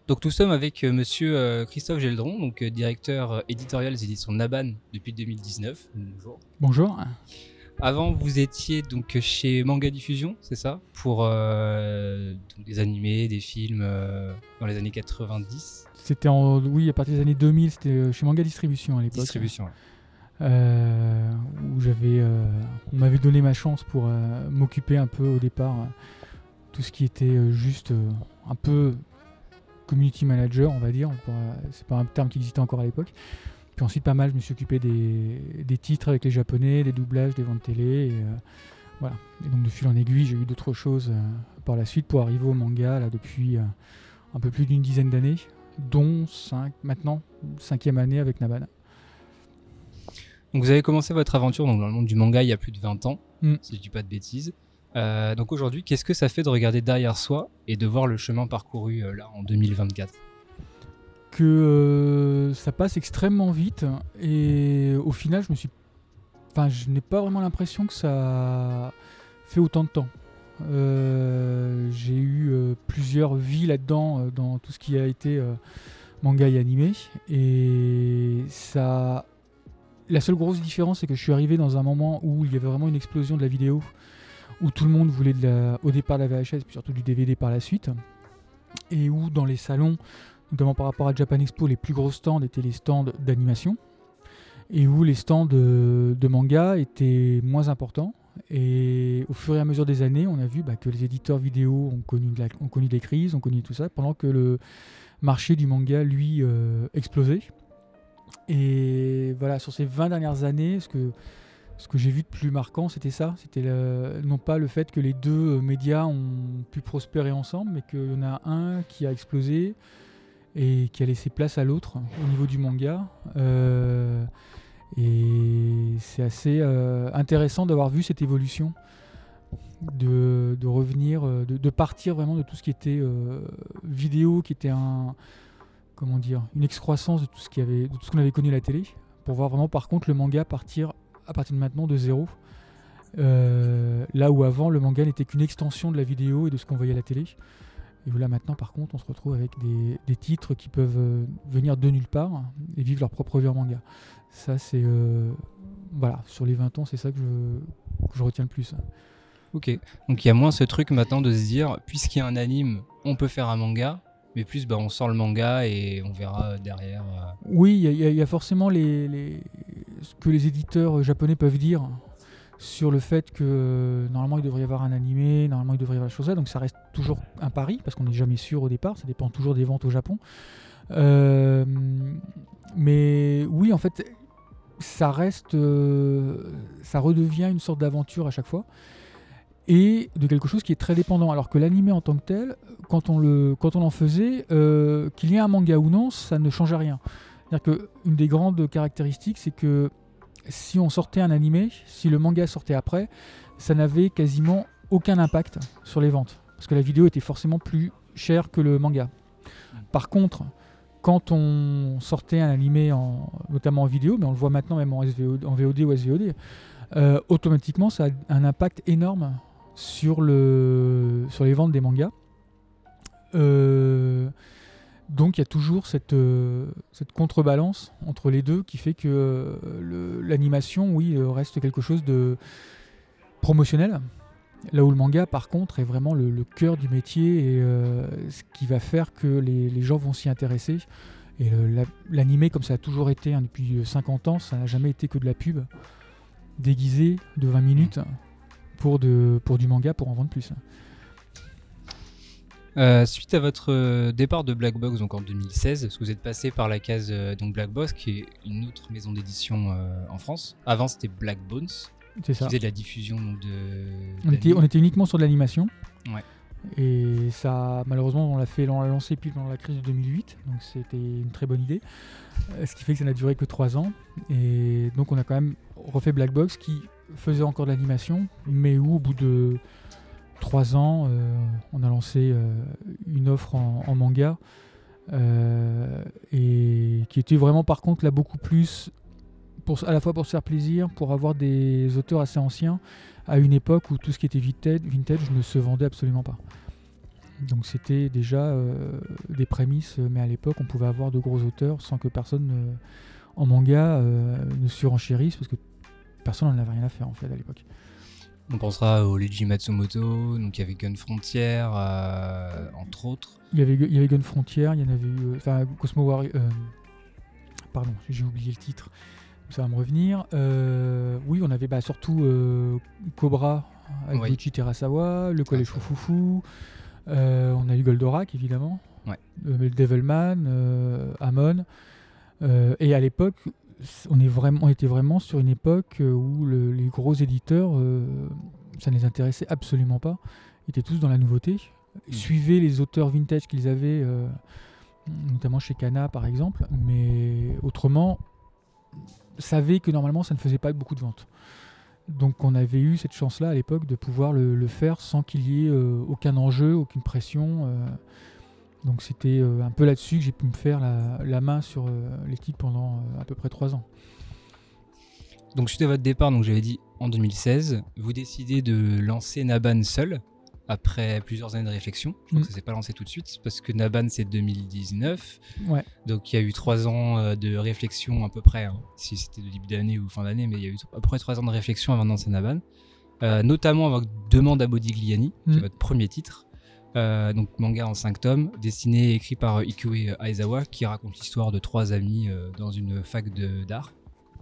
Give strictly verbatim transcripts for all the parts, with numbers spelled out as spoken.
Donc nous sommes avec euh, monsieur euh, Christophe Geldron, donc euh, directeur euh, éditorial des éditions Naban depuis deux mille dix-neuf. Bonjour. Bonjour. Avant, vous étiez donc chez Manga Diffusion, c'est ça? Pour euh, donc des animés, des films euh, dans les années quatre-vingt-dix. C'était en, oui, à partir des années deux mille, c'était euh, chez Manga Distribution à l'époque. Distribution, ouais. Euh, où j'avais, euh, on m'avait donné ma chance pour euh, m'occuper un peu au départ, euh, tout ce qui était euh, juste euh, un peu community manager, on va dire. On pourra- c'est pas un terme qui existait encore à l'époque. Puis ensuite, pas mal, je me suis occupé des, des titres avec les japonais, des doublages, des ventes télé. Et, euh, voilà. Et donc de fil en aiguille, j'ai eu d'autres choses euh, par la suite pour arriver au manga là, depuis euh, un peu plus d'une dizaine d'années, dont cinq maintenant, cinquième année avec Naban. Donc vous avez commencé votre aventure donc, dans le monde du manga il y a plus de vingt ans, Mm. si je dis pas de bêtises. Euh, donc aujourd'hui, qu'est-ce que ça fait de regarder derrière soi et de voir le chemin parcouru euh, là en deux mille vingt-quatre? Que euh, ça passe extrêmement vite et au final, je me suis, enfin, je n'ai pas vraiment l'impression que ça fait autant de temps. Euh, j'ai eu euh, plusieurs vies là-dedans, euh, dans tout ce qui a été euh, manga et animé, et ça. La seule grosse différence, c'est que je suis arrivé dans un moment où il y avait vraiment une explosion de la vidéo, où tout le monde voulait de la, au départ de la V H S, puis surtout du D V D par la suite, et où dans les salons, notamment par rapport à Japan Expo, les plus gros stands étaient les stands d'animation, et où les stands de, de manga étaient moins importants. Et au fur et à mesure des années, on a vu bah, que les éditeurs vidéo ont connu, de la, ont connu des crises, ont connu tout ça, pendant que le marché du manga, lui, euh, explosait. Et voilà, sur ces vingt dernières années, ce que, ce que j'ai vu de plus marquant, c'était ça. C'était le- non pas le fait que les deux euh, médias ont pu prospérer ensemble, mais qu'il y en a un qui a explosé et qui a laissé place à l'autre au niveau du manga. Euh, et c'est assez euh, intéressant d'avoir vu cette évolution, de, de revenir, euh, de, de partir vraiment de tout ce qui était euh, vidéo, qui était un, comment dire, une excroissance de tout ce qui avait, de tout ce qu'on avait connu à la télé, pour voir vraiment par contre le manga partir à partir de maintenant de zéro. Euh, là où avant le manga n'était qu'une extension de la vidéo et de ce qu'on voyait à la télé. Et où là maintenant par contre on se retrouve avec des, des titres qui peuvent euh, venir de nulle part et vivre leur propre vie en manga. Ça c'est euh, voilà, sur les vingt ans c'est ça que je, que je retiens le plus. Ok, donc il y a moins ce truc maintenant de se dire, puisqu'il y a un anime, on peut faire un manga, mais plus bah, on sort le manga et on verra derrière. euh. Oui, il y, a- y a forcément les, les- ce que les éditeurs japonais peuvent dire sur le fait que euh, normalement il devrait y avoir un animé, normalement il devrait y avoir la chose là, donc ça reste toujours un pari parce qu'on n'est jamais sûr au départ, ça dépend toujours des ventes au Japon. Euh, mais oui, en fait, ça reste, euh, ça redevient une sorte d'aventure à chaque fois et de quelque chose qui est très dépendant. Alors que l'animé en tant que tel, quand on, le, quand on en faisait, euh, qu'il y ait un manga ou non, ça ne changeait rien. C'est-à-dire qu'une des grandes caractéristiques, c'est que si on sortait un animé, si le manga sortait après, ça n'avait quasiment aucun impact sur les ventes. Parce que la vidéo était forcément plus chère que le manga. Par contre, quand on sortait un animé, en, notamment en vidéo, mais on le voit maintenant même en, S V O D, en V O D ou S V O D, euh, automatiquement ça a un impact énorme sur, le, sur les ventes des mangas. Euh, donc il y a toujours cette, euh, cette contrebalance entre les deux qui fait que euh, le- l'animation, oui, euh, reste quelque chose de promotionnel. Là où le manga, par contre, est vraiment le, le cœur du métier et euh, ce qui va faire que les, les gens vont s'y intéresser. Et le- la- l'animé, comme ça a toujours été hein, depuis cinquante ans, ça n'a jamais été que de la pub déguisée de vingt minutes pour, de, pour du manga pour en vendre plus. Euh, suite à votre euh, départ de Black Box donc en deux mille seize, parce que vous êtes passé par la case euh, donc Black Box, qui est une autre maison d'édition euh, en France. Avant c'était Black Bones, C'est qui ça. faisait de la diffusion donc, de. On était, d'anime. on était uniquement sur de l'animation. Ouais. Et ça, malheureusement, on l'a fait, on l'a lancé puis pendant la crise de deux mille huit, donc c'était une très bonne idée. Euh, Ce qui fait que ça n'a duré que trois ans. Et donc on a quand même refait Black Box qui faisait encore de l'animation, mais où au bout de trois ans, euh, on a lancé euh, une offre en, en manga euh, et qui était vraiment par contre là beaucoup plus pour, à la fois pour se faire plaisir, pour avoir des auteurs assez anciens à une époque où tout ce qui était vintage, vintage ne se vendait absolument pas. Donc c'était déjà euh, des prémices, mais à l'époque on pouvait avoir de gros auteurs sans que personne euh, en manga euh, ne surenchérisse, parce que personne n'en avait rien à faire en fait à l'époque. On pensera au Leiji Matsumoto, donc il y avait Gun Frontier, euh, entre autres. Il y avait, il y avait Gun Frontier, il y en avait eu, enfin euh, Cosmo Warrior, euh, pardon, j'ai oublié le titre, ça va me revenir. Euh, oui, on avait bah, surtout euh, Cobra avec Oui. Goichi Terasawa, le Collège Ah, ça va. Foufoufou, euh, on a eu Goldorak évidemment, Ouais. euh, le Devilman, euh, Amon, euh, et à l'époque, on, est vraiment, on était vraiment sur une époque où le, les gros éditeurs, euh, ça ne les intéressait absolument pas, ils étaient tous dans la nouveauté, mmh. suivaient les auteurs vintage qu'ils avaient, euh, notamment chez Kana par exemple, mais autrement, savaient que normalement ça ne faisait pas beaucoup de ventes. Donc on avait eu cette chance-là à l'époque de pouvoir le, le faire sans qu'il y ait euh, aucun enjeu, aucune pression. Euh, donc c'était euh, un peu là-dessus que j'ai pu me faire la, la main sur euh, les titres pendant euh, à peu près trois ans. Donc suite à votre départ, donc j'avais dit en deux mille seize, vous décidez de lancer Naban seul, après plusieurs années de réflexion. Je crois mmh. que ça s'est pas lancé tout de suite, parce que Naban c'est deux mille dix-neuf. Ouais. Donc il y a eu trois ans de réflexion à peu près, hein, si c'était de début d'année ou fin d'année, mais il y a eu à peu près trois ans de réflexion avant de lancer Naban. Euh, notamment avec Demande à Modigliani, mmh. qui est votre premier titre. Euh, donc manga en cinq tomes, dessiné et écrit par Ikue Aizawa, qui raconte l'histoire de trois amis euh, dans une fac de, d'art.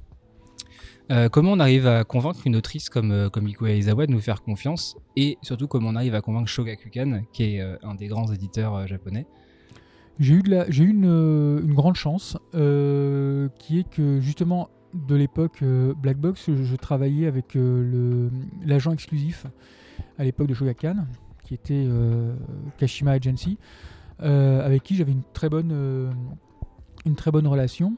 Euh, comment on arrive à convaincre une autrice comme, euh, comme Ikue Aizawa de nous faire confiance, et surtout comment on arrive à convaincre Shogakukan, qui est euh, un des grands éditeurs euh, japonais? J'ai eu, de la, j'ai eu une, une grande chance, euh, qui est que justement de l'époque euh, Black Box, je, je travaillais avec euh, le, l'agent exclusif à l'époque de Shogakukan, qui était euh, Kashima Agency, euh, avec qui j'avais une très bonne, euh, une très bonne relation.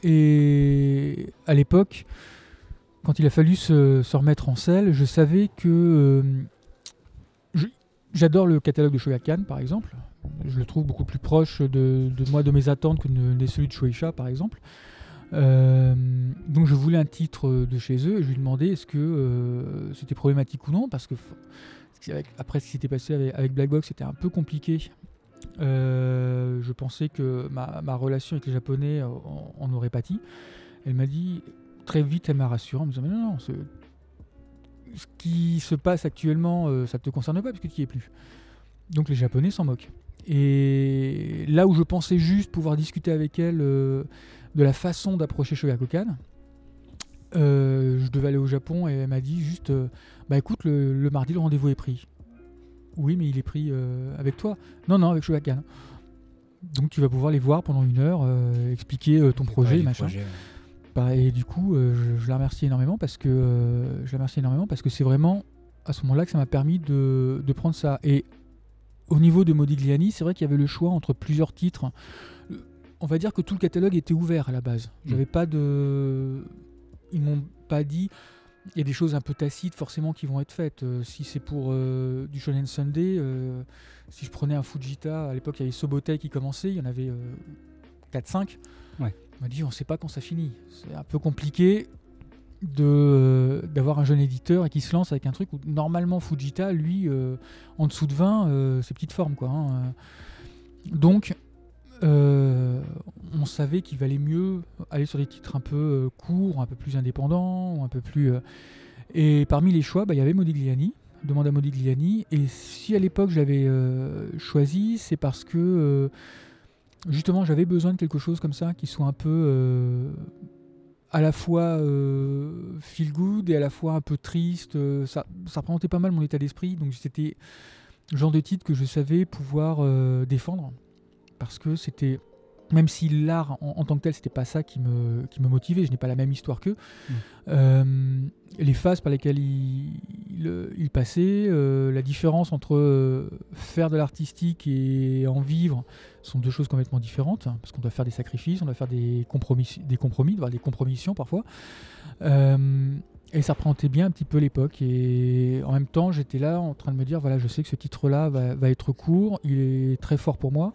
Et à l'époque, quand il a fallu se, se remettre en selle, je savais que euh, je, j'adore le catalogue de Shogakukan par exemple. Je le trouve beaucoup plus proche de, de moi, de mes attentes, que de, de celui de Shueisha par exemple. Euh, donc je voulais un titre de chez eux et je lui demandais est-ce que euh, c'était problématique ou non, parce que avec, après ce qui s'était passé avec, avec Black Box, c'était un peu compliqué. Euh, je pensais que ma, ma relation avec les Japonais en, en aurait pâti. Elle m'a dit très vite, elle m'a rassuré en me disant mais non, non, ce, ce qui se passe actuellement, euh, ça ne te concerne pas puisque tu n'y es plus. Donc les Japonais s'en moquent. Et là où je pensais juste pouvoir discuter avec elle euh, de la façon d'approcher Shogakukan, euh, je devais aller au Japon et elle m'a dit juste euh, bah écoute, le, le mardi le rendez-vous est pris. Oui, mais il est pris euh, avec toi. Non, non, avec Shogakukan. Donc tu vas pouvoir les voir pendant une heure, euh, expliquer euh, ton C'est projet, machin. Projet, ouais. Bah, et du coup, euh, je, je la remercie énormément parce que euh, je la remercie énormément parce que c'est vraiment à ce moment-là que ça m'a permis de, de prendre ça. Et au niveau de Modigliani, c'est vrai qu'il y avait le choix entre plusieurs titres. On va dire que tout le catalogue était ouvert à la base. J'avais mmh. pas de... Ils m'ont pas dit... Il y a des choses un peu tacites forcément qui vont être faites. Euh, si c'est pour euh, du Shonen Sunday, euh, si je prenais un Fujita, à l'époque il y avait Sobotei qui commençait, il y en avait euh, quatre cinq. Ouais. On m'a dit on ne sait pas quand ça finit. C'est un peu compliqué de, euh, d'avoir un jeune éditeur et qui se lance avec un truc où normalement Fujita, lui, euh, en dessous de vingt, euh, c'est petite forme, quoi. Hein. Donc, euh, on savait qu'il valait mieux aller sur des titres un peu euh, courts, un peu plus indépendants, ou un peu plus. Euh... Et parmi les choix, bah, il y avait Modigliani, Demande à Modigliani. Et si à l'époque je l'avais euh, choisi, c'est parce que euh, justement j'avais besoin de quelque chose comme ça qui soit un peu euh, à la fois euh, feel good et à la fois un peu triste. Euh, ça, ça représentait pas mal mon état d'esprit, donc c'était le genre de titre que je savais pouvoir euh, défendre. Parce que c'était, même si l'art en, en tant que tel, c'était pas ça qui me, qui me motivait, je n'ai pas la même histoire qu'eux. Mmh. Euh, les phases par lesquelles il, il, il passait, euh, la différence entre euh, faire de l'artistique et en vivre sont deux choses complètement différentes, hein, parce qu'on doit faire des sacrifices, on doit faire des compromis, des compromis, voire des compromissions parfois. Euh, et ça représentait bien un petit peu l'époque. Et en même temps, j'étais là en train de me dire, voilà, je sais que ce titre-là va, va être court, il est très fort pour moi.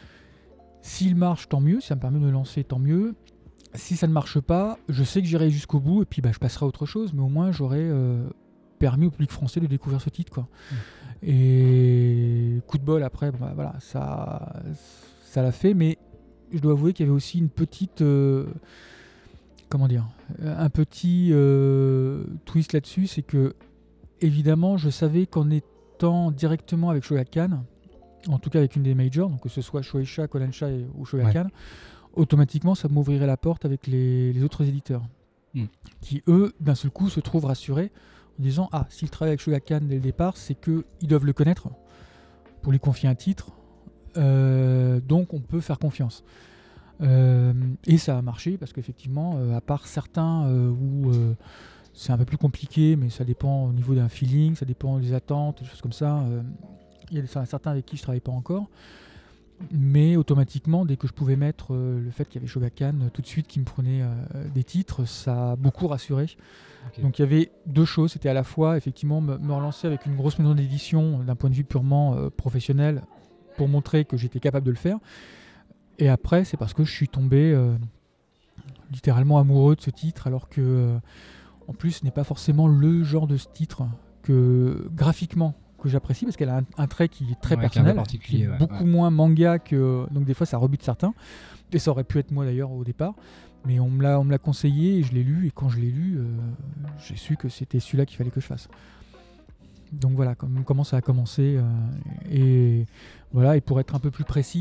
S'il marche, tant mieux. Si ça me permet de me lancer, tant mieux. Si ça ne marche pas, je sais que j'irai jusqu'au bout et puis bah, je passerai à autre chose. Mais au moins, j'aurais euh, permis au public français de découvrir ce titre, quoi. Mmh. Et coup de bol après, bah, voilà, ça, ça l'a fait. Mais je dois avouer qu'il y avait aussi une petite, euh, comment dire, un petit euh, twist là-dessus, c'est que évidemment, je savais qu'en étant directement avec Shogakukan, en tout cas avec une des majors, donc que ce soit Shueisha, Kodansha et- ou Shogakukan, ouais. automatiquement ça m'ouvrirait la porte avec les, les autres éditeurs, mm. qui eux, d'un seul coup, se trouvent rassurés en disant ah, s'ils travaillent avec Shogakukan dès le départ, c'est qu'ils doivent le connaître pour lui confier un titre, euh, donc on peut faire confiance. Euh, et ça a marché parce qu'effectivement, euh, à part certains euh, où euh, c'est un peu plus compliqué, mais ça dépend au niveau d'un feeling, ça dépend des attentes, des choses comme ça. Euh, il y a certains avec qui je ne travaille pas encore. Mais automatiquement, dès que je pouvais mettre euh, le fait qu'il y avait Shogakukan euh, tout de suite qui me prenait euh, des titres, ça a beaucoup rassuré. Okay. Donc il y avait deux choses. C'était à la fois effectivement me, me relancer avec une grosse maison d'édition d'un point de vue purement euh, professionnel pour montrer que j'étais capable de le faire. Et après, c'est parce que je suis tombé euh, littéralement amoureux de ce titre, alors que euh, en plus, ce n'est pas forcément le genre de ce titre que graphiquement que j'apprécie, parce qu'elle a un, un trait qui est très ouais, personnel, qui, qui est ouais, beaucoup ouais. moins manga que, donc des fois ça rebute certains, et ça aurait pu être moi d'ailleurs au départ, mais on me l'a, on me l'a conseillé et je l'ai lu, et quand je l'ai lu, euh, j'ai su que c'était celui-là qu'il fallait que je fasse. Donc voilà comme, comment ça a commencé, euh, et voilà, et pour être un peu plus précis,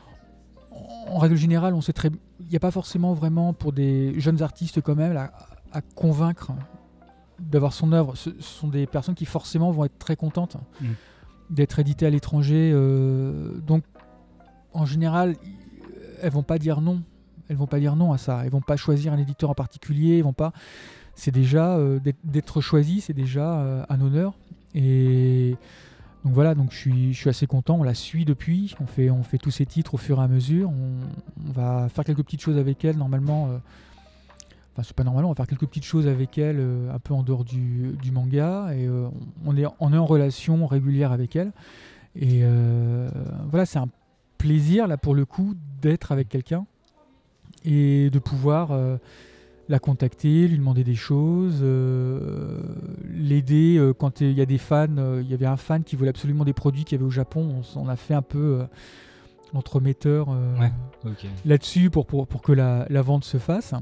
en règle générale, on sait très, il n'y a pas forcément vraiment pour des jeunes artistes quand même à, à convaincre d'avoir son œuvre. Ce sont des personnes qui forcément vont être très contentes mmh. d'être éditées à l'étranger. Euh, donc, en général, elles vont pas dire non. Elles vont pas dire non à ça. Elles vont pas choisir un éditeur en particulier. Elles vont pas. C'est déjà euh, d'être choisi, c'est déjà euh, un honneur. Et donc voilà. Donc je suis, je suis assez content. On la suit depuis. On fait, on fait tous ces titres au fur et à mesure. On, on va faire quelques petites choses avec elle normalement. Euh, Enfin, c'est pas normal, on va faire quelques petites choses avec elle, euh, un peu en dehors du, du manga, et euh, on, est, on est en relation régulière avec elle. Et euh, voilà, c'est un plaisir, là, pour le coup, d'être avec quelqu'un et de pouvoir euh, la contacter, lui demander des choses, euh, l'aider euh, quand il y a des fans. Il euh, y avait un fan qui voulait absolument des produits qu'il y avait au Japon. On, on a fait un peu euh, l'entremetteur euh, ouais, okay. là-dessus pour, pour, pour que la, la vente se fasse.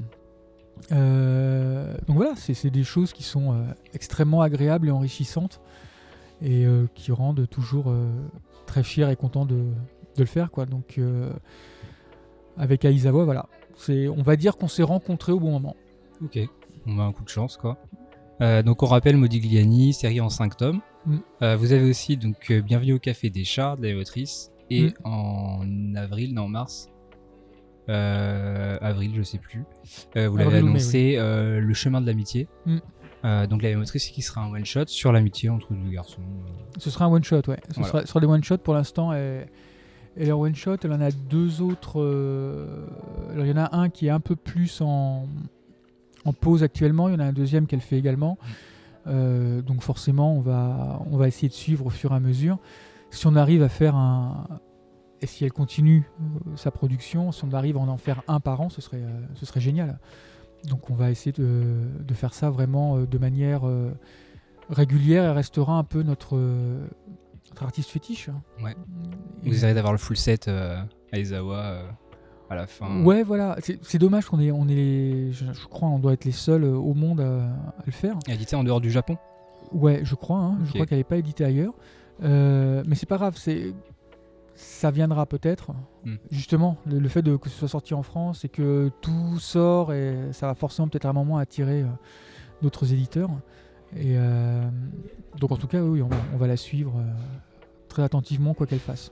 Euh, donc voilà, c'est, c'est des choses qui sont euh, extrêmement agréables et enrichissantes et euh, qui rendent toujours euh, très fier et content de, de le faire, quoi. Donc euh, avec Aizawa, voilà, c'est, on va dire qu'on s'est rencontrés au bon moment. Ok, on a un coup de chance, quoi. Euh, donc on rappelle Modigliani, série en cinq tomes. Mm. Euh, vous avez aussi donc euh, Bienvenue au Café des Chats de la motrice, et mm. en avril, non en mars. Euh, avril, je sais plus. Euh, vous l'avez avril, annoncé, mai, oui. euh, Le Chemin de l'Amitié. Mm. Euh, donc la motrice qui sera un one shot sur l'amitié entre deux garçons. Ce sera un one shot, ouais. Ce, voilà. sera, ce sera des one shots pour l'instant. Et, et leur one shot, elle en a deux autres. Euh, alors il y en a un qui est un peu plus en, en pause actuellement. Il y en a un deuxième qu'elle fait également. Mm. Euh, donc forcément, on va, on va essayer de suivre au fur et à mesure. Si on arrive à faire un Et si elle continue euh, sa production, si on arrive à en faire un par an, ce serait, euh, ce serait génial. Donc on va essayer de, de faire ça vraiment euh, de manière euh, régulière. Elle restera un peu notre, euh, notre artiste fétiche. Ouais. Et vous essayerez d'avoir le full set euh, Aizawa euh, à la fin. Ouais, voilà. C'est, c'est dommage qu'on est, on est les, je, je crois on doit être les seuls au monde à, à le faire. Édité en dehors du Japon ? Ouais, je crois. Hein, okay. Je crois qu'elle n'est pas éditée ailleurs. Euh, mais c'est pas grave, c'est... Ça viendra peut-être, mm. justement, le, le fait de, que ce soit sorti en France et que tout sort, et ça va forcément peut-être à un moment attirer euh, d'autres éditeurs. Et euh, donc en tout cas, oui, on va, on va la suivre euh, très attentivement, quoi qu'elle fasse.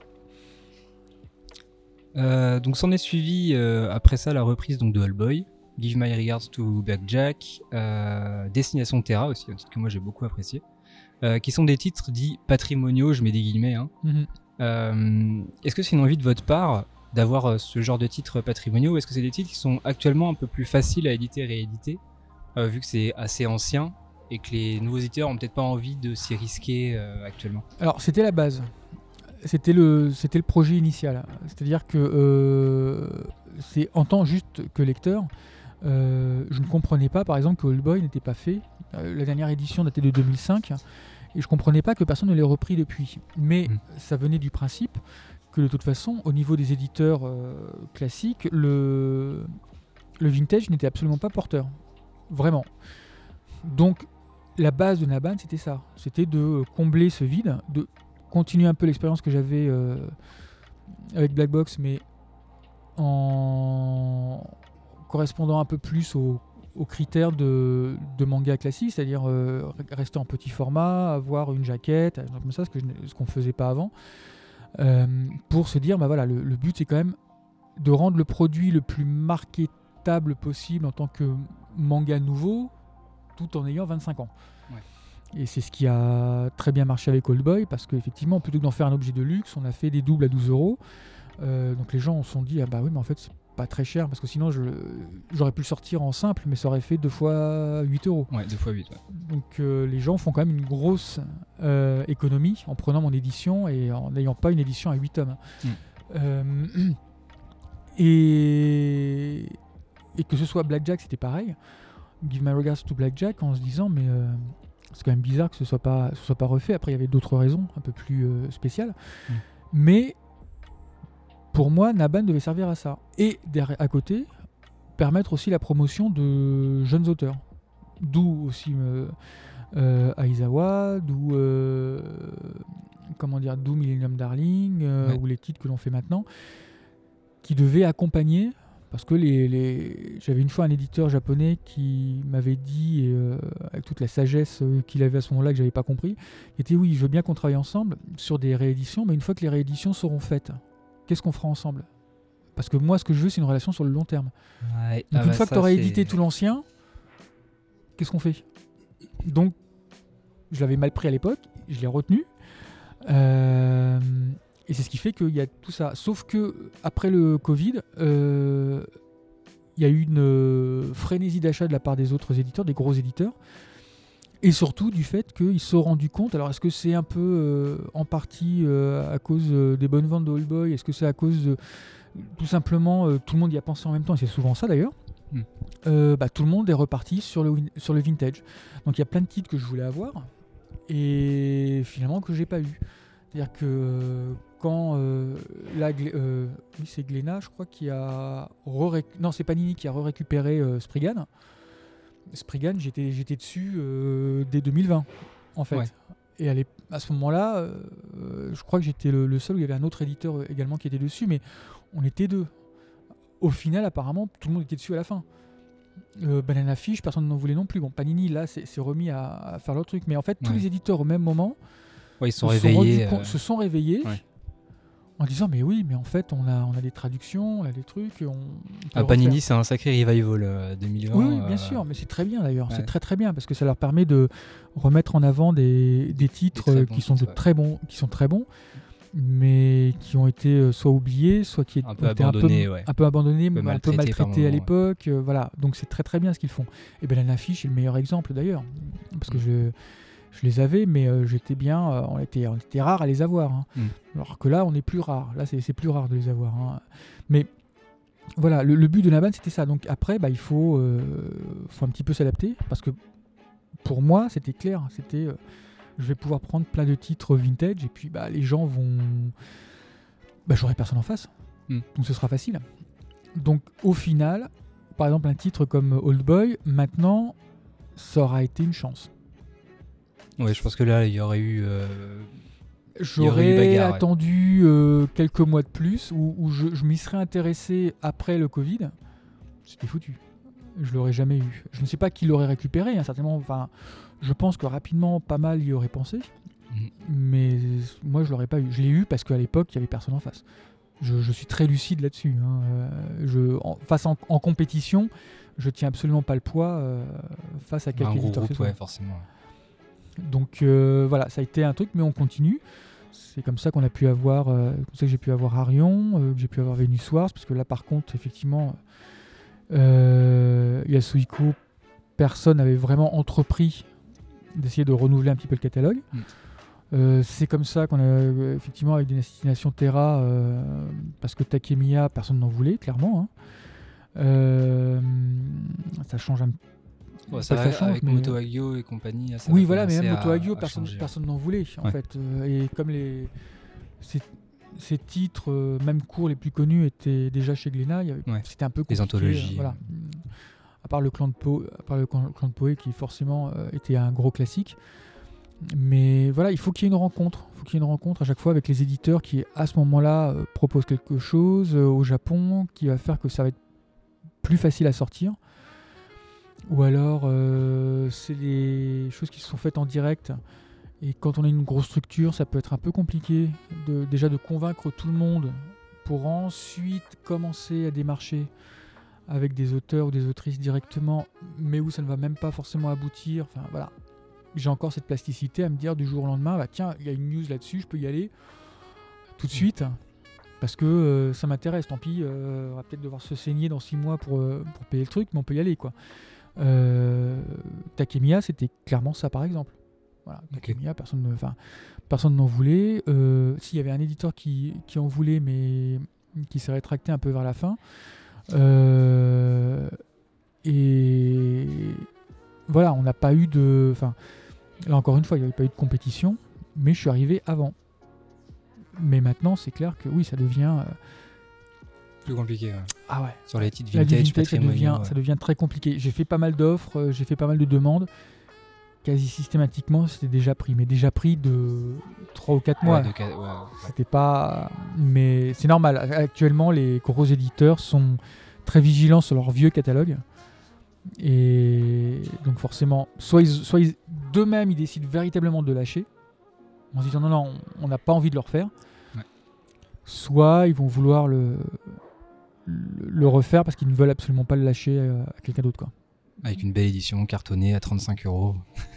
Euh, donc s'en est suivi euh, après ça la reprise donc, de Hellboy, Give My Regards to Blackjack, euh, Destination Terra aussi, un titre que moi j'ai beaucoup apprécié, euh, qui sont des titres dits patrimoniaux, je mets des guillemets, hein. Mm-hmm. Euh, est-ce que c'est une envie de votre part d'avoir euh, ce genre de titres patrimoniaux, ou est-ce que c'est des titres qui sont actuellement un peu plus faciles à éditer et rééditer, euh, vu que c'est assez ancien et que les nouveaux éditeurs n'ont peut-être pas envie de s'y risquer euh, actuellement ? Alors c'était la base, c'était le, c'était le projet initial, c'est-à-dire que euh, c'est, en tant juste que lecteur, euh, je ne comprenais pas par exemple que Hellboy n'était pas fait. Euh, la dernière édition datait de deux mille cinq. Et je comprenais pas que personne ne l'ait repris depuis. Mais Mm. ça venait du principe que de toute façon, au niveau des éditeurs euh, classiques, le, le vintage n'était absolument pas porteur. Vraiment. Donc, la base de Naban, c'était ça. C'était de combler ce vide, de continuer un peu l'expérience que j'avais euh, avec Black Box, mais en correspondant un peu plus aux, aux critères de, de manga classique, c'est-à-dire euh, rester en petit format, avoir une jaquette, un truc comme ça, ce, que je, ce qu'on ne faisait pas avant, euh, pour se dire, bah voilà, le, le but c'est quand même de rendre le produit le plus marketable possible en tant que manga nouveau, tout en ayant vingt-cinq ans. Ouais. Et c'est ce qui a très bien marché avec Old Boy, parce qu'effectivement, plutôt que d'en faire un objet de luxe, on a fait des doubles à douze euros. Euh, donc les gens se sont dit, ah bah oui, mais en fait, c'est pas très cher, parce que sinon, je, j'aurais pu le sortir en simple, mais ça aurait fait deux fois huit euros. Ouais, deux fois huit, ouais. Donc euh, les gens font quand même une grosse euh, économie en prenant mon édition et en n'ayant pas une édition à huit tomes. Mm. Euh, et, et que ce soit Blackjack, c'était pareil. Give My Regards to Blackjack, en se disant, mais euh, c'est quand même bizarre que ce soit pas, ce soit pas refait. Après, il y avait d'autres raisons un peu plus euh, spéciales. Mm. Mais pour moi, Naban devait servir à ça. Et derrière, à côté, permettre aussi la promotion de jeunes auteurs. D'où aussi euh, euh, Aizawa, d'où euh, comment dire, d'où Millennium Darling, euh, ouais. ou les titres que l'on fait maintenant, qui devaient accompagner. Parce que les, les... j'avais une fois un éditeur japonais qui m'avait dit, et, euh, avec toute la sagesse qu'il avait à ce moment-là que j'avais pas compris, qui était oui, je veux bien qu'on travaille ensemble sur des rééditions, mais une fois que les rééditions seront faites, qu'est-ce qu'on fera ensemble ? Parce que moi, ce que je veux, c'est une relation sur le long terme. Ouais. Donc ah une bah fois ça, que tu aurais c'est... édité tout l'ancien, qu'est-ce qu'on fait ? Donc, je l'avais mal pris à l'époque, je l'ai retenu. Euh... Et c'est ce qui fait qu'il y a tout ça. Sauf que après le Covid, euh, il y a eu une euh, frénésie d'achat de la part des autres éditeurs, des gros éditeurs. Et surtout du fait qu'ils se sont rendus compte, alors est-ce que c'est un peu euh, en partie euh, à cause euh, des bonnes ventes de Old Boy, est-ce que c'est à cause de tout simplement, euh, tout le monde y a pensé en même temps, et c'est souvent ça d'ailleurs, mm. euh, bah, tout le monde est reparti sur le, sur le vintage. Donc il y a plein de titres que je voulais avoir, et finalement que j'ai pas eu. C'est-à-dire que euh, quand euh, là, euh, oui, c'est Glénat, je crois, qui a re-réc... non, c'est Panini qui a re-récupéré euh, Spriggan. Spriggan, j'étais, j'étais dessus euh, dès deux mille vingt, en fait. Ouais. Et à, à ce moment-là, euh, je crois que j'étais le, le seul où il y avait un autre éditeur également qui était dessus, mais on était deux. Au final, apparemment, tout le monde était dessus à la fin. Euh, Banana Fish, personne n'en voulait non plus. Bon, Panini, là, c'est, c'est remis à, à faire leur truc. Mais en fait, tous ouais. les éditeurs, au même moment, ouais, ils sont réveillés, sont euh... se sont réveillés. Ouais. En disant mais oui mais en fait on a on a des traductions, on a des trucs, on ah, Panini c'est un sacré revival euh, deux mille vingt. Oui, oui bien euh... sûr, mais c'est très bien d'ailleurs, ouais. c'est très très bien parce que ça leur permet de remettre en avant des, des titres des qui sont de ouais. très bons, qui sont très bons, mais qui ont été soit oubliés, soit qui un peu étaient abandonnés, un peu, ouais. un peu abandonnés, un peu, mal un peu maltraités à moment, l'époque, ouais. euh, voilà. Donc c'est très très bien ce qu'ils font. Et Banana Fish est le meilleur exemple d'ailleurs, parce que mmh. je Je les avais, mais euh, j'étais bien. Euh, on était, on était rare à les avoir. Hein. Mm. Alors que là, on est plus rare. Là, c'est, c'est plus rare de les avoir. Hein. Mais voilà, le, le but de Naban, c'était ça. Donc après, bah, il faut, euh, faut un petit peu s'adapter, parce que pour moi, c'était clair. C'était, euh, je vais pouvoir prendre plein de titres vintage, et puis bah, les gens vont, bah, j'aurai personne en face. Mm. Donc ce sera facile. Donc au final, par exemple, un titre comme Old Boy, maintenant, ça aura été une chance. Ouais, je pense que là, il y aurait eu. Euh, J'aurais eu bagarre, attendu ouais. euh, quelques mois de plus, où, où je, je m'y serais intéressé après le Covid. C'était foutu. Je l'aurais jamais eu. Je ne sais pas qui l'aurait récupéré, hein, certainement. Enfin, je pense que rapidement, pas mal y aurait pensé. Mmh. Mais moi, je l'aurais pas eu. Je l'ai eu parce qu'à l'époque, il y avait personne en face. Je, je suis très lucide là-dessus. Hein. Je, en, face en, en compétition, je tiens absolument pas le poids euh, face à quelque éditeur que ce soit. Ouais, forcément. Donc euh, voilà, ça a été un truc, mais on continue. C'est comme ça qu'on a pu avoir, euh, comme ça que j'ai pu avoir Arion, euh, que j'ai pu avoir Venus Wars, parce que là par contre, effectivement, euh, Yasuhiko, personne n'avait vraiment entrepris d'essayer de renouveler un petit peu le catalogue. Mm. Euh, c'est comme ça qu'on a, effectivement, avec Destination Terra, euh, parce que Takemiya, personne n'en voulait, clairement. Hein. Euh, ça change un Ouais, ça pas va, que ça change, avec mais- Moto Hagio et compagnie. Ça Oui, va voilà, mais commencer même Moto à- Hagio, à personne, changer. personne n'en voulait, en Ouais. fait. Euh, et comme les, ces, ces titres, euh, même courts les plus connus, étaient déjà chez Glénat, il y avait- Ouais. c'était un peu Les compliqué. anthologies. euh, voilà. À part le clan de Po, à part le clan clan de Poé, qui forcément euh, était un gros classique. Mais voilà, il faut qu'il y ait une rencontre. Il faut qu'il y ait une rencontre à chaque fois avec les éditeurs qui, à ce moment-là, euh, proposent quelque chose euh, au Japon qui va faire que ça va être plus facile à sortir. Ou alors, euh, c'est des choses qui sont faites en direct. Et quand on a une grosse structure, ça peut être un peu compliqué de, déjà de convaincre tout le monde pour ensuite commencer à démarcher avec des auteurs ou des autrices directement, mais où ça ne va même pas forcément aboutir. Enfin voilà, j'ai encore cette plasticité à me dire du jour au lendemain, bah tiens, il y a une news là-dessus, je peux y aller tout de suite parce que euh, ça m'intéresse. Tant pis, euh, on va peut-être devoir se saigner dans six mois pour, euh, pour payer le truc, mais on peut y aller quoi. Euh, Takemiya, c'était clairement ça par exemple. Voilà, Takemiya, personne ne, enfin, personne n'en voulait. Euh, S'il y avait un éditeur qui, qui en voulait, mais qui s'est rétracté un peu vers la fin. Euh, et voilà, on n'a pas eu de. Enfin, là encore une fois, il n'y avait pas eu de compétition, mais je suis arrivé avant. Mais maintenant, c'est clair que oui, ça devient. euh, Plus compliqué. Ouais. Ah ouais. Sur les titres Là, du vintage, vintage, ça devient, patrimoniaux. ouais. ça devient très compliqué. J'ai fait pas mal d'offres, euh, j'ai fait pas mal de demandes. Quasi systématiquement, c'était déjà pris, mais déjà pris de trois ou quatre mois. Ouais, de ca- ouais, ouais. C'était pas. Mais c'est normal. Actuellement, les gros éditeurs sont très vigilants sur leur vieux catalogue. Et donc, forcément, soit, ils, soit ils, d'eux-mêmes, ils décident véritablement de lâcher, en se disant non, non, on n'a pas envie de le refaire. Ouais. Soit ils vont vouloir le, le, le refaire parce qu'ils ne veulent absolument pas le lâcher à, à quelqu'un d'autre, quoi. Avec une belle édition cartonnée à trente-cinq euros.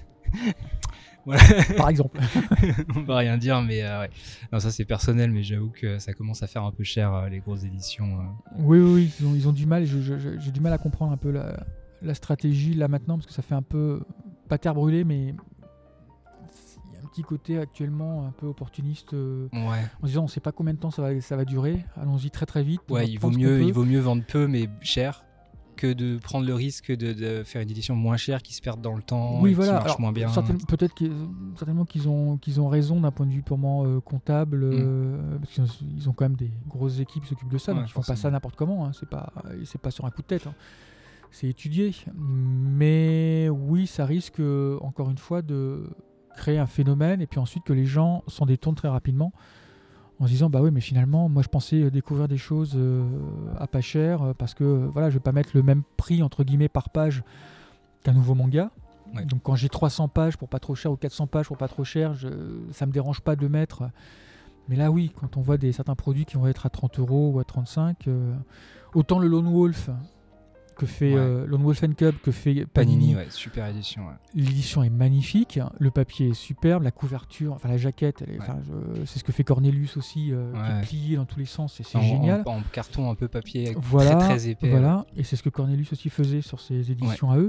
Par exemple. On va rien dire, mais euh, ouais. Non, ça c'est personnel, mais j'avoue que ça commence à faire un peu cher euh, les grosses éditions. euh. Oui, oui, oui, ils ont, ils ont du mal. Et je- je- je- j'ai du mal à comprendre un peu la, la stratégie là maintenant parce que ça fait un peu pas terre brûlée, mais il y a un petit côté actuellement un peu opportuniste euh, Ouais. en se disant on sait pas combien de temps ça va, ça va durer. Allons-y très très vite. on Ouais, va il vaut prendre ce mieux, qu'on il peut. vaut mieux vendre peu mais cher que de prendre le risque de, de faire une édition moins chère qui se perde dans le temps Oui, et voilà. qui marche Alors, moins bien. certain- peut-être qu'ils, certainement qu'ils ont, qu'ils ont raison d'un point de vue purement euh, comptable, euh, parce qu'ils ont, ils ont quand même des grosses équipes qui s'occupent de ça, Ouais, donc ils font pas forcément. ça n'importe comment. Hein, c'est pas, c'est pas sur un coup de tête. Hein. C'est étudié. Mais oui, ça risque euh, encore une fois de créer un phénomène et puis ensuite que les gens s'en détournent très rapidement en se disant bah oui mais finalement moi je pensais découvrir des choses euh, à pas cher euh, parce que euh, voilà je vais pas mettre le même prix entre guillemets par page qu'un nouveau manga. Ouais. Donc quand j'ai trois cents pages pour pas trop cher ou quatre cents pages pour pas trop cher, je, ça me dérange pas de le mettre. Mais là oui, quand on voit des certains produits qui vont être à trente euros ou à trente-cinq, euh, autant le Lone Wolf que fait Ouais. euh, Lone Wolf and Cub que fait Panini, Panini, ouais, super édition. Ouais. l'édition est magnifique, le papier est superbe, la couverture, enfin la jaquette, elle est, Ouais. enfin, je- c'est ce que fait Cornelius aussi, euh, qui Ouais. est plié dans tous les sens, et c'est En- génial. En, en carton un peu papier Voilà, très très épais. voilà, et c'est ce que Cornelius aussi faisait sur ses éditions à eux.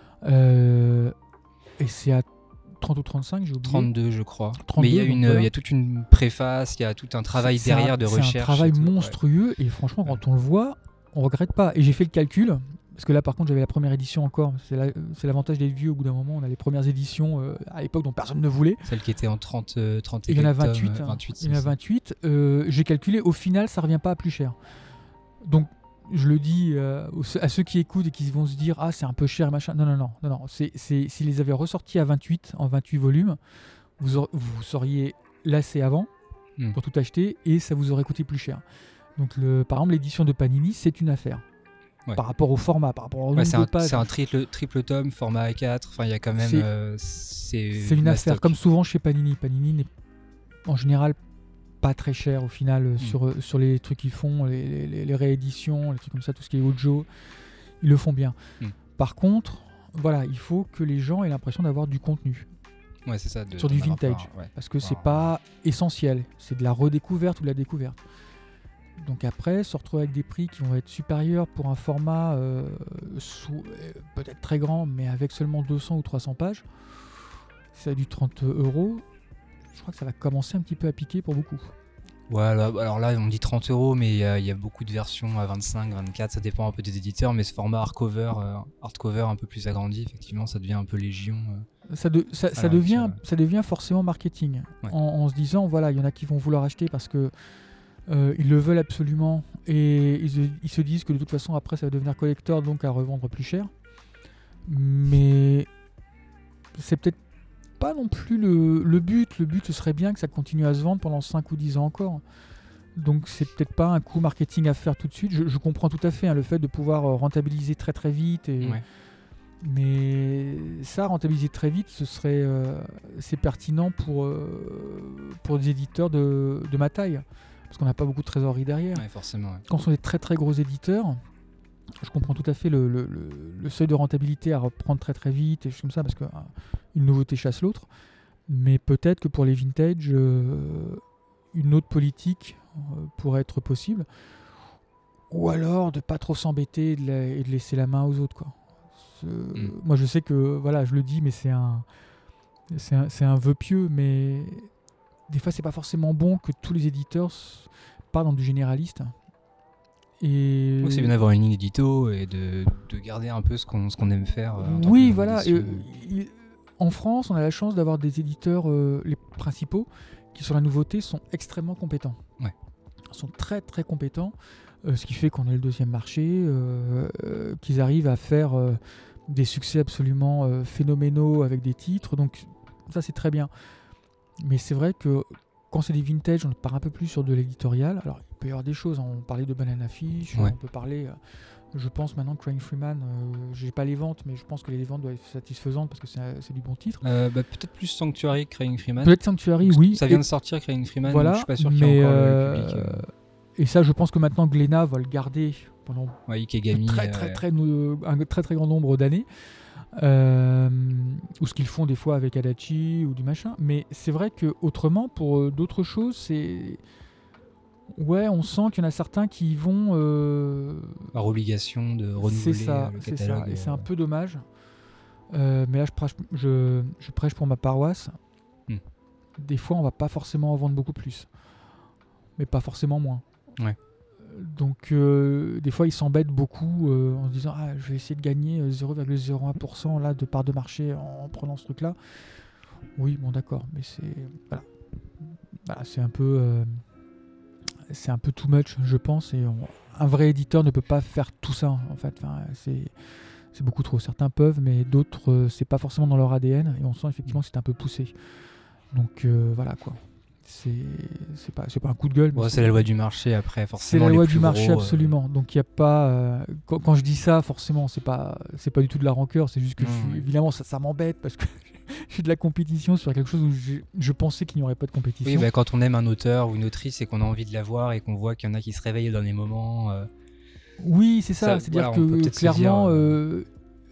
Euh, et c'est à trente ou trente-cinq, j'ai oublié. trente-deux je crois. trente-deux, mais il y, a donc une- voilà. il y a toute une préface, il y a tout un travail C'est- c'est derrière un- de c'est recherche. un travail et tout, ouais. monstrueux, et franchement, quand on le voit, on regrette pas. Et j'ai fait le calcul, parce que là, par contre, j'avais la première édition encore. C'est la- c'est l'avantage des vieux, au bout d'un moment, on a les premières éditions euh, à l'époque dont personne ne voulait. Celle qui était en trente, euh, trente et Il y en a quelques vingt-huit. tomes, hein. vingt-huit, Il y en a c'est ça. vingt-huit. Euh, j'ai calculé, au final, ça revient pas à plus cher. Donc, je le dis euh, aux- à ceux qui écoutent et qui vont se dire ah c'est un peu cher machin. Non non non non non. C'est c'est s'ils les avaient ressortis à vingt-huit en vingt-huit volumes, vous aur- vous seriez lassé avant Hmm. pour tout acheter et ça vous aurait coûté plus cher. Donc le par exemple l'édition de Panini c'est une affaire. Ouais. Par rapport au format, par rapport au Ouais, nombre c'est de un, pages. c'est un triple, triple tome, format A quatre. Enfin, il y a quand même. C'est- euh, C'est C'est une affaire, mastoc. comme souvent chez Panini. Panini n'est en général pas très cher au final euh, Mm. sur, euh, sur les trucs qu'ils font, les, les- les rééditions, les trucs comme ça, tout ce qui est Ojo, ils le font bien. Mm. Par contre, voilà, il faut que les gens aient l'impression d'avoir du contenu Ouais, c'est ça. de- sur du d'en avoir vintage, pas, ouais. parce que c'est Wow. pas essentiel, c'est de la redécouverte ou de la découverte. Donc après, se retrouver avec des prix qui vont être supérieurs pour un format euh, sous- euh, peut-être très grand, mais avec seulement deux cents ou trois cents pages, c'est à du trente euros. Je crois que ça va commencer un petit peu à piquer pour beaucoup. Ouais, là, alors là, on dit trente euros, mais il y, y a beaucoup de versions à vingt-cinq, vingt-quatre, ça dépend un peu des éditeurs, mais ce format hardcover, euh, hardcover un peu plus agrandi, effectivement, ça devient un peu légion. Euh, ça, de, ça, ça, devient, ouais. ça devient forcément marketing, ouais. en, en se disant, voilà, il y en a qui vont vouloir acheter parce que euh, ils le veulent absolument, et ils, ils se disent que de toute façon, après, ça va devenir collector, donc à revendre plus cher. Mais c'est peut-être pas non plus le, le but. Le but, ce serait bien que ça continue à se vendre pendant cinq ou dix ans encore. Donc c'est peut-être pas un coup marketing à faire tout de suite. Je, je comprends tout à fait hein, le fait de pouvoir rentabiliser très très vite. Et, ouais. Mais ça, rentabiliser très vite, ce serait euh, c'est pertinent pour, euh, pour des éditeurs de, de ma taille. Parce qu'on n'a pas beaucoup de trésorerie derrière. Ouais, forcément, ouais. Quand on est des très très gros éditeurs, je comprends tout à fait le, le, le, le seuil de rentabilité à reprendre très très vite et choses comme ça, parce qu'une euh, nouveauté chasse l'autre. Mais peut-être que pour les vintage, euh, une autre politique euh, pourrait être possible. Ou alors de pas trop s'embêter et de, la, et de laisser la main aux autres, quoi. Mm. Moi je sais que, voilà, je le dis, mais c'est un, c'est un, c'est un vœu pieux, mais des fois c'est pas forcément bon que tous les éditeurs partent dans du généraliste. Et oui, c'est bien d'avoir une ligne édito et de, de garder un peu ce qu'on, ce qu'on aime faire. Euh, oui, voilà. Et, et, en France, on a la chance d'avoir des éditeurs, euh, les principaux, qui sur la nouveauté sont extrêmement compétents. Ouais. Ils sont très très compétents, euh, ce qui fait qu'on est le deuxième marché, euh, euh, qu'ils arrivent à faire euh, des succès absolument euh, phénoménaux avec des titres. Donc ça, c'est très bien. Mais c'est vrai que quand c'est des vintage, on part un peu plus sur de l'éditorial. Alors, il peut y avoir des choses. On parlait de Banana Fish, ouais. On peut parler... Euh, je pense maintenant que Crying Freeman, euh, j'ai pas les ventes, mais je pense que les ventes doivent être satisfaisantes parce que c'est, c'est du bon titre. Euh, bah, peut-être plus Sanctuary que Crying Freeman. Peut-être Sanctuary, donc, oui. Ça vient et de sortir Crying Freeman, voilà, donc je suis pas sûr qu'il y ait encore euh, le public. Euh... Et ça, je pense que maintenant Glénat va le garder pendant ouais, Ikegami, très, très, euh... très, euh, un très très grand nombre d'années. Euh, ou ce qu'ils font des fois avec Adachi ou du machin. Mais c'est vrai que autrement, pour euh, d'autres choses, c'est... Ouais, on sent qu'il y en a certains qui vont... Euh... par obligation de renouveler c'est ça, le c'est catalogue. Ça. Et c'est un peu dommage. Euh, mais là, je prêche, je, je prêche pour ma paroisse. Hmm. Des fois, on va pas forcément en vendre beaucoup plus. Mais pas forcément moins. Ouais. Donc, euh, des fois, ils s'embêtent beaucoup euh, en se disant « Ah, je vais essayer de gagner zéro virgule zéro un pour cent là, de part de marché en, en prenant ce truc-là. » Oui, bon, d'accord. Mais c'est... Voilà. Voilà, c'est un peu... Euh, c'est un peu too much, je pense, et on, un vrai éditeur ne peut pas faire tout ça, en fait. Enfin, c'est, c'est beaucoup trop. Certains peuvent, mais d'autres, euh, c'est pas forcément dans leur A D N, et on sent effectivement que c'est un peu poussé. Donc euh, voilà, quoi. C'est, c'est, pas, c'est pas un coup de gueule. Mais ouais, c'est, c'est la loi du marché, après, forcément. C'est la loi du gros, marché, euh... absolument. Donc il n'y a pas... Euh, quand, quand je dis ça, forcément, c'est pas, c'est pas du tout de la rancœur, c'est juste que, non, je suis, oui. évidemment, ça, ça m'embête, parce que je suis de la compétition sur quelque chose où je, je pensais qu'il n'y aurait pas de compétition. Oui, bah, quand on aime un auteur ou une autrice et qu'on a envie de la voir et qu'on voit qu'il y en a qui se réveillent dans les moments... Euh, oui, c'est ça. ça C'est-à-dire voilà, que, clairement, dire, euh,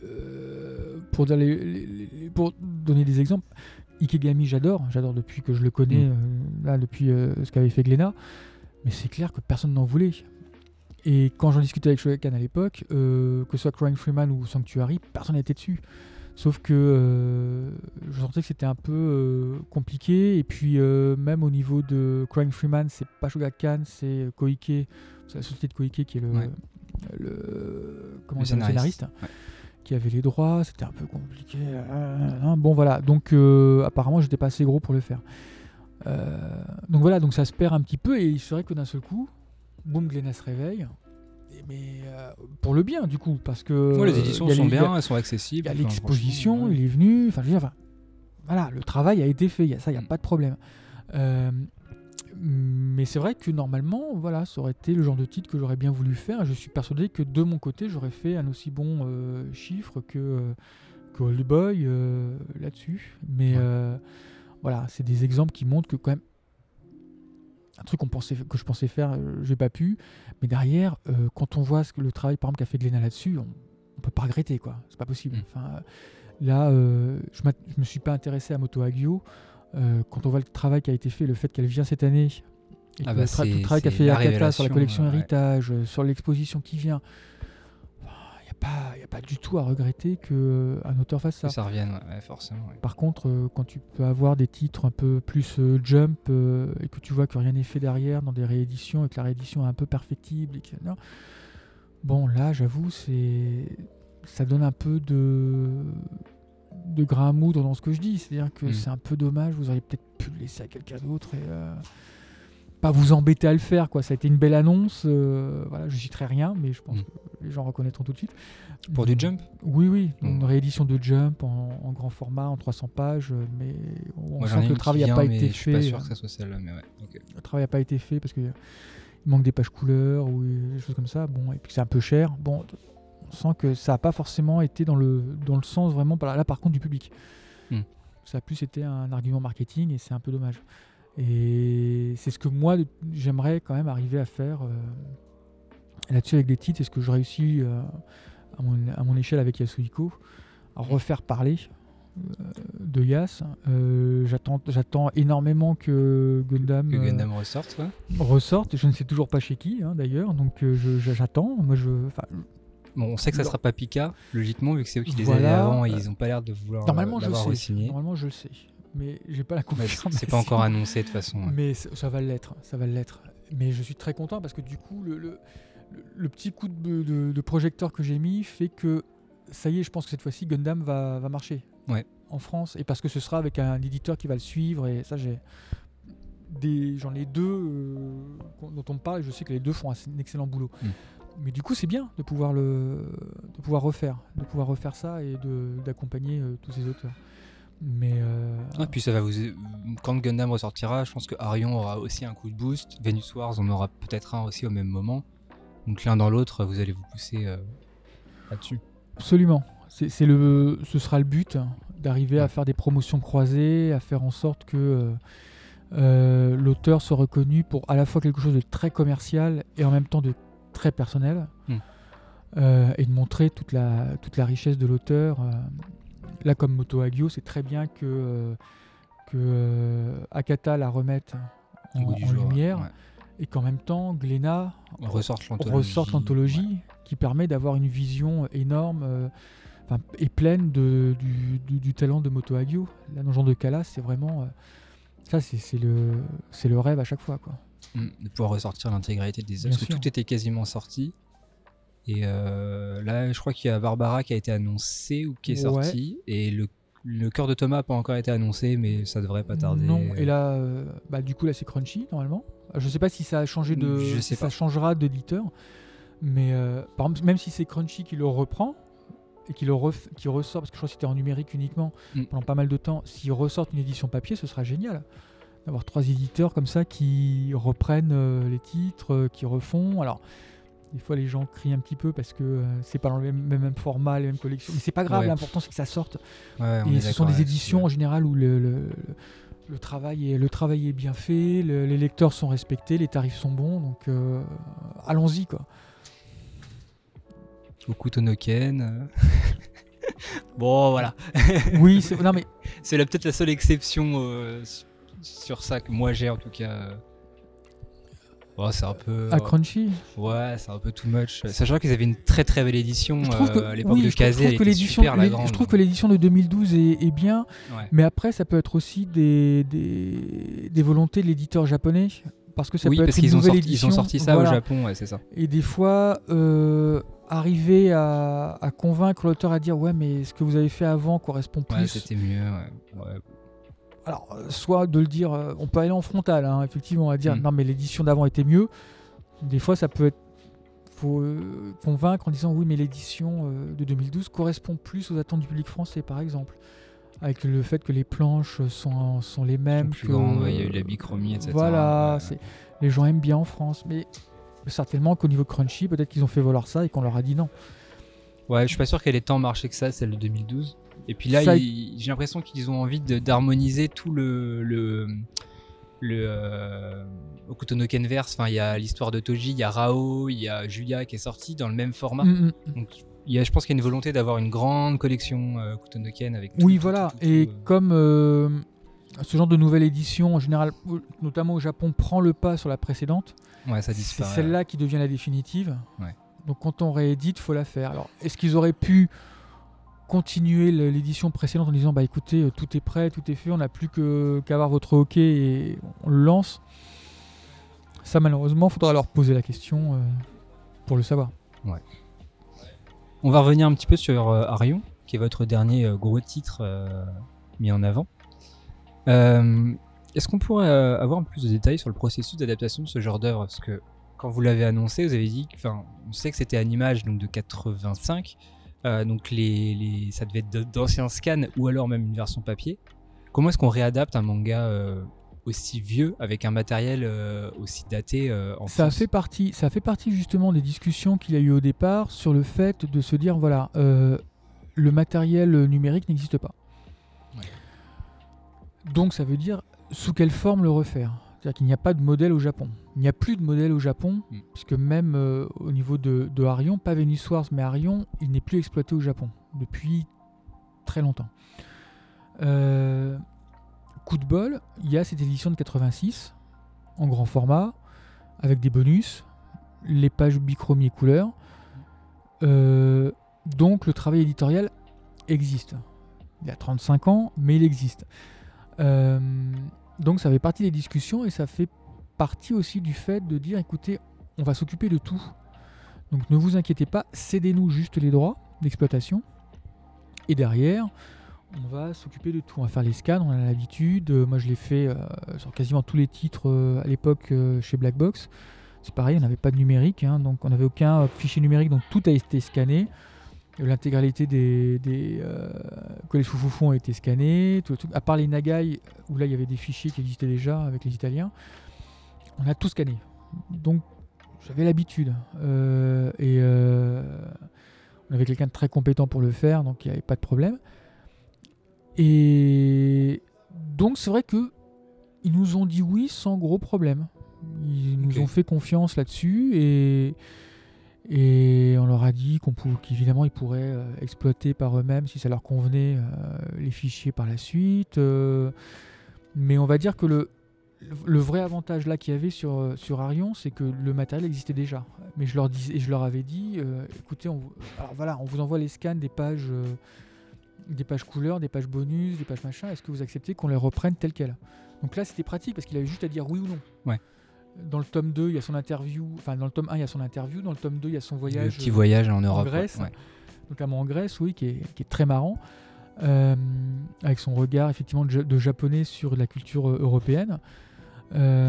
euh, pour, les, les, les, pour donner des exemples, Ikegami, j'adore. J'adore depuis que je le connais, mmh. euh, là, depuis euh, ce qu'avait fait Glénat. Mais c'est clair que personne n'en voulait. Et quand j'en discutais avec Shogakukan à l'époque, euh, que ce soit Crying Freeman ou Sanctuary, personne n'était dessus. Sauf que euh, je sentais que c'était un peu euh, compliqué. Et puis, euh, même au niveau de Crying Freeman, c'est pas Shogakukan, c'est Koike. C'est la société de Koike qui est le, ouais. le, comment le dire, scénariste, scénariste ouais. qui avait les droits. C'était un peu compliqué. Hein, bon, voilà. Donc, euh, apparemment, j'étais pas assez gros pour le faire. Euh, donc, voilà. Donc, ça se perd un petit peu. Et c'est vrai que d'un seul coup, boum, Glénat se réveille. Mais euh, pour le bien, du coup, parce que... Ouais, les éditions euh, sont les, bien, elles sont accessibles. Il y a l'exposition, il est venu, enfin, je veux dire, enfin, voilà, le travail a été fait, y a, ça, il n'y a pas de problème. Euh, mais c'est vrai que normalement, voilà, ça aurait été le genre de titre que j'aurais bien voulu faire. Je suis persuadé que de mon côté, j'aurais fait un aussi bon euh, chiffre que, euh, que Old Boy euh, là-dessus. Mais ouais. euh, voilà, c'est des exemples qui montrent que quand même, un truc qu'on pensait, que je pensais faire, euh, j'ai pas pu. Mais derrière, euh, quand on voit ce que le travail, par exemple, qu'a fait Glénat là-dessus, on, on peut pas regretter, quoi. C'est pas possible. Mm. Enfin, là, euh, je, je me suis pas intéressé à Moto Hagio. Euh, quand on voit le travail qui a été fait, le fait qu'elle vient cette année, et ah bah le, tra- tout le travail qu'a fait Akata sur la collection ouais. Héritage, euh, sur l'exposition qui vient, il n'y a pas, y a pas du tout à regretter qu'un auteur fasse ça. Que ça revienne, ouais, forcément. Ouais. Par contre, euh, quand tu peux avoir des titres un peu plus euh, jump euh, et que tu vois que rien n'est fait derrière dans des rééditions et que la réédition est un peu perfectible, et que, non, bon là, j'avoue, c'est, ça donne un peu de, de grain à moudre dans ce que je dis. C'est-à-dire que Mm. c'est un peu dommage. Vous auriez peut-être pu le laisser à quelqu'un d'autre et euh, pas vous embêter à le faire, quoi. Ça a été une belle annonce. Euh, voilà, je citerai rien, mais je pense Mm. que les gens reconnaîtront tout de suite. Pour du Jump ? Oui, oui, une Mm. réédition de Jump en, en grand format, en trois cents pages, mais on Moi, j'en sent ai que le une travail qui n'a vient, pas mais été je suis pas fait. sûr que ça soit celle-là, mais ouais. ok. Le travail n'a pas été fait parce qu'il manque des pages couleurs ou des choses comme ça. Bon, et puis c'est un peu cher. Bon, on sent que ça n'a pas forcément été dans le, dans le sens vraiment, par là par contre, du public. Mm. Ça a plus été un argument marketing et c'est un peu dommage. Et c'est ce que moi, j'aimerais quand même arriver à faire euh, là-dessus avec des titres. C'est ce que je réussis euh, à, mon, à mon échelle avec Yasuhiko, à refaire parler euh, de Yas. Euh, j'attends, j'attends énormément que Gundam, Que euh, Gundam ressorte, ouais. ressorte. Je ne sais toujours pas chez qui, hein, d'ailleurs. Donc euh, je, je- j'attends. Moi, je, enfin, Bon, on sait que ça Non. sera pas Pika, logiquement, vu que c'est eux qui les Voilà. avaient avant et ils ont pas l'air de vouloir normalement, euh, je le l'avoir sais. re-signé. Normalement, je le sais. Mais j'ai pas la Ouais, confirmation. c'est pas encore annoncé de toute façon. ouais. Mais c- ça va l'être, ça va l'être. Mais je suis très content parce que du coup, le, le, le- le petit coup de, de- de projecteur que j'ai mis fait que ça y est, je pense que cette fois-ci, Gundam va, va marcher Ouais. en France. Et parce que ce sera avec un éditeur qui va le suivre. Et ça, j'ai des, j'en ai deux euh, qu'on- dont on me parle et je sais que les deux font un, un excellent boulot. Mm. Mais du coup, c'est bien de pouvoir, le, de pouvoir refaire, de pouvoir refaire ça et de, d'accompagner euh, tous ces auteurs. Mais euh, Et puis ça va vous. Quand Gundam ressortira, je pense que Arion aura aussi un coup de boost. Venus Wars en aura peut-être un aussi au même moment. Donc l'un dans l'autre, vous allez vous pousser euh, là-dessus. absolument. C'est, c'est le, ce sera le but, hein, d'arriver à Ouais. faire des promotions croisées, à faire en sorte que euh, euh, l'auteur soit reconnu pour à la fois quelque chose de très commercial et en même temps de très personnel. Mm. Euh, et de montrer toute la, toute la richesse de l'auteur. euh. Là, comme Moto Hagio, c'est très bien que, euh, que euh, Akata la remette en, Au goût du en jour, lumière ouais. et qu'en même temps, Glénat On ressorte l'anthologie. ressorte l'anthologie ouais. qui permet d'avoir une vision énorme euh, enfin, et pleine de, du, du- du talent de Moto Hagio. Là, dans le genre de cas-là, c'est vraiment... euh, ça, c'est, c'est, le, c'est le rêve à chaque fois, quoi. Mm, de pouvoir ressortir l'intégralité des œuvres. Bien Parce que sûr. tout était quasiment sorti. Et euh, là, je crois qu'il y a Barbara qui a été annoncé ou qui est Ouais. sorti. Et le, le cœur de Thomas n'a pas encore été annoncé, mais ça devrait pas tarder. Non, et là, euh, bah, du coup, là, c'est Crunchy, normalement. Je sais pas si ça a changé de... Je si sais ça pas. changera d'éditeur. Mais euh, par exemple, même si c'est Crunchy qui le reprend et qui le ref- qui ressort, parce que je crois que c'était en numérique uniquement Mm. pendant pas mal de temps, s'ils ressortent une édition papier, ce sera génial. D'avoir trois éditeurs comme ça qui reprennent euh, les titres, euh, qui refont. Alors, des fois, les gens crient un petit peu parce que euh, c'est pas dans le même, même format, les mêmes collections. Mais c'est pas grave, Ouais. l'important c'est que ça sorte. Ouais, on Et est ce sont d'accord des là-dessus, éditions ouais. en général où le, le, le- le travail, est, le travail est bien fait, le- les lecteurs sont respectés, les tarifs sont bons. Donc, euh, allons-y, quoi. Okuto no Ken. euh. bon, voilà. Oui, c'est, non mais C'est là peut-être la seule exception euh, s- sur ça que moi j'ai en tout cas. euh. Oh, c'est un peu. à Crunchy. Ouais, c'est un peu too much. Sachant qu'ils avaient une très très belle édition Je trouve que, euh, à l'époque oui, de je trouve- je Kazé. trouve Elle que était l'édition, super la l'é- grande. je trouve que l'édition de deux mille douze est, est bien, Ouais. mais après ça peut être aussi des, des, des volontés de l'éditeur japonais, parce que ça Oui, peut parce être une qu'ils ont, nouvelle sorti, édition. ils ont sorti ça voilà. au Japon, ouais, c'est ça. Et des fois, euh, arriver à, à convaincre l'auteur à dire ouais, mais ce que vous avez fait avant correspond plus. Ouais, c'était mieux. Ouais. Ouais. Alors, euh, soit de le dire, euh, on peut aller en frontal, hein, effectivement, à dire Mm. non, mais l'édition d'avant était mieux. Des fois, ça peut être. Faut euh, convaincre en disant oui, mais l'édition euh, de deux mille douze correspond plus aux attentes du public français, par exemple. Avec le fait que les planches sont, sont les mêmes. Plus que, grande, ouais, il y a eu la bichromie, et cetera. Voilà, Ouais. c'est, les gens aiment bien en France, mais certainement qu'au niveau Crunchy, peut-être qu'ils ont fait valoir ça et qu'on leur a dit non. Ouais, je suis pas sûr qu'elle ait tant marché que ça, celle de deux mille douze. Et puis là, Ça- ils- j'ai l'impression qu'ils ont envie de- d'harmoniser tout le le le euh, Okuto no Ken verse. Enfin, il y a l'histoire de Toji, il y a Rao, il y a Julia qui est sortie dans le même format. Mm, mm. Donc, il y a, je pense qu'il y a une volonté d'avoir une grande collection euh, Okuto no Ken avec. tout, Oui, tout, voilà. tout, tout, Et tout, euh. comme euh, ce genre de nouvelle édition, en général, notamment au Japon, prend le pas sur la précédente, Ouais, ça c'est disparaît. celle-là qui devient la définitive. Ouais. Donc quand on réédite, il faut la faire. Alors, est-ce qu'ils auraient pu continuer l'édition précédente en disant bah écoutez, tout est prêt, tout est fait, on n'a plus que, qu'à avoir votre OK et on le lance? Ça, malheureusement, il faudra leur poser la question euh, pour le savoir. Ouais. On va revenir un petit peu sur euh, Arion, qui est votre dernier euh, gros titre euh, mis en avant. Euh, est-ce qu'on pourrait euh, avoir un peu plus de détails sur le processus d'adaptation de ce genre d'œuvre? Parce que quand vous l'avez annoncé, vous avez dit, enfin, on sait que c'était à l'image donc de quatre-vingt-cinq, euh, donc les, les, ça devait être d'anciens scans ou alors même une version papier. Comment est-ce qu'on réadapte un manga euh, aussi vieux avec un matériel euh, aussi daté euh, en ça a France? fait partie, ça fait partie justement des discussions qu'il y a eu au départ sur le fait de se dire voilà, euh, le matériel numérique n'existe pas. Ouais. Donc ça veut dire sous quelle forme le refaire. C'est-à-dire qu'il n'y a pas de modèle au Japon. Il n'y a plus de modèle au Japon, mm. puisque même euh, au niveau de, de Arion, pas Venus Wars, mais Arion, il n'est plus exploité au Japon depuis très longtemps. Euh, coup de bol, il y a cette édition de quatre-vingt-six, en grand format, avec des bonus, les pages bichromie et couleurs. Euh, donc le travail éditorial existe. Il a trente-cinq ans, mais il existe. Euh, donc ça fait partie des discussions et ça fait partie aussi du fait de dire écoutez, on va s'occuper de tout. Donc ne vous inquiétez pas, cédez-nous juste les droits d'exploitation. Et derrière, on va s'occuper de tout. On va faire les scans, on a l'habitude. Euh, moi je l'ai fait euh, sur quasiment tous les titres euh, à l'époque euh, chez Black Box. C'est pareil, on n'avait pas de numérique, hein, donc on n'avait aucun fichier numérique, donc tout a été scanné. L'intégralité des, des euh, Collège Foufoufou ont été scannés, tout, tout, à part les Nagai, où là il y avait des fichiers qui existaient déjà avec les Italiens, on a tout scanné. Donc j'avais l'habitude. Euh, et euh, on avait quelqu'un de très compétent pour le faire, donc il n'y avait pas de problème. Et donc c'est vrai qu'ils nous ont dit oui sans gros problème. Ils nous okay. ont fait confiance là-dessus et... Et on leur a dit qu'on pou- qu'évidemment ils pourraient euh, exploiter par eux-mêmes si ça leur convenait euh, les fichiers par la suite. Euh, mais on va dire que le, le vrai avantage là qu'il y avait sur, sur Arion, c'est que le matériel existait déjà. Mais je leur, dis, et je leur avais dit, euh, écoutez, on, alors voilà, on vous envoie les scans des pages, euh, des pages couleurs, des pages bonus, des pages machin. Est-ce que vous acceptez qu'on les reprenne telles quelles? Donc là c'était pratique parce qu'il avait juste à dire oui ou non. Ouais. Dans le tome deux, il y a son interview. Enfin, dans le tome un, il y a son interview. Dans le tome deux, il y a son voyage. Le petit voyage en Europe. En Grèce. Ouais. Notamment en Grèce, oui, qui est, qui est très marrant. Euh, avec son regard, effectivement, de, de japonais sur la culture euh, européenne. Euh,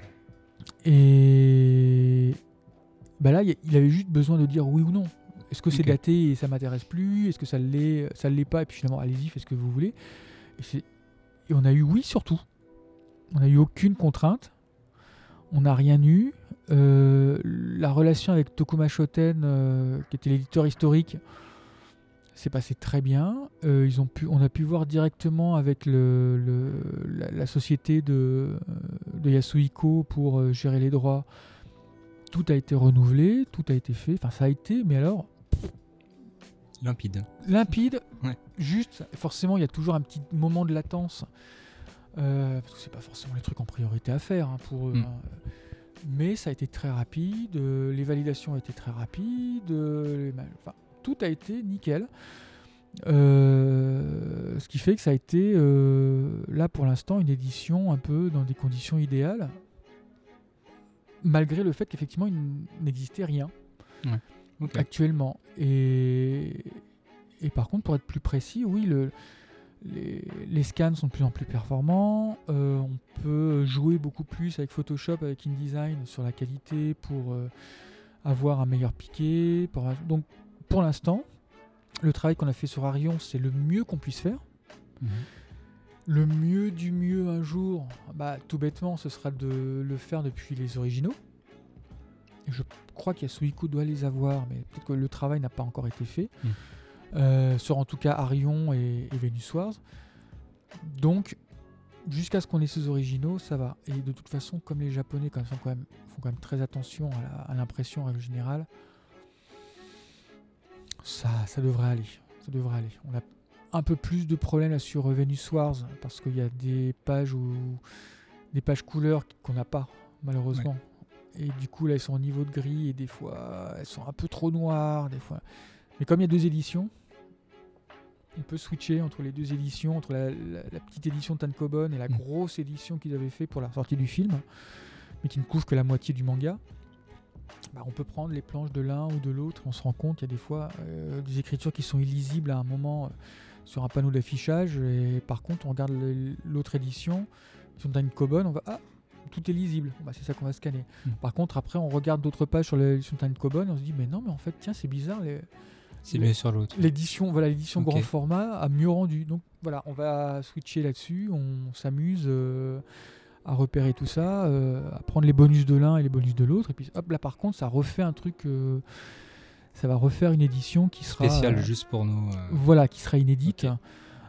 et bah là, il avait juste besoin de dire oui ou non. Est-ce que c'est okay. daté et ça m'intéresse plus? Est-ce que ça l'est, ça l'est pas? Et puis finalement, allez-y, faites ce que vous voulez. Et, c'est... et on a eu oui surtout. On n'a eu aucune contrainte. On n'a rien eu. Euh, la relation avec Tokuma Shoten, euh, qui était l'éditeur historique, s'est passée très bien. Euh, ils ont pu, on a pu voir directement avec le, le, la, la société de, de Yasuhiko pour euh, gérer les droits. Tout a été renouvelé, tout a été fait. Enfin, ça a été, mais alors... Limpide. Limpide. Ouais. Juste, forcément, il y a toujours un petit moment de latence. Euh, parce que c'est pas forcément les trucs en priorité à faire hein, pour eux. Mm. Hein. Mais ça a été très rapide, euh, les validations ont été très rapides, euh, les, enfin, tout a été nickel. Euh, ce qui fait que ça a été, euh, là pour l'instant, une édition un peu dans des conditions idéales, malgré le fait qu'effectivement il n'existait rien ouais. okay. actuellement. Et, et par contre, pour être plus précis, oui, le Les, les scans sont de plus en plus performants, euh, on peut jouer beaucoup plus avec Photoshop, avec InDesign sur la qualité pour euh, avoir un meilleur piqué. Pour, donc pour l'instant, le travail qu'on a fait sur Arion, c'est le mieux qu'on puisse faire. Mmh. Le mieux du mieux un jour, bah, tout bêtement, ce sera de le faire depuis les originaux. Et je crois qu'Yasuhiko doit les avoir, mais peut-être que le travail n'a pas encore été fait. Mmh. Euh, sur en tout cas Arion et, et Venus Wars. Donc jusqu'à ce qu'on ait ces originaux, ça va. Et de toute façon, comme les Japonais quand même, font, quand même, font quand même très attention à, la, à l'impression en règle générale, ça, ça devrait aller. Ça devrait aller. On a un peu plus de problèmes là sur Venus Wars parce qu'il y a des pages où des pages couleurs qu'on n'a pas malheureusement. et du coup là elles sont au niveau de gris et des fois elles sont un peu trop noires des fois. Mais comme il y a deux éditions, on peut switcher entre les deux éditions, entre la, la, la petite édition de Tankobon et la mmh. grosse édition qu'ils avaient fait pour la sortie du film, mais qui ne couvre que la moitié du manga. Bah, on peut prendre les planches de l'un ou de l'autre. On se rend compte qu'il y a des fois euh, des écritures qui sont illisibles à un moment euh, sur un panneau d'affichage, et par contre on regarde le, l'autre édition, si on a une Tankobon, on va ah tout est lisible, bah, c'est ça qu'on va scanner. Mmh. Par contre après on regarde d'autres pages sur l'édition Tankobon, on se dit mais non mais en fait tiens c'est bizarre, les, c'est les, mieux sur l'autre. L'édition voilà l'édition okay. grand format a mieux rendu. Donc voilà, on va switcher là-dessus, on s'amuse euh, à repérer tout ça, euh, à prendre les bonus de l'un et les bonus de l'autre, et puis hop là par contre ça refait un truc, euh, ça va refaire une édition qui sera spéciale euh, juste pour nous. Euh... Voilà, qui sera inédite, okay.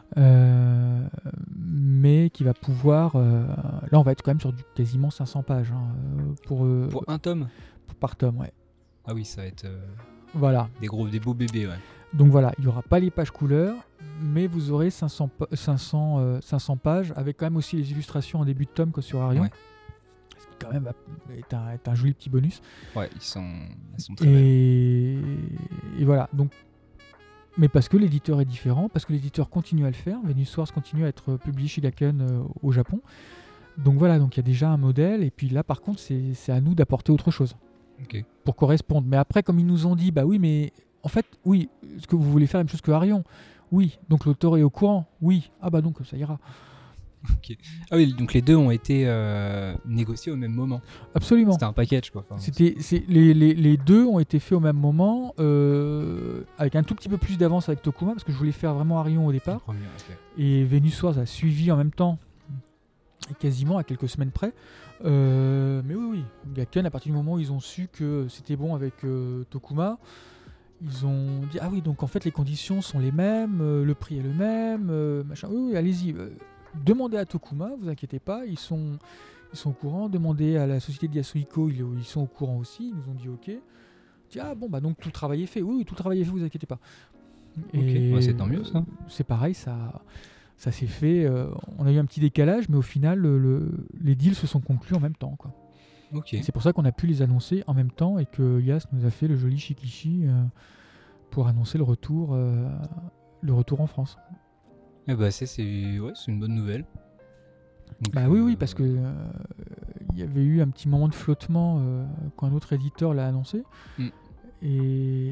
euh, mais qui va pouvoir. Euh, là, on va être quand même sur du quasiment cinq cents pages hein, pour euh, pour un tome. Pour, par tome, ouais. Ah oui, ça va être. Euh, voilà. Des gros, des beaux bébés, ouais. Donc voilà, il n'y aura pas les pages couleurs, mais vous aurez cinq cents, cinq cents, euh, cinq cents pages, avec quand même aussi les illustrations en début de tome, comme sur Arion. Ouais. Ce qui quand même est un, est un joli petit bonus. Ouais, ils sont, ils sont très et, et voilà, donc. Mais parce que l'éditeur est différent, parce que l'éditeur continue à le faire. Venus Wars continue à être publié chez Gakken euh, au Japon. Donc voilà, donc il y a déjà un modèle, et puis là par contre c'est, c'est à nous d'apporter autre chose. Okay. Pour correspondre. Mais après, comme ils nous ont dit, bah oui, mais en fait, oui, est-ce que vous voulez faire la même chose que Arion ? Oui, donc l'auteur est au courant ? Oui, ah bah donc ça ira. Okay. Ah oui, donc les deux ont été euh, négociés au même moment. Absolument. C'était un package, quoi. Enfin, C'était, c'est, les, les, les deux ont été faits au même moment, euh, avec un tout petit peu plus d'avance avec Tokuma, parce que je voulais faire vraiment Arion au départ. Premier, okay. Et Venus Wars a suivi en même temps, quasiment à quelques semaines près. Euh, mais oui, oui, Gakken, à partir du moment où ils ont su que c'était bon avec euh, Tokuma, ils ont dit ah oui, donc en fait les conditions sont les mêmes, euh, le prix est le même, euh, machin. Oui, oui, allez-y. Euh, demandez à Tokuma, vous inquiétez pas, ils sont, ils sont au courant. Demandez à la société de Yasuhiko, ils, ils sont au courant aussi. Ils nous ont dit ok. Dit, ah bon bah donc tout le travail est fait. Oui, oui, tout le travail est fait, vous inquiétez pas. Et okay. Ouais, c'est tant mieux ça. C'est pareil, ça. Ça s'est fait, euh, on a eu un petit décalage, mais au final, le, le, les deals se sont conclus en même temps, quoi. Okay. C'est pour ça qu'on a pu les annoncer en même temps et que Yas nous a fait le joli shikishi euh, pour annoncer le retour, euh, le retour en France. Eh bah c'est, c'est, ouais, c'est une bonne nouvelle. Donc, bah euh, oui, oui, parce que il euh, y avait eu un petit moment de flottement euh, quand un autre éditeur l'a annoncé. Mm. Et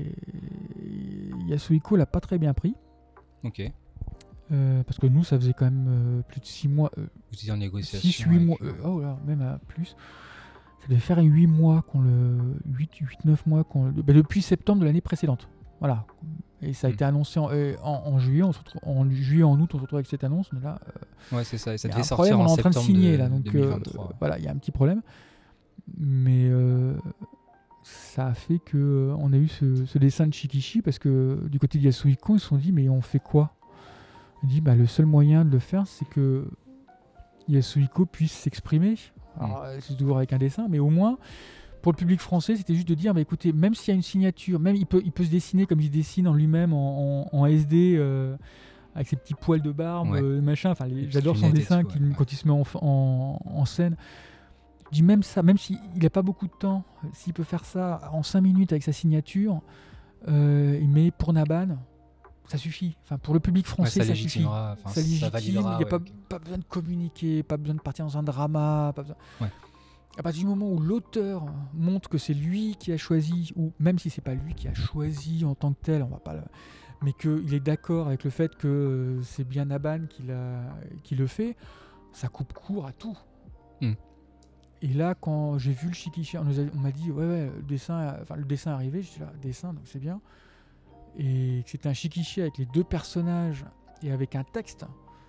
Yasuhiko l'a pas très bien pris. Ok. Euh, parce que nous, ça faisait quand même euh, plus de six mois. Euh, Vous étiez en négociation. six huit mois. Euh, oh là, même à plus. Ça devait faire huit mois qu'on le. huit neuf mois qu'on le. Bah, depuis septembre de l'année précédente. Voilà. Et ça a mmh. été annoncé en, euh, en, en juillet. On se retrouve, en juillet, en août, on se retrouve avec cette annonce. Mais là. Euh, ouais, c'est ça. Et ça devait sortir problème, en on est en train de signer de, là. Donc euh, voilà, il y a un petit problème. Mais. Euh, ça a fait qu'on euh, a eu ce, ce dessin de Shikishi parce que du côté de Yasuhiko, ils se sont dit mais on fait quoi ? Il dit bah, le seul moyen de le faire, c'est que Yasuhiko puisse s'exprimer. Alors, mmh. c'est toujours avec un dessin, mais au moins, pour le public français, c'était juste de dire bah, écoutez, même s'il y a une signature, même il peut, il peut se dessiner comme il se dessine en lui-même en, en, en S D, euh, avec ses petits poils de barbe, ouais. euh, machin. Enfin, les, j'adore son dessin tout, ouais. quand il se met en, en, en scène. Je dis même ça, même s'il n'a pas beaucoup de temps, s'il peut faire ça en cinq minutes avec sa signature, euh, mais pour Naban, ça suffit. Enfin, pour le public français, ouais, ça ça suffit. Ça légitime, validera, il n'y a ouais, pas, okay. pas besoin de communiquer, pas besoin de partir dans un drama. Pas besoin... ouais. À partir du moment où l'auteur montre que c'est lui qui a choisi, ou même si c'est pas lui qui a choisi en tant que tel, on va pas le... mais qu'il est d'accord avec le fait que c'est bien Naban qui, l'a... qui le fait, ça coupe court à tout. Mm. Et là, quand j'ai vu le Shikishi, on, nous a, on m'a dit, ouais, ouais, le dessin, enfin, le dessin est arrivé, je suis là, dessin, donc c'est bien. Et que c'était un Shikishi avec les deux personnages et avec un texte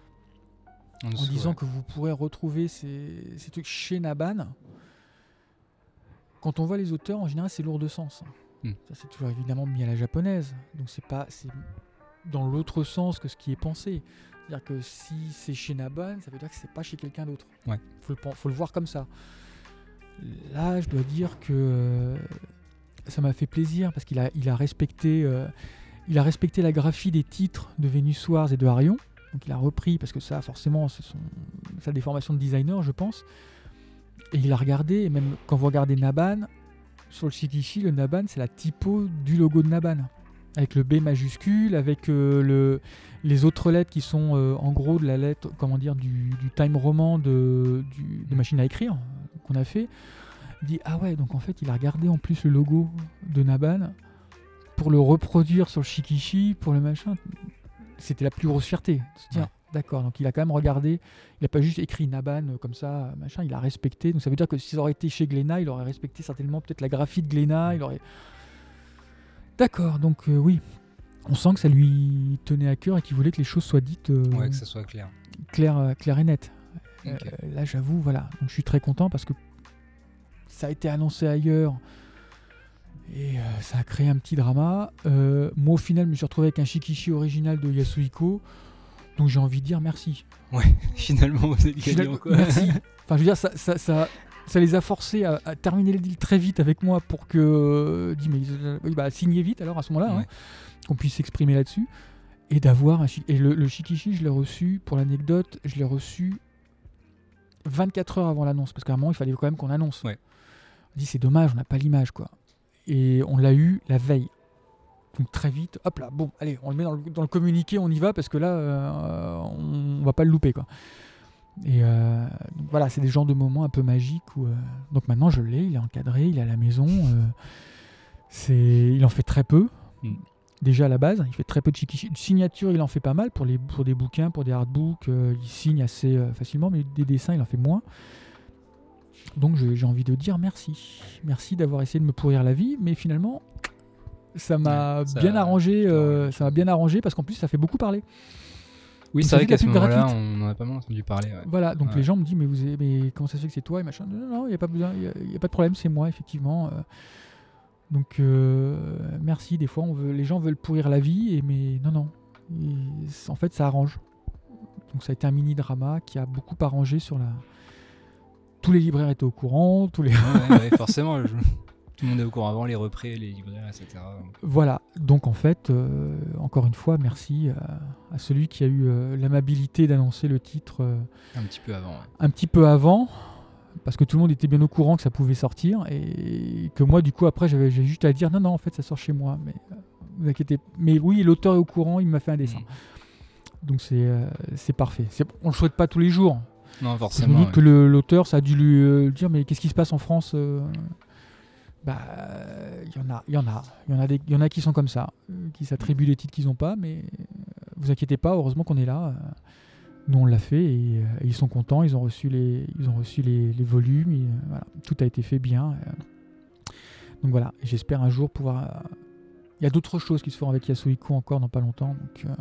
en, en disant ouais. que vous pourrez retrouver ces, ces trucs chez Naban. Quand on voit les auteurs, en général, c'est lourd de sens. Mm. Ça, c'est toujours évidemment mis à la japonaise. Donc, c'est pas, c'est dans l'autre sens que ce qui est pensé. C'est-à-dire que si c'est chez Naban, ça veut dire que c'est pas chez quelqu'un d'autre. Ouais. Faut le, faut le voir comme ça. Là, je dois dire que euh, ça m'a fait plaisir parce qu'il a, il a respecté, euh, il a respecté la graphie des titres de Venus Wars et de Arion. Donc il a repris parce que ça, forcément, c'est son, sa déformation de designer, je pense. Et il a regardé, et même quand vous regardez Naban, sur le Shikishi, le Naban, c'est la typo du logo de Naban. Avec le B majuscule, avec euh, le, les autres lettres qui sont euh, en gros de la lettre, comment dire, du, du time roman de, du, de machine à écrire qu'on a fait. Il dit, ah ouais, donc en fait, il a regardé en plus le logo de Naban pour le reproduire sur le Shikishi, pour le machin. C'était la plus grosse fierté. Tiens, ouais. D'accord, donc il a quand même regardé, il n'a pas juste écrit Naban euh, comme ça, machin, il a respecté. Donc ça veut dire que s'il aurait été chez Glénat, il aurait respecté certainement peut-être la graphie de Glénat, il aurait... D'accord, donc euh, oui, on sent que ça lui tenait à cœur et qu'il voulait que les choses soient dites euh, ouais, que ça soit clair. Clair, euh, clair et net. Okay. Euh, là, j'avoue, voilà. Donc je suis très content parce que ça a été annoncé ailleurs et euh, ça a créé un petit drama. Euh, moi, au final, je me suis retrouvé avec un Shikishi original de Yasuhiko, donc j'ai envie de dire merci. Ouais, finalement, vous êtes gagnant, quoi. Merci. Enfin, je veux dire, ça... ça, ça Ça les a forcés à, à terminer le deal très vite avec moi pour que euh, dit mais euh, bah signer vite alors à ce moment-là, ouais. hein, qu'on puisse s'exprimer là-dessus et d'avoir un et le, le Shikishi, je l'ai reçu pour l'anecdote, je l'ai reçu vingt-quatre heures avant l'annonce parce qu'à un moment il fallait quand même qu'on annonce. Ouais. On dit c'est dommage, on n'a pas l'image quoi. Et on l'a eu la veille. Donc très vite, hop là, bon, allez, on le met dans le, dans le communiqué, on y va parce que là euh, on, on va pas le louper quoi. Et euh, donc voilà, c'est des genres de moments un peu magiques où, euh, donc maintenant je l'ai, il est encadré, il est à la maison, euh, c'est, il en fait très peu, mm. déjà à la base, il fait très peu de Shikishi. De signature, il en fait pas mal pour, les, pour des bouquins, pour des artbooks, euh, il signe assez euh, facilement, mais des dessins il en fait moins. Donc je, j'ai envie de dire merci, merci d'avoir essayé de me pourrir la vie, mais finalement ça m'a ouais, ça, bien arrangé, euh, ça m'a bien arrangé parce qu'en plus ça fait beaucoup parler. Oui, donc c'est vrai qu'à ce moment-là, on en a pas mal entendu parler. Ouais. Voilà, donc ouais. les gens me disent, mais, vous avez, mais comment ça se fait que c'est toi et machin. Non, non, il n'y a pas besoin, il n'y a, a pas de problème, c'est moi, effectivement. Donc, euh, merci. Des fois, on veut, les gens veulent pourrir la vie, et, mais non, non. Et, en fait, ça arrange. Donc, ça a été un mini-drama qui a beaucoup arrangé sur la... Tous les libraires étaient au courant, tous les... ouais, ouais, ouais, forcément, je... tout le monde est au courant avant, les représ, les libraires, et cetera. Voilà, donc en fait, euh, encore une fois, merci à, à celui qui a eu euh, l'amabilité d'annoncer le titre euh, un petit peu avant. Ouais. Un petit peu avant, parce que tout le monde était bien au courant que ça pouvait sortir, et que moi, du coup, après, j'avais, j'avais juste à dire, non, non, en fait, ça sort chez moi, mais euh, vous inquiétez. Mais oui, l'auteur est au courant, il m'a fait un dessin. Mmh. Donc c'est, euh, c'est parfait. C'est, on le souhaite pas tous les jours. Non, forcément. Je me dis ouais. que le, l'auteur, ça a dû lui euh, dire, mais qu'est-ce qui se passe en France euh Bah, il y en a, il y en a, il y en a des, il y en a qui sont comme ça, euh, qui s'attribuent des titres qu'ils n'ont pas, mais euh, vous inquiétez pas, heureusement qu'on est là. Euh, nous on l'a fait et, euh, et ils sont contents, ils ont reçu les, ils ont reçu les, les volumes, et, euh, voilà, tout a été fait bien. Euh, donc voilà, et j'espère un jour pouvoir. Il euh, y a d'autres choses qui se feront avec Yasuhiko encore dans pas longtemps, donc. Euh,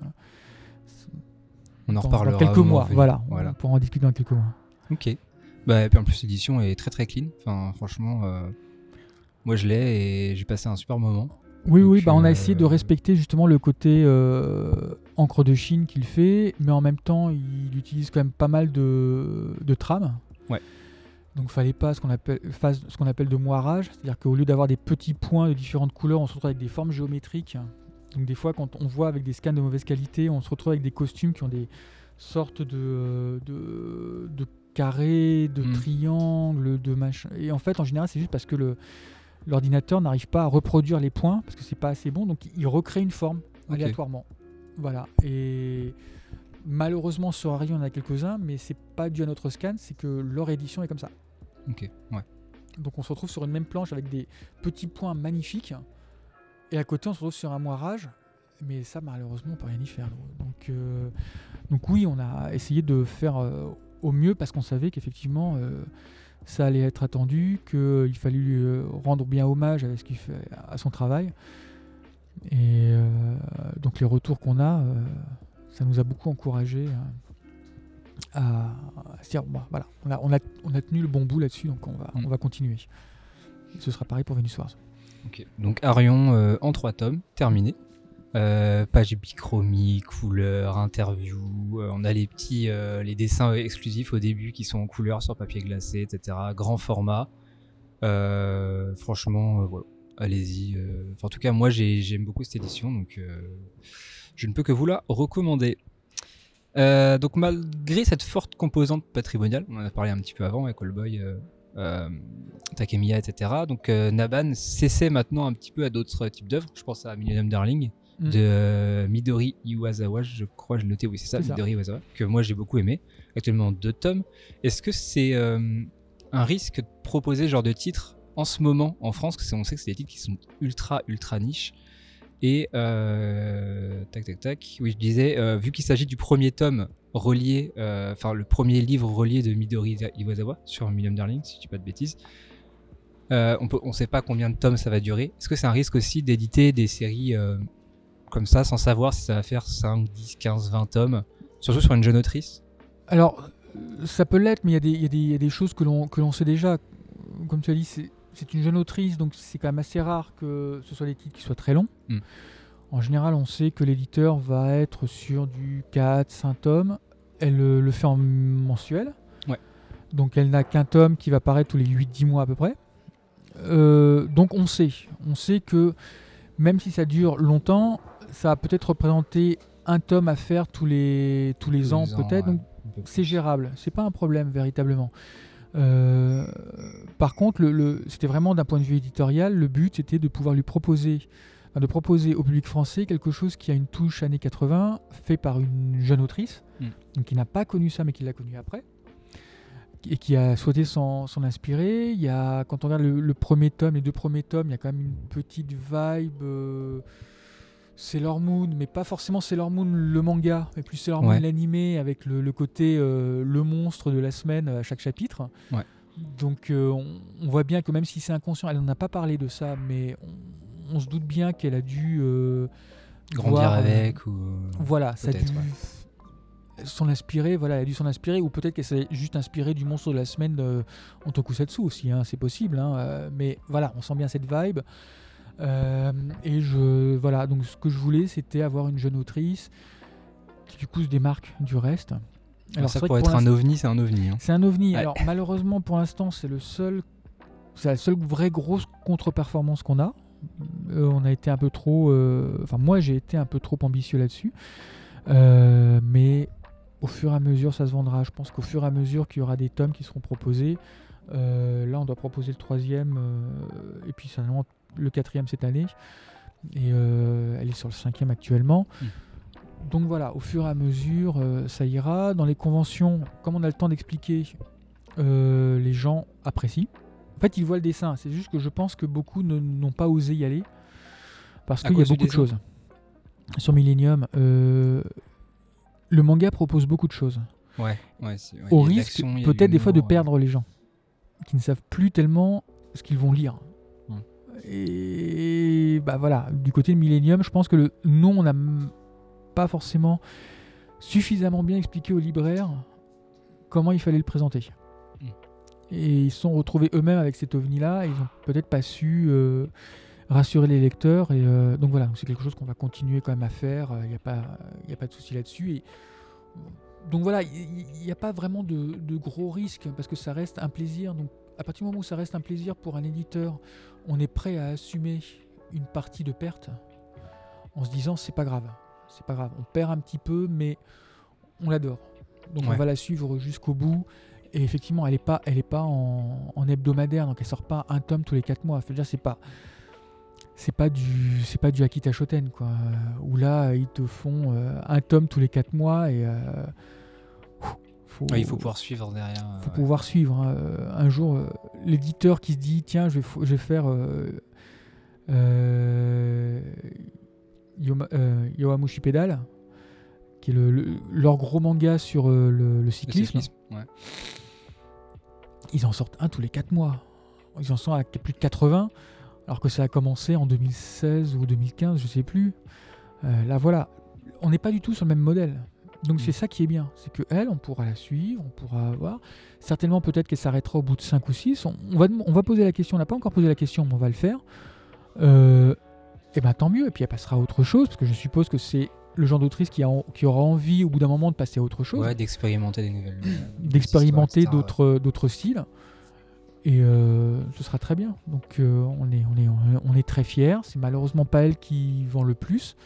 on en dans, reparlera. Dans quelques mois, voilà, voilà. On pourra en discuter dans quelques mois. Ok. Bah et puis en plus l'édition est très très clean. Enfin franchement. Euh... Moi je l'ai et j'ai passé un super moment. Oui, Donc, oui, bah, euh, on a essayé de respecter justement le côté euh, encre de Chine qu'il fait, mais en même temps il utilise quand même pas mal de, de trames. Ouais. Donc il fallait pas ce qu'on appelle, ce qu'on appelle de moirage, c'est-à-dire qu'au lieu d'avoir des petits points de différentes couleurs, on se retrouve avec des formes géométriques. Donc des fois quand on voit avec des scans de mauvaise qualité, on se retrouve avec des costumes qui ont des sortes de, de, de carrés, de mmh. triangles, de machin. Et en fait en général c'est juste parce que le l'ordinateur n'arrive pas à reproduire les points parce que c'est pas assez bon, donc il recrée une forme okay. aléatoirement. Voilà. Et malheureusement sur Harry on en a quelques-uns, mais c'est pas dû à notre scan, c'est que leur édition est comme ça. Ok. Ouais. Donc on se retrouve sur une même planche avec des petits points magnifiques, et à côté on se retrouve sur un moirage, mais ça malheureusement on peut rien y faire. Donc, euh, donc oui, on a essayé de faire euh, au mieux parce qu'on savait qu'effectivement. Euh, ça allait être attendu, qu'il fallait lui rendre bien hommage à, ce qu'il fait, à son travail. Et euh, donc les retours qu'on a, euh, ça nous a beaucoup encouragé à, à se dire, bah, voilà, on a, on, a, on a tenu le bon bout là-dessus, donc on va, mmh. on va continuer. Et ce sera pareil pour Venus Wars. Ok, donc Arion euh, en trois tomes, terminé. Euh, page bichromie, couleur, interview, euh, on a les petits euh, les dessins exclusifs au début qui sont en couleur sur papier glacé, et cetera. Grand format. Euh, franchement, euh, voilà. Allez-y. Euh, en tout cas, moi j'ai, j'aime beaucoup cette édition, donc euh, je ne peux que vous la recommander. Euh, donc malgré cette forte composante patrimoniale, on en a parlé un petit peu avant avec All Boy, euh, euh, Takemiya, et cetera. Donc euh, Naban s'essaie maintenant un petit peu à d'autres types d'œuvres. Je pense à Millennium Darling mm. de euh, Midori Iwasawa, je crois, j'ai noté, oui c'est ça, c'est Midori ça. Iwasawa, que moi j'ai beaucoup aimé, actuellement en deux tomes. Est-ce que c'est euh, un risque de proposer ce genre de titre en ce moment en France, parce qu'on sait que c'est des titres qui sont ultra ultra niches. Et euh, tac tac tac, oui je disais, euh, vu qu'il s'agit du premier tome relié, enfin euh, le premier livre relié de Midori Iwasawa sur Millennium Darling, si je dis pas de bêtises, euh, on peut, on sait pas combien de tomes ça va durer. Est-ce que c'est un risque aussi d'éditer des séries euh, comme ça sans savoir si ça va faire cinq, dix, quinze, vingt tomes, surtout sur une jeune autrice? Alors ça peut l'être, mais il y, y, y a des choses que l'on, que l'on sait déjà. Comme tu as dit, c'est C'est une jeune autrice, donc c'est quand même assez rare que ce soit des titres qui soient très longs. Mm. En général, on sait que l'éditeur va être sur du quatre cinq tomes. Elle euh, le fait en mensuel. Ouais. Donc elle n'a qu'un tome qui va paraître tous les huit dix mois à peu près. Euh, donc on sait. On sait que même si ça dure longtemps, ça va peut-être représenter un tome à faire tous les, tous les tous ans, les ans peut-être. Ouais. Donc c'est gérable. C'est pas un problème véritablement. Euh, par contre, le, le, c'était vraiment d'un point de vue éditorial, le but c'était de pouvoir lui proposer, enfin, de proposer au public français quelque chose qui a une touche années quatre-vingts, fait par une jeune autrice, mm. donc qui n'a pas connu ça mais qui l'a connu après, et qui a souhaité s'en, s'en inspirer. Il y a, quand on regarde le, le premier tome, les deux premiers tomes, il y a quand même une petite vibe euh, Sailor Moon, mais pas forcément Sailor Moon le manga, mais plus Sailor Moon ouais. l'animé, avec le, le côté euh, le monstre de la semaine à chaque chapitre. Ouais. Donc euh, on, on voit bien que même si c'est inconscient, elle n'en a pas parlé de ça, mais on, on se doute bien qu'elle a dû euh, grandir voir, avec. Euh, ou... Voilà, ça a dû ouais. s'en inspirer, voilà, elle a dû s'en inspirer, ou peut-être qu'elle s'est juste inspirée du monstre de la semaine de en tokusatsu aussi, hein, c'est possible, hein, euh, mais voilà, on sent bien cette vibe. Euh, et je voilà, donc ce que je voulais c'était avoir une jeune autrice qui du coup se démarque du reste. Alors ça pour être un ovni, c'est un ovni. Hein. C'est un ovni. Ouais. Alors malheureusement pour l'instant c'est le seul, c'est la seule vraie grosse contre-performance qu'on a. Euh, on a été un peu trop, euh, enfin moi j'ai été un peu trop ambitieux là-dessus, euh, mais au fur et à mesure ça se vendra. Je pense qu'au fur et à mesure qu'il y aura des tomes qui seront proposés, euh, là on doit proposer le troisième euh, et puis certainement le quatrième cette année, et euh, elle est sur le cinquième actuellement. Mmh. Donc voilà, au fur et à mesure, euh, ça ira. Dans les conventions, comme on a le temps d'expliquer, euh, les gens apprécient. En fait, ils voient le dessin. C'est juste que je pense que beaucoup ne, n'ont pas osé y aller parce à qu'il y a beaucoup de choses. Sur Millennium, euh, le manga propose beaucoup de choses. Ouais, ouais, c'est, ouais, au risque, peut-être des fois, de perdre ouais. les gens qui ne savent plus tellement ce qu'ils vont lire. Et bah voilà, du côté de Millennium, je pense que le nom, on n'a m- pas forcément suffisamment bien expliqué aux libraires comment il fallait le présenter. Mm. Et ils se sont retrouvés eux-mêmes avec cet ovni-là, et ils n'ont peut-être pas su euh, rassurer les lecteurs. Et euh, donc voilà, c'est quelque chose qu'on va continuer quand même à faire. Il n'y a pas, il n'y a pas de souci là-dessus. Et donc voilà, il n'y a pas vraiment de, de gros risques parce que ça reste un plaisir. Donc à partir du moment où ça reste un plaisir pour un éditeur, on est prêt à assumer une partie de perte en se disant c'est pas grave, c'est pas grave, on perd un petit peu mais on l'adore. Donc ouais. on va la suivre jusqu'au bout. Et effectivement, elle est pas, elle est pas en, en hebdomadaire, donc elle sort pas un tome tous les quatre mois. Faut dire, c'est pas, c'est pas du, c'est pas du Akita Shoten quoi. Où là ils te font euh, un tome tous les quatre mois et euh, Faut, ouais, il faut pouvoir suivre derrière. Il faut ouais. pouvoir suivre. Hein. Un jour, euh, l'éditeur qui se dit tiens, je vais, f- je vais faire euh, euh, Yoma, euh, Yowamushi Pedal, qui est le, le, leur gros manga sur euh, le, le cyclisme. Le cyclisme ouais. Ils en sortent un tous les quatre mois. Ils en sont à plus de quatre-vingts, alors que ça a commencé en deux mille seize ou deux mille quinze, je sais plus. Euh, là, voilà. On n'est pas du tout sur le même modèle. Donc mmh. c'est ça qui est bien, c'est qu'elle, on pourra la suivre, on pourra voir. Certainement, peut-être qu'elle s'arrêtera au bout de cinq ou six. On, on, va, on va poser la question, on n'a pas encore posé la question, mais on va le faire. Euh, et bien tant mieux, et puis elle passera à autre chose, parce que je suppose que c'est le genre d'autrice qui, a, qui aura envie, au bout d'un moment, de passer à autre chose. Ouais, d'expérimenter des nouvelles... d'expérimenter histoires, d'autres, ouais. d'autres styles. Et euh, ce sera très bien. Donc euh, on, est, on, est, on est très fiers. C'est malheureusement pas elle qui vend le plus.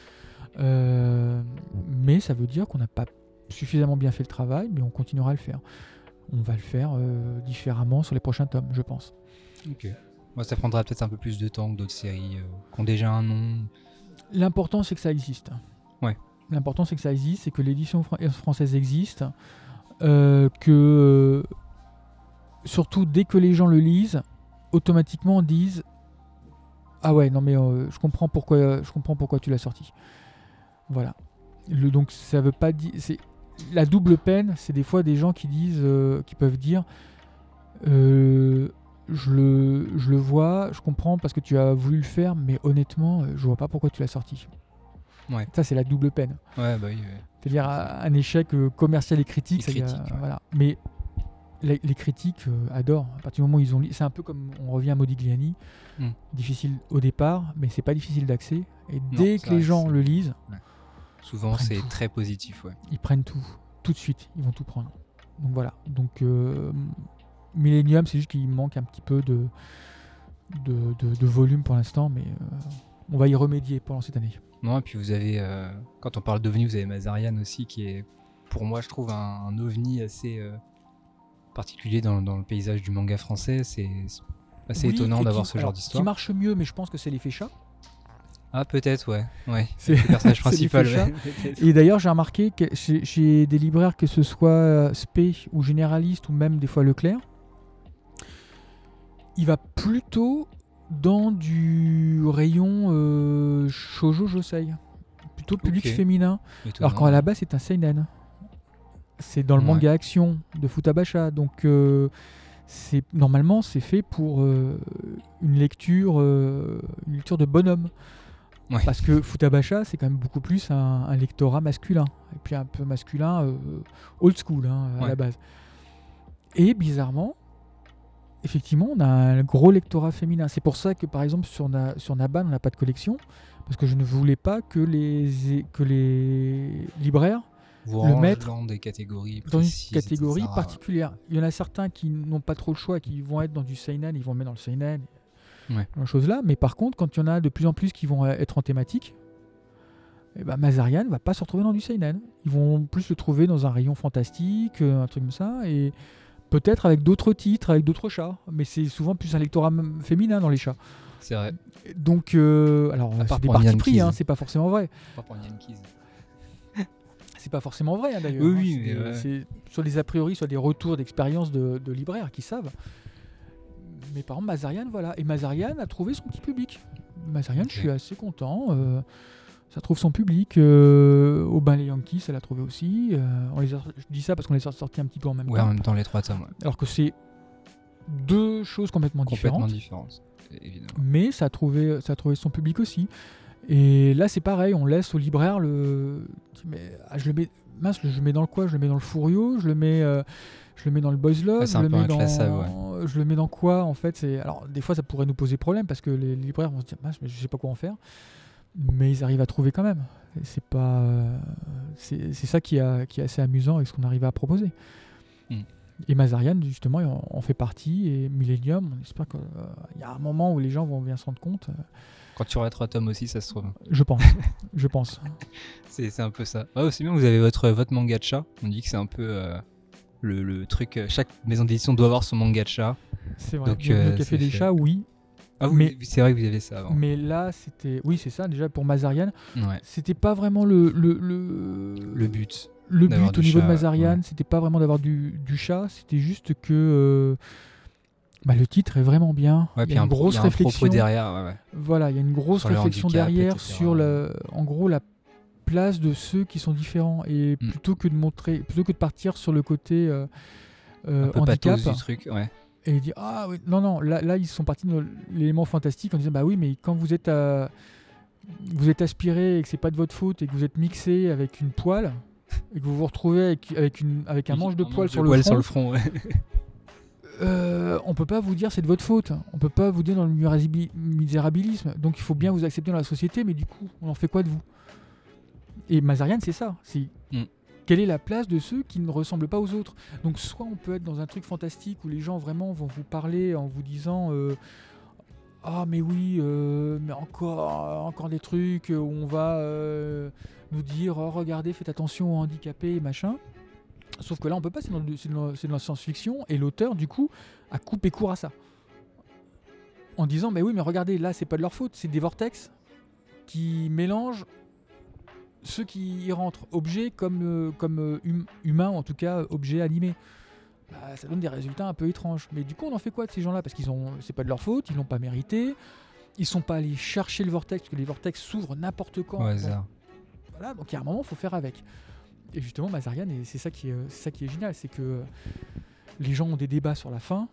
Euh, mais ça veut dire qu'on n'a pas suffisamment bien fait le travail, mais on continuera à le faire. on va le faire euh, différemment sur les prochains tomes, je pense. Ok. Moi, ça prendra peut-être un peu plus de temps que d'autres séries euh, qui ont déjà un nom. L'important, c'est que ça existe. Ouais. L'important, c'est que ça existe, c'est que l'édition fran- française existe, euh, que euh, surtout dès que les gens le lisent, automatiquement disent ah ouais, non mais euh, je comprends pourquoi, je comprends pourquoi tu l'as sorti. Voilà. Le, donc ça veut pas dire, c'est la double peine, c'est des fois des gens qui disent, euh, qui peuvent dire, euh, je le, je le vois, je comprends parce que tu as voulu le faire, mais honnêtement, euh, je vois pas pourquoi tu l'as sorti. Ouais. Ça c'est la double peine. Ouais, bah oui. Ouais. C'est-à-dire un, un échec euh, commercial et critique. Et ça y a- critique, ouais. Voilà. Mais les, les critiques euh, adorent. À partir du moment où ils ont lu, c'est un peu comme on revient à Modigliani, Mm. difficile au départ, mais c'est pas difficile d'accès. Et dès c'est que les vrai, gens c'est- le lisent, Souvent, Prennent c'est tout. très positif, ouais. ils prennent tout, tout de suite, ils vont tout prendre. Donc voilà. Donc euh, Millennium, c'est juste qu'il manque un petit peu de, de, de- de volume pour l'instant, mais euh, on va y remédier pendant cette année. Non, et puis vous avez, euh, quand on parle d'OVNI, vous avez Mazarian aussi, qui est, pour moi, je trouve un, un OVNI assez euh, particulier dans, dans le paysage du manga français. C'est c'est assez Oui, étonnant et d'avoir qui- ce alors, genre Qui d'histoire. marche mieux, mais je pense que c'est l'effet chat. Ah, peut-être, ouais. ouais. C'est- Le personnage c'est principal, l'effet ouais. peut-être. Et d'ailleurs, j'ai remarqué que chez, chez des libraires, que ce soit euh, Spé ou Généraliste ou même des fois Leclerc, il va plutôt dans du rayon euh, shoujo josei, plutôt public Ok. féminin, Étonnant. alors qu'à la base c'est un seinen. C'est dans le Ouais. manga action de Futabasha, donc euh, c'est normalement c'est fait pour euh, une lecture, euh, une lecture de bonhomme. Ouais. Parce que Futabasha, c'est quand même beaucoup plus un, un lectorat masculin. Et puis un peu masculin euh, old school hein, à Ouais. la base. Et bizarrement, effectivement, on a un gros lectorat féminin. C'est pour ça que par exemple sur, Na- sur Naban, on n'a pas de collection. Parce que je ne voulais pas que les, que les libraires Vous le rangez mettre dans des catégories dans une précises, catégorie et cetera. particulière. Il y en a certains qui n'ont pas trop le choix, qui vont être dans du seinen, ils vont le mettre dans le seinen, Ouais. dans chose là. Mais par contre, quand il y en a de plus en plus qui vont euh, être en thématique, eh ben Mazarian va pas se retrouver dans du seinen. Ils vont plus se trouver dans un rayon fantastique, euh, un truc comme ça, et peut-être avec d'autres titres, avec d'autres chats. Mais c'est souvent plus un lectorat m- féminin dans les chats. C'est vrai. Donc, euh, alors À part c'est des pour partis Yankees. pris, hein, c'est pas forcément vrai. Pas pour Yankees. C'est pas forcément vrai hein, d'ailleurs. Oui, hein. oui, C'est mais des- ouais. c'est soit des a priori, soit des retours d'expérience de, de libraires qui savent. Mais par exemple, Mazarian, voilà. Et Mazarian a trouvé son petit public. Mazarian, Ok. je suis assez content. euh, ça trouve son public. euh, au bain les Yankees, ça l'a trouvé aussi. euh, on les a- je dis ça parce qu'on les a sortis un petit peu en même Ouais, en temps. même temps, les trois tomes. Ouais. Alors que c'est deux choses complètement, Complètement différentes. différentes. Évidemment. Mais ça a, trouvé, ça a trouvé son public aussi. Et là, c'est pareil, on laisse au libraire le. Mais, ah, je le mets. Mince, je le mets dans le quoi? Je le mets dans le Furio, je le mets, euh, je le mets dans le Boys Love, Ah, c'est je un le peu mets inclassable, dans. Je le mets dans quoi en fait? C'est alors des fois ça pourrait nous poser problème parce que les libraires vont se dire mince, mais je sais pas quoi en faire. Mais ils arrivent à trouver quand même. Et c'est pas. euh, C'est c'est ça qui, a, qui est assez amusant avec ce qu'on arrive à proposer. Mm. Et Mazarian, justement, il en, en fait partie. Et Millennium, on espère qu'il y a un moment où les gens vont bien se rendre compte. euh, Quand tu auras trois tomes aussi, ça se trouve. Je pense. je pense. C'est c'est un peu ça. Ah, aussi bien, vous avez votre, votre manga de chat. On dit que c'est un peu euh, le, le truc. euh, Chaque maison d'édition doit avoir son manga de chat. C'est vrai. Donc, Donc, euh, le Café c'est des fait. Chats, oui. Ah oui, Mais- c'est vrai que vous avez ça avant. Mais là, c'était. Oui, c'est ça, déjà pour Mazarian. Ouais. C'était pas vraiment le. Le, le... Le but. le d'avoir but au du niveau chat, de Mazarian, ouais. c'était pas vraiment d'avoir du, du chat, c'était juste que. euh, Bah, le titre est vraiment bien. Ouais, il puis y a un une pro- grosse il y a un réflexion. propos derrière. Ouais, ouais. Voilà, il y a une grosse Sur le réflexion handicap, derrière et cetera. sur le, en gros la place de ceux qui sont différents et Mm. plutôt que de montrer, plutôt que de partir sur le côté euh, euh, Un peu handicap pathos du truc. Ouais. et dire ah oui non non là là ils sont partis dans l'élément fantastique en disant bah oui mais quand vous êtes à, vous êtes aspiré et que c'est pas de votre faute et que vous êtes mixé avec une poêle et que vous vous retrouvez avec avec une avec un manche de poêle sur le poil front, sur le front. Ouais. euh, on peut pas vous dire c'est de votre faute. On peut pas vous dire dans le misérabili- misérabilisme. Donc il faut bien vous accepter dans la société, mais du coup, on en fait quoi de vous? Et Mazarian, c'est ça. C'est Mm. quelle est la place de ceux qui ne ressemblent pas aux autres? Donc soit on peut être dans un truc fantastique où les gens vraiment vont vous parler en vous disant euh, ah mais oui, euh, mais encore, encore des trucs où on va euh, nous dire oh regardez, faites attention aux handicapés et machin. Sauf que là, on peut pas, c'est, dans, c'est, dans, c'est de la science-fiction, et l'auteur, du coup, a coupé court à ça. En disant, mais oui, mais regardez, là, c'est pas de leur faute, c'est des vortex qui mélangent ceux qui y rentrent, objets comme, euh, comme euh, hum, humains, ou en tout cas, objets animés. Bah, ça donne des résultats un peu étranges. Mais du coup, on en fait quoi de ces gens-là? Parce qu'ils ont, c'est pas de leur faute, ils l'ont pas mérité, ils sont pas allés chercher le vortex, parce que les vortex s'ouvrent n'importe quand. Au hasard. Voilà, donc il y a un moment, il faut faire avec. Et justement, Mazarian, et c'est ça qui est, c'est ça qui est génial, c'est que les gens ont des débats sur la fin,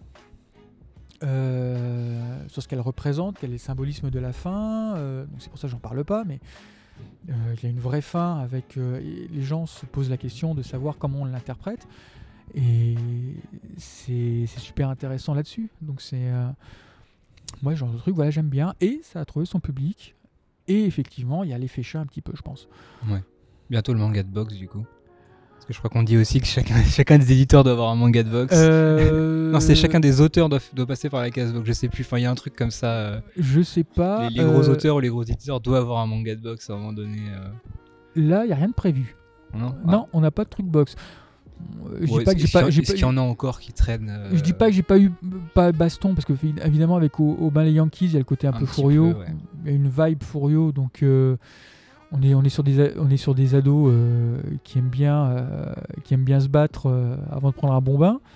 euh, sur ce qu'elle représente, quel est le symbolisme de la fin. Euh, donc c'est pour ça que j'en parle pas, mais euh, il y a une vraie fin avec. Euh, et les gens se posent la question de savoir comment on l'interprète, et c'est, c'est super intéressant là-dessus. Donc c'est, euh, moi, ce genre de truc, voilà, j'aime bien, et ça a trouvé son public. Et effectivement, il y a l'effet chat un petit peu, je pense. Ouais. Bientôt le manga de box, du coup. Parce que je crois qu'on dit aussi que chacun, chacun des éditeurs doit avoir un manga de box. Euh... non, c'est chacun des auteurs doit, doit passer par la case box. Je sais plus. Enfin, il y a un truc comme ça. Euh, je sais pas. Les, les gros euh... auteurs ou les gros éditeurs doivent avoir un manga de box à un moment donné. Euh... Là, il n'y a rien de prévu. Non, non ah. On n'a pas de truc box. Je ouais, dis pas que j'ai pas. Est-ce qu'il y en a encore qui traînent euh... Je dis pas que j'ai pas eu pas baston, parce que évidemment avec Aubin les Yankees, il y a le côté un, un peu Furio. Ouais. Il y a une vibe Furio, donc. Euh... On est, on, est sur des, on est sur des ados euh, qui, aiment bien, euh, qui aiment bien se battre euh, avant de prendre un bon bain.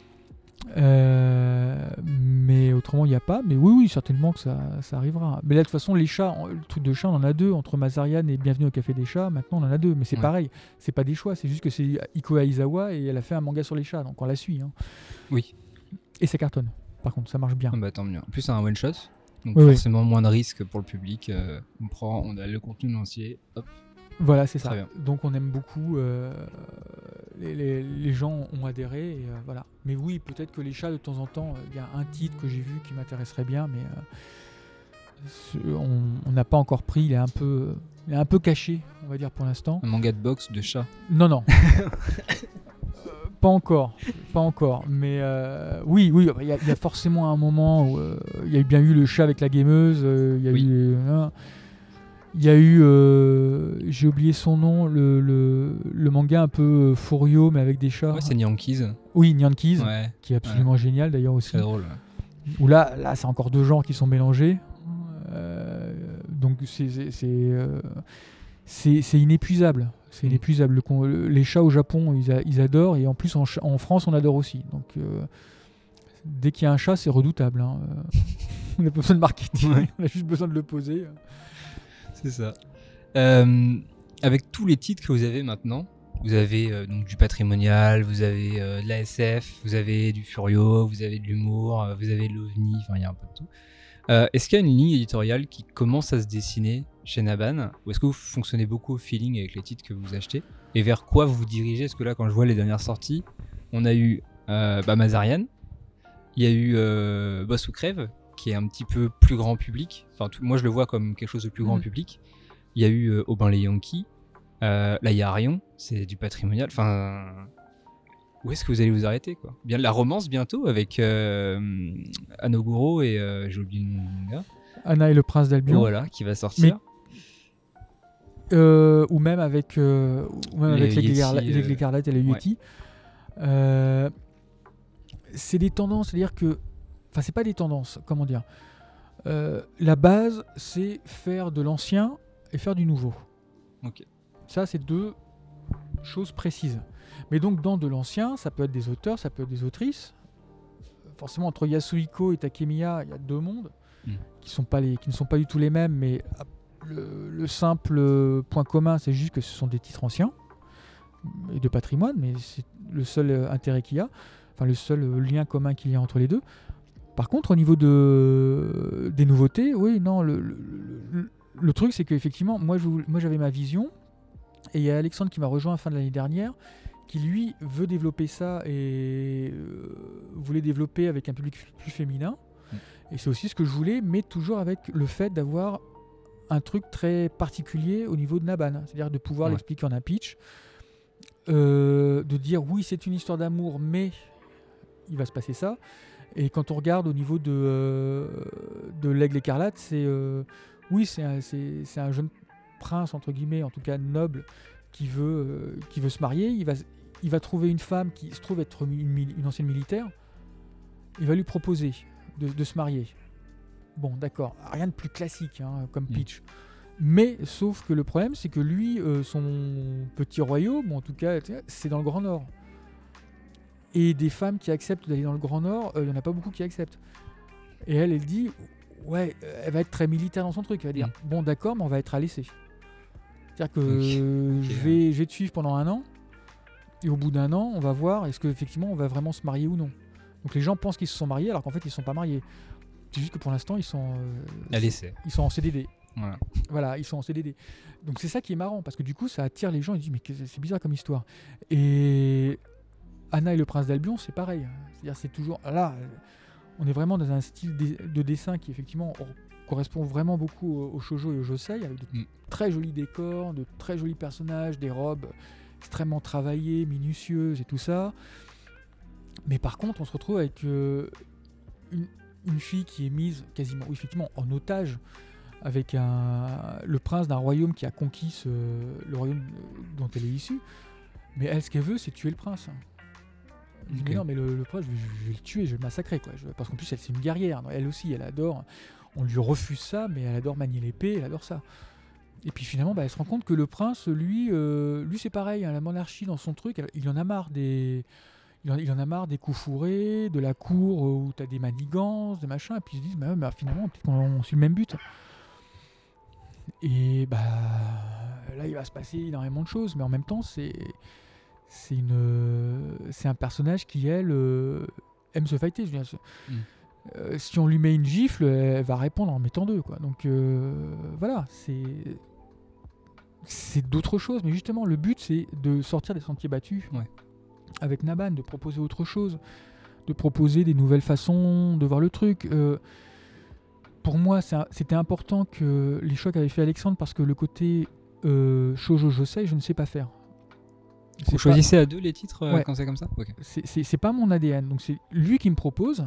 Euh, mais autrement, il n'y a pas. Mais oui, oui, certainement que ça, ça arrivera. Mais là, de toute façon, les chats, le truc de chat, on en a deux. Entre Mazarian et Bienvenue au Café des Chats, maintenant, on en a deux. Mais c'est ouais. pareil. C'est pas des choix. C'est juste que c'est Iko Aizawa et elle a fait un manga sur les chats. Donc on la suit. Hein. Oui. Et ça cartonne. Par contre, ça marche bien. Ah bah, tant mieux. En plus, c'est un one-shot. Donc oui, forcément oui. moins de risques pour le public. Euh, on prend, on a le contenu entier. Hop. Voilà, c'est Très ça. Bien. Donc on aime beaucoup. Euh, les, les, les gens ont adhéré. Et, euh, voilà. Mais oui, peut-être que les chats, de temps en temps, il euh, y a un titre que j'ai vu qui m'intéresserait bien, mais euh, on n'a pas encore pris. Il est un peu, il est un peu caché, on va dire pour l'instant. Un manga de boxe de chat. Non, non. Pas encore, pas encore, mais euh, oui, oui, il y, y a forcément un moment où il euh, y a bien eu le chat avec la gameuse, il euh, y a oui. eu, il euh, y a eu, euh, j'ai oublié son nom, le, le, le manga un peu Furio mais avec des chats. Ouais, c'est Nyankees. Oui, Nyankees, ouais. qui est absolument ouais. génial d'ailleurs aussi. C'est drôle. Ouais. Où là, là, c'est encore deux genres qui sont mélangés, euh, donc c'est, c'est, c'est, euh, c'est, c'est inépuisable. C'est inépuisable. Le, les chats au Japon, ils, a, ils adorent. Et en plus, en, en France, on adore aussi. Donc, euh, dès qu'il y a un chat, c'est redoutable. Hein. On n'a pas besoin de marketing. Ouais. On a juste besoin de le poser. C'est ça. Euh, avec tous les titres que vous avez maintenant, vous avez euh, donc du patrimonial, vous avez euh, de la S F, vous avez du Furio, vous avez de l'humour, euh, vous avez de l'OVNI, enfin, il y a un peu de tout. Euh, est-ce qu'il y a une ligne éditoriale qui commence à se dessiner chez Naban, ou est-ce que vous fonctionnez beaucoup au feeling avec les titres que vous achetez, et vers quoi vous vous dirigez? Parce que là, quand je vois les dernières sorties, on a eu euh, bah, Mazarian, il y a eu euh, Boss ou Crève, qui est un petit peu plus grand public, enfin tout, moi je le vois comme quelque chose de plus mmh. grand public. Il y a eu euh, Aubin les Yankees, euh, là il y a Arion, c'est du patrimonial, enfin... Où est-ce que vous allez vous arrêter quoi? Bien la romance bientôt avec euh, Anoguro et euh, j'ai oublié le nom du gars. Anna et le prince d'Albion. Voilà, qui va sortir. Mais, euh, ou même avec, euh, ou même les avec les Écarlates euh, et les Yeti. Ouais. Euh, c'est des tendances, c'est-à-dire que, enfin c'est pas des tendances, comment dire. Euh, la base, c'est faire de l'ancien et faire du nouveau. Ok. Ça, c'est deux choses précises. Mais donc dans de l'ancien, ça peut être des auteurs, ça peut être des autrices. Forcément, entre Yasuhiko et Takemiya, il y a deux mondes mmh. qui, sont pas les, qui ne sont pas du tout les mêmes, mais le, le simple point commun, c'est juste que ce sont des titres anciens et de patrimoine, mais c'est le seul intérêt qu'il y a, enfin le seul lien commun qu'il y a entre les deux. Par contre, au niveau de, des nouveautés, oui, non, le, le, le, le truc, c'est qu'effectivement, moi, je, moi j'avais ma vision, et il y a Alexandre qui m'a rejoint à la fin de l'année dernière, qui lui veut développer ça et euh, voulait développer avec un public plus féminin. Mmh. Et c'est aussi ce que je voulais, mais toujours avec le fait d'avoir un truc très particulier au niveau de Naban. C'est-à-dire de pouvoir ouais. l'expliquer en un pitch, euh, de dire oui, c'est une histoire d'amour, mais il va se passer ça. Et quand on regarde au niveau de, euh, de l'Aigle écarlate, c'est, euh, oui, c'est un, c'est, c'est un jeune prince, entre guillemets, en tout cas noble, qui veut, euh, qui veut se marier. Il va, il va trouver une femme qui se trouve être une, une ancienne militaire, il va lui proposer de, de se marier. Bon, d'accord, rien de plus classique hein, comme pitch. Mmh. Mais sauf que le problème, c'est que lui, euh, son petit royaume, en tout cas, c'est dans le Grand Nord. Et des femmes qui acceptent d'aller dans le Grand Nord, il euh, n'y en a pas beaucoup qui acceptent. Et elle, elle dit, ouais, elle va être très militaire dans son truc. Elle va dire, mmh. bon, d'accord, mais on va être à l'essai. C'est-à-dire que okay. je, vais, je vais te suivre pendant un an, et au bout d'un an, on va voir est-ce qu'effectivement on va vraiment se marier ou non. Donc les gens pensent qu'ils se sont mariés, alors qu'en fait, ils ne sont pas mariés. C'est juste que pour l'instant, ils sont, euh, à l'essai. Ils sont en C D D. Voilà. voilà, ils sont en C D D. Donc c'est ça qui est marrant, parce que du coup, ça attire les gens. Ils disent, mais c'est bizarre comme histoire. Et Anna et le prince d'Albion, c'est pareil. C'est-à-dire, c'est toujours. Là, on est vraiment dans un style de dessin qui, effectivement, correspond vraiment beaucoup au shoujo et au josei, avec de mm. très jolis décors, de très jolis personnages, des robes extrêmement travaillées, minutieuses et tout ça. Mais par contre, on se retrouve avec euh, une, une fille qui est mise quasiment, oui, effectivement, en otage, avec un, le prince d'un royaume qui a conquis ce, le royaume dont elle est issue. Mais elle, ce qu'elle veut, c'est tuer le prince. Elle dit, okay. mais non, mais le, le prince, je vais, je vais le tuer, je vais le massacrer, quoi. Je, parce qu'en plus, elle, c'est une guerrière. Elle aussi, elle adore. On lui refuse ça, mais elle adore manier l'épée, elle adore ça. Et puis finalement, bah, elle se rend compte que le prince, lui, euh, lui c'est pareil, hein, la monarchie dans son truc, il en a marre des... Il en, il en a marre des coups fourrés, de la cour où tu as des manigances, des machins, et puis ils se disent, bah, bah, finalement, peut-être qu'on suit le même but. Et bah, là, il va se passer énormément de choses, mais en même temps, c'est, c'est, une, c'est un personnage qui, elle, euh, aime se fighter. Je veux dire, mm. euh, si on lui met une gifle, elle va répondre en mettant deux, quoi. Donc euh, voilà, c'est, c'est d'autres choses, mais justement, le but, c'est de sortir des sentiers battus. Ouais. Avec Naban, de proposer autre chose, de proposer des nouvelles façons de voir le truc. Euh, pour moi, c'est un, c'était important que les choix qu'avait fait Alexandre, parce que le côté euh, shoujo josei, je ne sais pas faire. Vous choisissez pas... à deux les titres euh, ouais. quand c'est comme ça okay. c'est, c'est, c'est pas mon A D N, donc c'est lui qui me propose,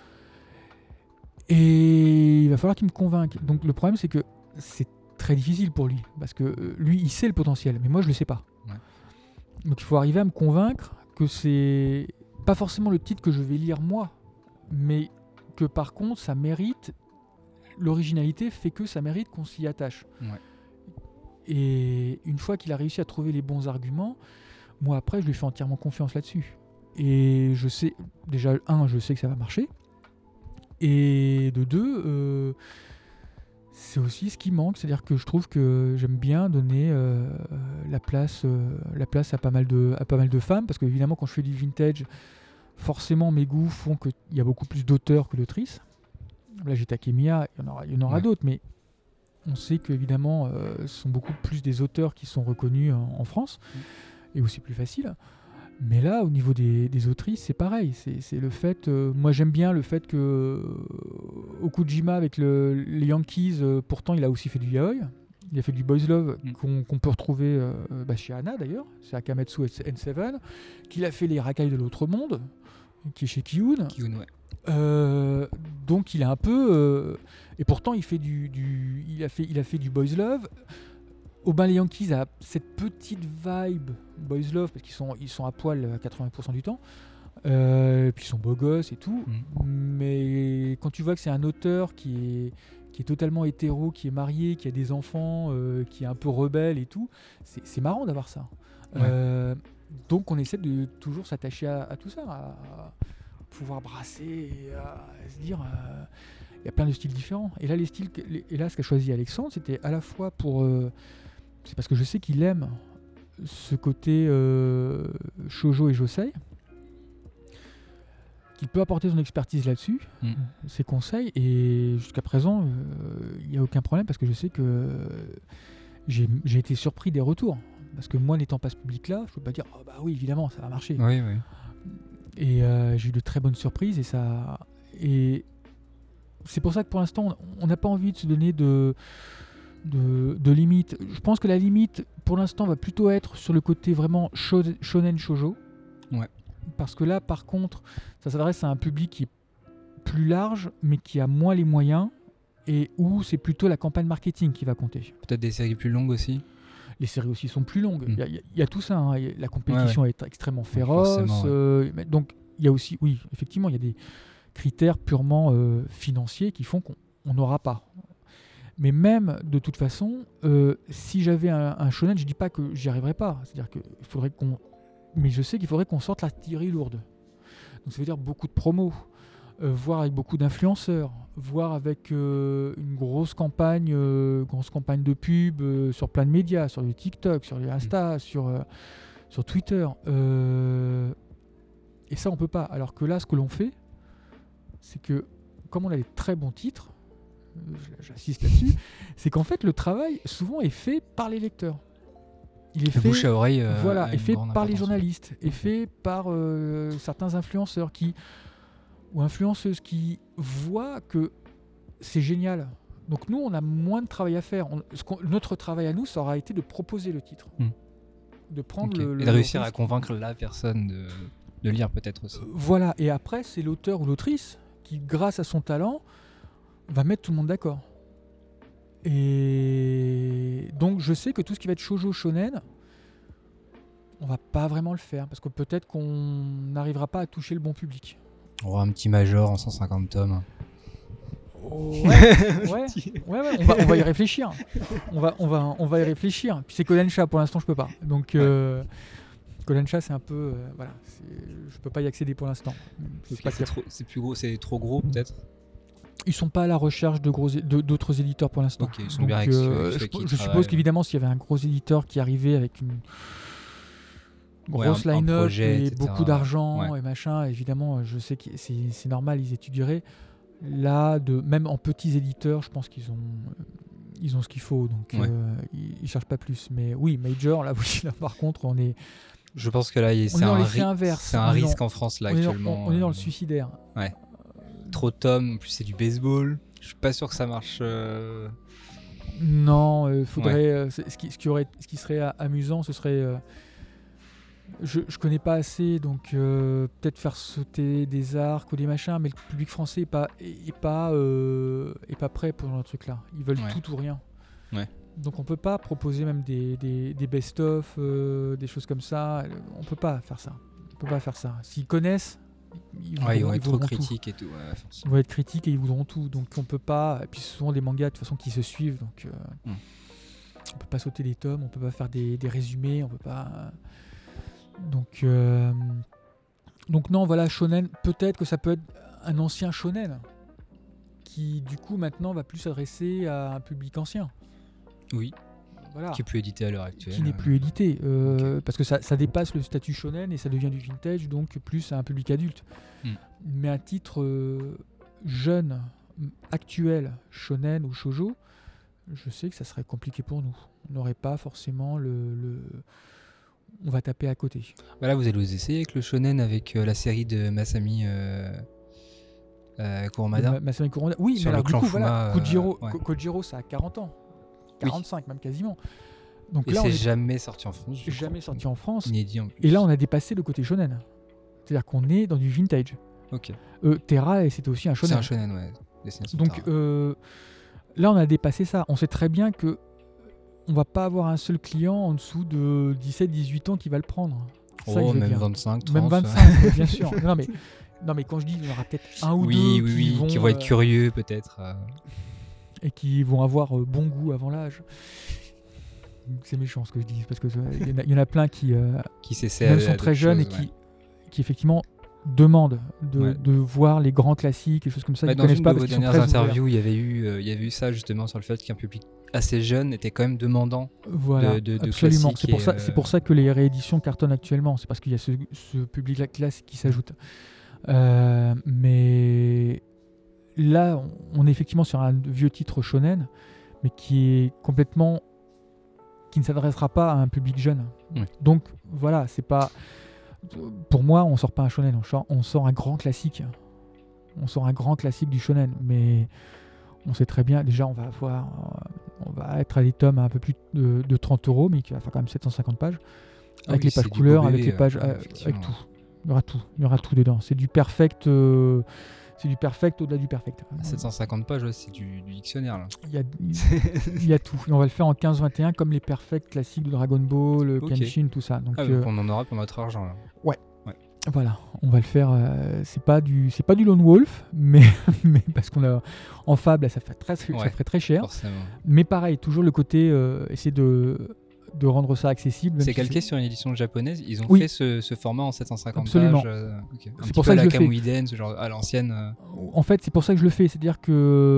et il va falloir qu'il me convainque. Donc le problème, c'est que c'est très difficile pour lui, parce que euh, lui, il sait le potentiel, mais moi, je le sais pas. Ouais. Donc il faut arriver à me convaincre que c'est pas forcément le titre que je vais lire moi, mais que par contre ça mérite, l'originalité fait que ça mérite qu'on s'y attache. Ouais. Et une fois qu'il a réussi à trouver les bons arguments, moi après je lui fais entièrement confiance là-dessus. Et je sais, déjà un, je sais que ça va marcher, et de deux, euh, c'est aussi ce qui manque, c'est-à-dire que je trouve que j'aime bien donner euh, la place, euh, la place à pas mal de, à pas mal de femmes, parce que évidemment quand je fais du vintage, forcément mes goûts font qu'il y a beaucoup plus d'auteurs que d'autrices. Là j'ai Takemiya, il y en aura, il y en aura ouais. d'autres, mais on sait qu'évidemment euh, ce sont beaucoup plus des auteurs qui sont reconnus en, en France, mmh. et aussi plus facile. Mais là, au niveau des, des autrices, c'est pareil. C'est, c'est le fait. Euh, moi, j'aime bien le fait que euh, Okujima avec le, les Yankees, euh, pourtant, il a aussi fait du yaoi. Il a fait du boys love mm. qu'on, qu'on peut retrouver euh, bah, chez Anna d'ailleurs, c'est Akametsu N sept, qu'il a fait les racailles de l'autre monde, qui est chez Kiyun. Kiyun, ouais. Euh, donc, il a un peu. Euh, et pourtant, il fait du, du, il a fait, il a fait du boys love. Aubin les Yankees a cette petite vibe boys love parce qu'ils sont, ils sont à poil à quatre-vingts pour cent du temps, euh, puis ils sont beaux gosses et tout, mmh. mais quand tu vois que c'est un auteur qui est, qui est totalement hétéro, qui est marié, qui a des enfants, euh, qui est un peu rebelle et tout, c'est, c'est marrant d'avoir ça. Ouais. Euh, donc on essaie de toujours s'attacher à, à tout ça, à, à pouvoir brasser et à, à se dire... Euh, il y a plein de styles différents. Et là, les styles, les, et là ce qu'a choisi Alexandre, c'était à la fois pour... Euh, c'est parce que je sais qu'il aime ce côté euh, shoujo et josei, qu'il peut apporter son expertise là-dessus, mmh. ses conseils, et jusqu'à présent, il euh, n'y a aucun problème parce que je sais que euh, j'ai, j'ai été surpris des retours. Parce que moi, n'étant pas ce public-là, je ne peux pas dire oh, bah oui, évidemment, ça va marcher. Oui, oui. Et euh, j'ai eu de très bonnes surprises, et ça. Et c'est pour ça que pour l'instant, on n'a pas envie de se donner de. De, de limite. Je pense que la limite pour l'instant va plutôt être sur le côté vraiment shonen shoujo, ouais. parce que là par contre ça s'adresse à un public qui est plus large mais qui a moins les moyens et où c'est plutôt la campagne marketing qui va compter. Peut-être des séries plus longues aussi. Les séries aussi sont plus longues. Il Mm. y, y, y a tout ça. Hein. La compétition ouais, ouais. est extrêmement féroce. forcément, ouais. euh, mais donc, il y a aussi, oui, effectivement, il y a des critères purement euh, financiers qui font qu'on n'aura pas. Mais même, de toute façon, euh, si j'avais un, un shonen, je dis pas que j'y arriverais pas. C'est-à-dire qu'il faudrait qu'on... Mais je sais qu'il faudrait qu'on sorte l'artillerie lourde. Donc ça veut dire beaucoup de promos, euh, voire avec beaucoup d'influenceurs, voire avec euh, une grosse campagne, euh, grosse campagne de pub euh, sur plein de médias, sur le TikTok, sur les Insta, mmh. sur, euh, sur Twitter. Euh, et ça, on peut pas. Alors que là, ce que l'on fait, c'est que, comme on a des très bons titres, j'insiste là-dessus, c'est qu'en fait le travail souvent est fait par les lecteurs. Il est le fait, bouche à oreille, euh, voilà, est fait par les importance. journalistes, est fait par euh, certains influenceurs qui ou influenceuses qui voient que c'est génial. Donc nous, on a moins de travail à faire. On, ce qu'on, notre travail à nous, ça aura été de proposer le titre, hmm. de prendre okay. le, le et de réussir risque. à convaincre la personne de, de lire peut-être aussi. Euh, voilà. Et après, c'est l'auteur ou l'autrice qui, grâce à son talent, va mettre tout le monde d'accord. Et donc je sais que tout ce qui va être shoujo shonen, on va pas vraiment le faire parce que peut-être qu'on n'arrivera pas à toucher le bon public. On aura un petit major en cent cinquante tomes. Oh, ouais, ouais, ouais, ouais, on va, on va y réfléchir. On va, on va, on va y réfléchir. Puis c'est Kodansha, pour l'instant je peux pas. Donc euh, Kodansha c'est un peu, euh, voilà, c'est, je peux pas y accéder pour l'instant. C'est, c'est, pas c'est, trop, c'est plus gros, c'est trop gros peut-être. Ils sont pas à la recherche de gros, de, d'autres éditeurs pour l'instant. Ok, ils sont donc, bien avec euh, ceux, je, qui je suppose qu'évidemment s'il y avait un gros éditeur qui arrivait avec une grosse ouais, line-up et et cetera. Beaucoup d'argent ouais. et machin, évidemment je sais que c'est, c'est normal, ils étudieraient. Là, de, même en petits éditeurs, je pense qu'ils ont, ils ont ce qu'il faut, donc ouais. euh, ils, ils cherchent pas plus. Mais oui, Major, là, oui, là par contre, on est... Je pense que là, c'est un, ri- c'est un risque dans, en France là on actuellement. Est dans, on est dans le suicidaire. Ouais. Trop de tomes, en plus c'est du baseball. Je suis pas sûr que ça marche. Euh... Non, il euh, faudrait. Ouais. Euh, ce, qui, ce, qui aurait, ce qui serait amusant, ce serait. Euh, je, je connais pas assez, donc euh, peut-être faire sauter des arcs ou des machins, mais le public français est pas est pas euh, est pas prêt pour un truc là. Ils veulent ouais. tout ou rien. Ouais. Donc on peut pas proposer même des, des, des best-of, euh, des choses comme ça. On peut pas faire ça. On peut pas faire ça. S'ils connaissent. Ils, ouais, voudront, ils vont être trop critiques et tout. Ouais, ils vont être critiques et ils voudront tout. Donc on peut pas. Et puis ce sont des mangas de toute façon qui se suivent. Donc euh, mm. on peut pas sauter des tomes, on peut pas faire des, des résumés, on peut pas. Euh, donc euh, donc non, voilà, shonen. Peut-être que ça peut être un ancien shonen qui du coup maintenant va plus s'adresser à un public ancien. Oui. Voilà. Qui est plus édité à l'heure actuelle. Qui n'est plus édité, euh, okay. parce que ça, ça dépasse le statut shonen et ça devient du vintage, donc plus à un public adulte. Mm. Mais un titre euh, jeune, actuel, shonen ou shoujo, je sais que ça serait compliqué pour nous. On n'aurait pas forcément le, le... On va taper à côté. Bah là, vous allez vous essayer avec le shonen, avec euh, la série de Masami euh, euh, Kurumada. Ma- Masami Kurumada, oui, sur mais le alors, du coup, voilà, euh, Kojiro, ouais. Kojiro, ça a quarante ans. quarante-cinq oui. même quasiment. Donc et là, c'est on est jamais sorti en France. Jamais sorti en France. Ni dit en plus. Et là, on a dépassé le côté shonen. C'est-à-dire qu'on est dans du vintage. Ok. Euh, Terra, c'était aussi un shonen. C'est un shonen, ouais. Destination Donc euh, là, on a dépassé ça. On sait très bien que on va pas avoir un seul client en dessous de dix-sept dix-huit ans qui va le prendre. C'est oh, ça même dire. vingt-cinq, trente. Même vingt-cinq, bien sûr. Non mais, non, mais quand je dis, il y en aura peut-être un ou oui, deux oui, qui, oui, vont, qui vont être curieux, peut-être. Euh... Et qui vont avoir euh, bon goût avant l'âge. C'est méchant ce que je dis, parce qu'il y, y en a plein qui, euh, qui même sont très jeunes choses, et qui, ouais. qui effectivement demandent de, ouais. de voir les grands classiques et choses comme ça. Bah, ils dans connaissent une pas de vos parce qu'ils dernières sont très interviews, il y avait eu, euh, il y avait eu ça justement sur le fait qu'un public assez jeune était quand même demandant. Voilà, de, de, de absolument. C'est pour, et, ça, euh... c'est pour ça que les rééditions cartonnent actuellement. C'est parce qu'il y a ce, ce public la classe qui s'ajoute. Euh, mais là, on est effectivement sur un vieux titre shonen, mais qui est complètement qui ne s'adressera pas à un public jeune. Oui. Donc voilà, c'est pas pour moi, on sort pas un shonen, on sort, on sort un grand classique. On sort un grand classique du shonen, mais on sait très bien, déjà on va avoir on va être à des tomes à un peu plus de, de trente euros, mais qui va faire quand même sept cent cinquante pages ah avec oui, les pages couleurs, avec les pages euh, avec tout. Il y aura tout, il y aura tout dedans. C'est du perfect euh, c'est du perfect au-delà du perfect. sept cent cinquante pages, ouais, c'est du, du dictionnaire là. Il y a, il y a tout. Et on va le faire en quinze vingt et un comme les perfects classiques de Dragon Ball, Ok. Kenshin, tout ça. Donc, Ah, euh, donc on en aura pour notre argent là. voilà, on va le faire. Euh, c'est pas du, c'est pas du Lone Wolf, mais, mais parce qu'on a en fable, ça fait très, ça Ouais. ferait très cher. Forcément. Mais pareil, toujours le côté euh, essayer de de rendre ça accessible. même C'est si calqué sur une édition japonaise. Ils ont Oui. fait ce, ce format en sept cent cinquante Absolument. pages. euh, ok. Un C'est petit pour peu ça à que la je le fais. Kamuiden, ce genre à l'ancienne. euh. En fait, c'est pour ça que je le fais. C'est-à-dire que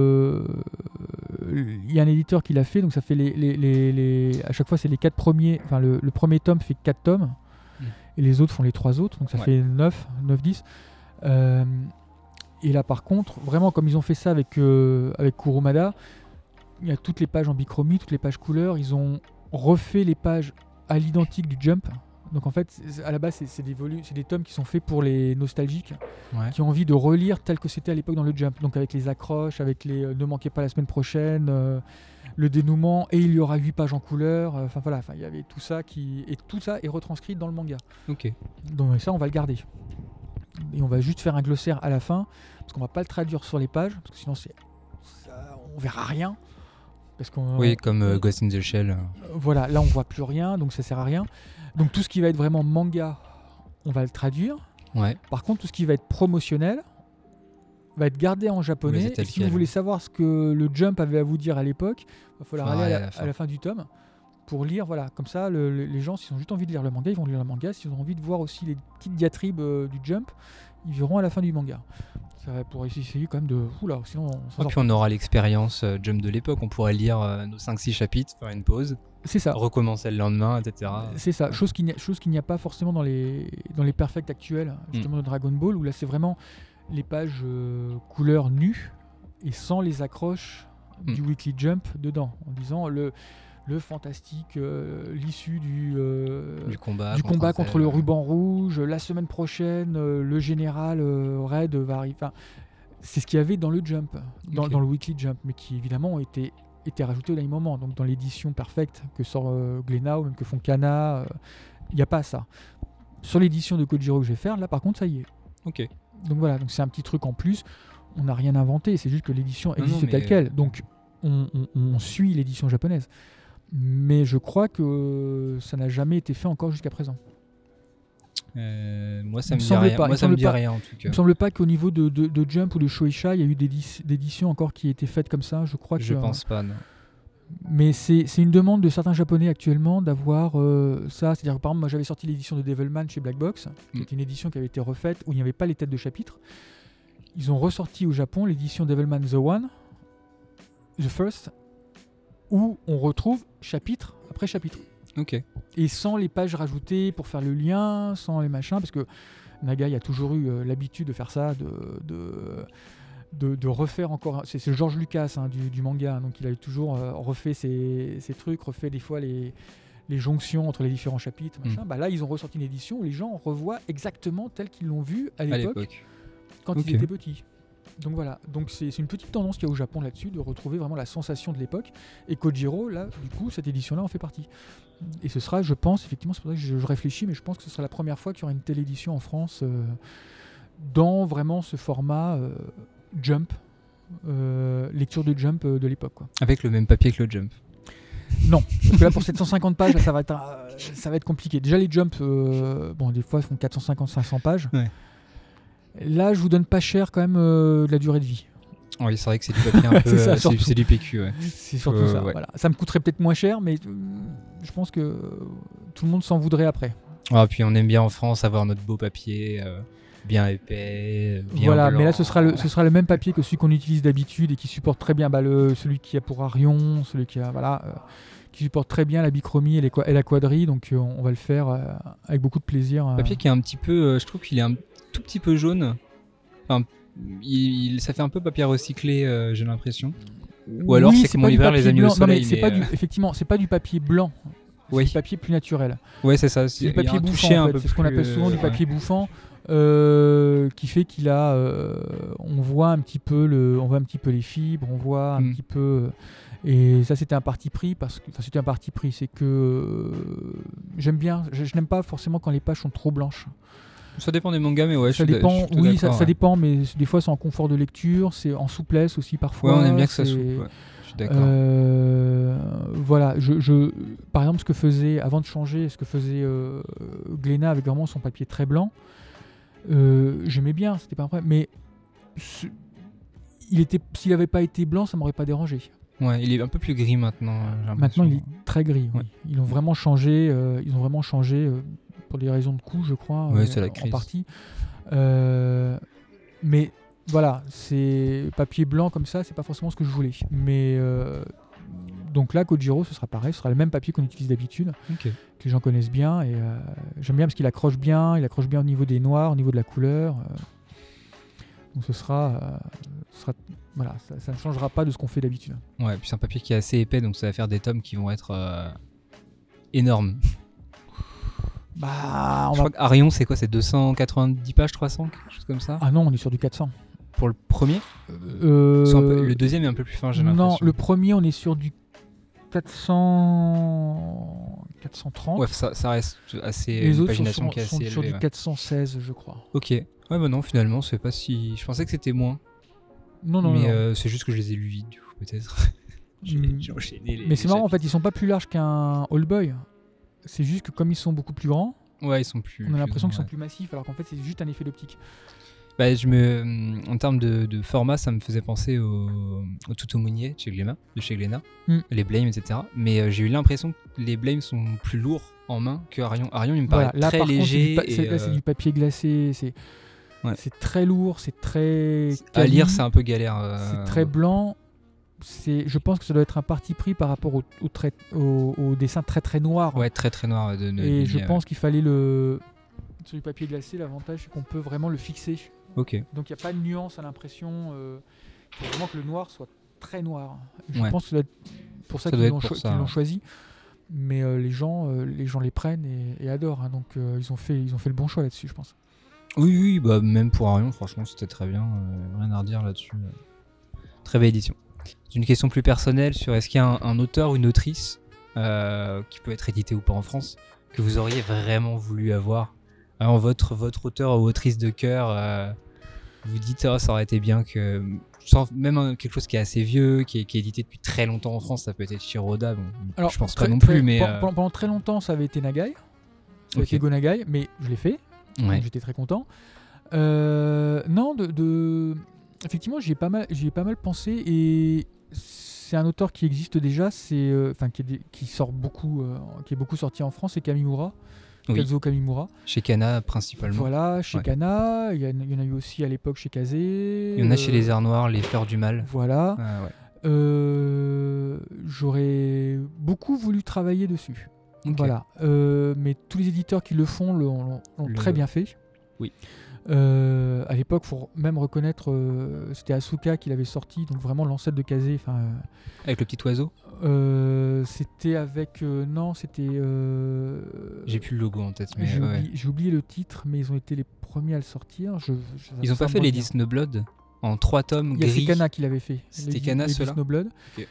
euh, il y a un éditeur qui l'a fait, donc ça fait les, les, les, les- à chaque fois c'est les quatre premiers. Enfin, le, le premier tome fait quatre tomes Mm. et les autres font les trois autres, donc ça Ouais. fait neuf, neuf, dix. Euh, et là, par contre, vraiment comme ils ont fait ça avec euh, avec Kurumada, il y a toutes les pages en bichromie, toutes les pages couleurs. Ils ont refait les pages à l'identique du Jump. Donc en fait, c'est- à la base, c'est, c'est des volumes, c'est des tomes qui sont faits pour les nostalgiques, Ouais. qui ont envie de relire tel que c'était à l'époque dans le Jump. Donc avec les accroches, avec les euh, ne manquez pas la semaine prochaine, euh, le dénouement, et il y aura huit pages en couleur. Enfin voilà, enfin, il y avait tout ça qui et tout ça est retranscrit dans le manga. Ok. Donc ça, on va le garder. Et on va juste faire un glossaire à la fin, parce qu'on va pas le traduire sur les pages, parce que sinon c'est, ça, on verra rien. Parce qu'on, Oui, comme euh, Ghost in the Shell. euh. voilà, là on voit plus rien, donc ça sert à rien. Donc tout ce qui va être vraiment manga, on va le traduire. Ouais. Par contre, tout ce qui va être promotionnel va être gardé en japonais. Mais c'est Et tel si quel. vous voulez savoir ce que le Jump avait à vous dire à l'époque, il va falloir Faut aller à aller la, à la fin. à la fin du tome pour lire. Voilà, comme ça, le- le- les gens, s'ils ont juste envie de lire le manga, ils vont lire le manga. S'ils ont envie de voir aussi les petites diatribes euh, du Jump, ils verront à la fin du manga. Ça va pour essayer quand même de... Oula, sinon on s'en Et sort puis on aura l'expérience euh, Jump de l'époque. On pourrait lire euh, nos cinq six chapitres, faire une pause, C'est ça. recommencer le lendemain, et cetera. C'est ça, chose qu'il n'y a, chose qu'il n'y a pas forcément dans les, dans les perfects actuels, justement de Dragon Ball, où là c'est vraiment les pages euh, couleur nues et sans les accroches Mm. du Weekly Jump dedans, en disant le, le fantastique, euh, l'issue du, euh, Du combat. du combat un contre tel, le euh, ruban rouge, la semaine prochaine, euh, le général euh, Red va arriver. Enfin, c'est ce qu'il y avait dans le Jump, dans, Ok. dans le Weekly Jump, mais qui évidemment ont été, été rajoutés au dernier moment. Donc dans l'édition perfecte que sort euh, Glénat ou même que font Kana, il n'y a pas ça. Sur l'édition de Kojiro que je vais faire, là par contre ça y est. Ok. Donc voilà, donc c'est un petit truc en plus. On n'a rien inventé, c'est juste que l'édition Non, non, existe mais- telle quelle. Donc on, on- on suit l'édition japonaise. Mais je crois que ça n'a jamais été fait encore jusqu'à présent. Euh, moi, Il ça me me dit semble rien. pas, il Moi, me ça me semble dit pas. rien en tout Il cas. me semble pas qu'au niveau de, de- de Jump ou de Shueisha, il y a eu des édi- d'éditions encore qui étaient faites comme ça. Je crois Je que, pense pas. Non. Mais c'est c'est une demande de certains japonais actuellement d'avoir euh, ça. C'est-à-dire que par exemple, moi j'avais sorti l'édition de Devilman chez Black Box, qui Mm. était une édition qui avait été refaite où il n'y avait pas les têtes de chapitre. Ils ont ressorti au Japon l'édition Devilman The One, The First, où on retrouve chapitre après chapitre. Ok. Et sans les pages rajoutées pour faire le lien, sans les machins, parce que Nagai a toujours eu euh, l'habitude de faire ça, de, de, de, de refaire encore. C'est c'est le George Lucas hein, du, du manga, hein, donc il a toujours euh, refait ses, ses trucs, refait des fois les, les jonctions entre les différents chapitres. Machin. Mm. Bah là, ils ont ressorti une édition où les gens revoient exactement tel qu'ils l'ont vu à À l'époque l'époque. quand Ok. ils étaient petits. Donc voilà, donc c'est c'est une petite tendance qu'il y a au Japon là-dessus, de retrouver vraiment la sensation de l'époque. Et Kojiro, là, du coup, cette édition-là en fait partie. Et ce sera, je pense, effectivement, c'est pour ça que je, je réfléchis, mais je pense que ce sera la première fois qu'il y aura une telle édition en France euh, dans vraiment ce format euh, Jump, euh, lecture de Jump euh, de l'époque, quoi. Avec le même papier que le Jump. Non, parce que là pour sept cent cinquante pages, là, ça va être, euh, ça va être compliqué. Déjà les Jump, euh, bon, des fois, font quatre cent cinquante à cinq cents pages. Ouais. Là, je vous donne pas cher quand même euh, de la durée de vie. Oui, c'est vrai que c'est du papier un peu. C'est ça, euh, c'est surtout. c'est du P Q. Ouais. C'est surtout Euh, ça. ouais. Voilà. Ça me coûterait peut-être moins cher, mais euh, je pense que euh, tout le monde s'en voudrait après. Ah, puis on aime bien en France avoir notre beau papier, euh, bien épais, bien Voilà, blanc. mais là ce sera, le, ce sera le même papier que celui qu'on utilise d'habitude et qui supporte très bien bah, le, celui qui a pour Arion, celui qui a voilà, euh, qui supporte très bien la bichromie et, les, qua- et la quadrille. Donc euh, on va le faire euh, avec beaucoup de plaisir. euh. Papier qui est un petit peu, euh, je trouve qu'il est un tout petit peu jaune. Enfin, il, il- ça fait un peu papier recyclé, euh, j'ai l'impression. Ou alors Oui, c'est que mon pas du hiver les papier a mis au blanc. Non, mais soleil. c'est mais, pas euh, du, effectivement, c'est pas du papier blanc. C'est Oui. du papier plus naturel. Ouais, c'est ça. C'est du il y a papier un bouffant, toucher un en fait. peu C'est ce qu'on plus, appelle souvent du euh, papier bouffant, euh, qui fait qu'il a, euh, on voit un petit peu le, on voit un petit peu les fibres, on voit un Mm. petit peu, et ça c'était un parti pris parce que, enfin c'était un parti pris, c'est que euh, j'aime bien, je, je n'aime pas forcément quand les pages sont trop blanches. Ça dépend des mangas, mais ouais, ça je suis dépend. je suis plutôt Oui, ça, d'accord, ça ouais. dépend, mais c- des fois c'est en confort de lecture, c'est en souplesse aussi parfois. Ouais, on aime bien que ça c'est- souple. Ouais. Je suis d'accord. Euh, voilà, je, je, par exemple, ce que faisait, avant de changer, ce que faisait euh, Glénat avec vraiment son papier très blanc, euh, j'aimais bien, c'était pas un problème, mais ce- il était, s'il n'avait pas été blanc, ça m'aurait pas dérangé. Ouais, il est un peu plus gris maintenant. j'ai Maintenant, l'impression. il est très gris. Oui. Ouais. Ils ont vraiment changé, euh, ils ont vraiment changé euh, pour des raisons de coût, je crois, Ouais, euh, c'est la en crise. partie. Euh, mais voilà, c'est papier blanc comme ça, c'est pas forcément ce que je voulais. Mais euh, donc là, Kojiro, ce sera pareil, ce sera le même papier qu'on utilise d'habitude, Ok. que les gens connaissent bien. Et euh, j'aime bien parce qu'il accroche bien, il accroche bien au niveau des noirs, au niveau de la couleur. euh. donc ce sera, euh, ce sera voilà, ça, ça ne changera pas de ce qu'on fait d'habitude. Ouais, puis c'est un papier qui est assez épais, donc ça va faire des tomes qui vont être euh, énormes. Bah, on Je va... crois qu'Arion, c'est quoi? C'est deux cent quatre-vingt-dix pages, trois cents, quelque chose comme ça? Ah non, on est sur du quatre cents. Pour le premier? Euh, Soit un peu- Le deuxième est un peu plus fin, j'ai non, l'impression. le premier, on est sur du quatre cents... quatre cent trente. Ouais, ça, ça reste assez. Les une autres sont, pagination sur, qui est sont assez sur élevée. du Ouais. quatre cent seize, je crois. Ok. Ouais, bah non, finalement, c'est pas si. Je pensais que c'était moins. Non, non, mais non. euh, c'est juste que je les ai lus vite, du coup, peut-être. j'ai, Mm. j'ai enchaîné les. Mais c'est les marrant, en chapitres. fait, ils sont pas plus larges qu'un All Boy. C'est juste que comme ils sont beaucoup plus grands, Ouais, ils sont plus. on a plus l'impression qu'ils grands, sont plus massifs, alors qu'en fait, c'est juste un effet d'optique. Bah, je me, en termes de, de format, ça me faisait penser au, au Tutomunier chez Glénat, de chez Glénat, Mm. les Blame, et cetera. Mais euh, j'ai eu l'impression que les Blame sont plus lourds en main que Arion. Arion, il me paraît Voilà, là, très par léger. contre, c'est du, pa- c'est- et, là, c'est euh, du papier glacé, c'est Ouais. c'est très lourd, c'est très. à quali, lire, c'est un peu galère. euh, c'est très blanc. C'est, je pense que ça doit être un parti pris par rapport au, au, trait- au, au dessin très très noir. Ouais, très très noir. De, de, Et de je ligne, pense qu'il fallait le. Sur du papier glacé, l'avantage c'est qu'on peut vraiment le fixer. ouais. Ok. Donc il n'y a pas de nuance à l'impression. euh, Il faut vraiment que le noir soit très noir. Je Ouais. pense que ça doit être pour ça, Ça doit qu'ils, être l'ont, pour cho- ça, qu'ils l'ont ouais. choisi. Mais euh, les, gens, euh, les gens les prennent et, et adorent. hein. Donc euh, ils, ont fait, ils ont fait le bon choix là-dessus, je pense. Oui, oui, bah même pour Arion, franchement, c'était très bien. euh, rien à redire là-dessus. euh. Très belle édition. C'est une question plus personnelle sur est-ce qu'il y a un, un auteur ou une autrice euh, qui peut être édité ou pas en France que vous auriez vraiment voulu avoir. Alors, votre, votre auteur ou autrice de cœur, euh, vous dites oh, ça aurait été bien que. Sans, même un- quelque chose qui est assez vieux, qui est, qui est édité depuis très longtemps en France, ça peut être Shiroda. Bon, Alors, je pense très- pas non très- plus, mais. Pendant, euh, pendant- pendant très longtemps, ça avait été Nagai. Ça avait Ok. été Go Nagai, mais je l'ai fait. ouais. Donc j'étais très content. Euh, non, de, de- effectivement, j'y ai pas mal, j'y ai pas mal pensé et c'est un auteur qui existe déjà, c'est, euh, enfin qui, est des- qui sort beaucoup, euh, qui est beaucoup sorti en France, c'est Kamimura, Oui. Kazuo Kamimura. Chez Kana principalement. Voilà, chez Ouais. Kana, il y, a- il y en a eu aussi à l'époque chez Kazé. Il y en a chez euh, les Airs Noirs, les Fleurs du Mal. Voilà. Ah, ouais. Euh, j'aurais beaucoup voulu travailler dessus. Ok. Voilà. Euh, mais tous les éditeurs qui le font le- l'ont, l'ont Le- très bien fait. Oui. Euh, à l'époque, faut même reconnaître, euh, c'était Asuka qui l'avait sorti, donc vraiment l'ancêtre de Kazé. Enfin, euh, Avec le petit oiseau. euh, c'était avec, euh, non, c'était. euh, J'ai plus le logo en tête, mais j'ai, ouais. oublié, j'ai oublié le titre, mais ils ont été les premiers à le sortir. Je, je- Ils ont ça pas me fait les revient. Snowblood en trois tomes Il y a gris. c'est Kana qui l'avait fait. C'était Lady- Kana, Lady ceux-là Snowblood. Ok.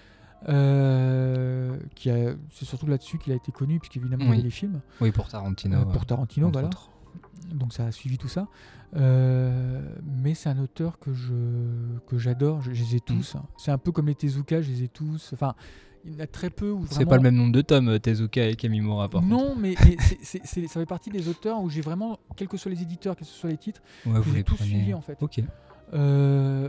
Euh, qui a, c'est surtout là-dessus qu'il a été connu, puisqu'évidemment il y Oui. a les films. Oui, pour Tarantino. Euh, ouais, pour Tarantino, entre voilà. autres. Donc ça a suivi tout ça. Euh, mais c'est un auteur que, je, que j'adore. Je, je les ai tous. hein. C'est un peu comme les Tezuka, je les ai tous. Enfin, il y en a très peu où C'est vraiment... pas le même nombre de tomes, euh, Tezuka et Kamimura, par contre. Non, mais, mais c'est, c'est- c'est- ça fait partie des auteurs où j'ai vraiment, quels que soient les éditeurs, quels que soient les titres, Ouais, je vous les ai les tous prenez. suivis en fait. Ok. Euh,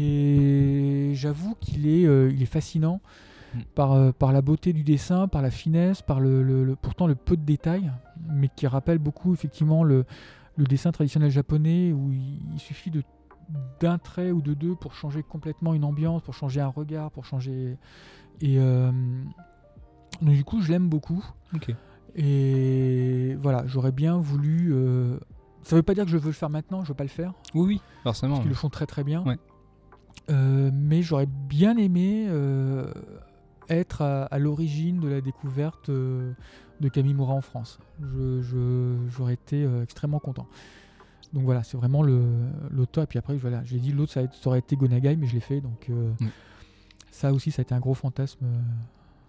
et j'avoue qu'il est, euh, il est fascinant Mm. par, euh, par la beauté du dessin, par la finesse, par le, le- le- pourtant le peu de détails, mais qui rappelle beaucoup effectivement le, le dessin traditionnel japonais où il, il suffit de, d'un trait ou de deux pour changer complètement une ambiance, pour changer un regard, pour changer... Et euh, donc du coup je l'aime beaucoup. Ok. Et voilà, j'aurais bien voulu... euh, ça veut pas dire que je veux le faire maintenant, je veux pas le faire. Oui, oui, forcément. Parce qu'ils le font très très bien. Ouais. Euh, mais j'aurais bien aimé euh, être à, à l'origine de la découverte euh, de Kamimura en France. Je, je- j'aurais été euh, extrêmement content. Donc voilà, c'est vraiment le, l'auteur. Et puis après, voilà, j'ai dit l'autre, ça, a été- ça aurait été Go Nagai, mais je l'ai fait. Donc euh, Mm. ça aussi, ça a été un gros fantasme euh,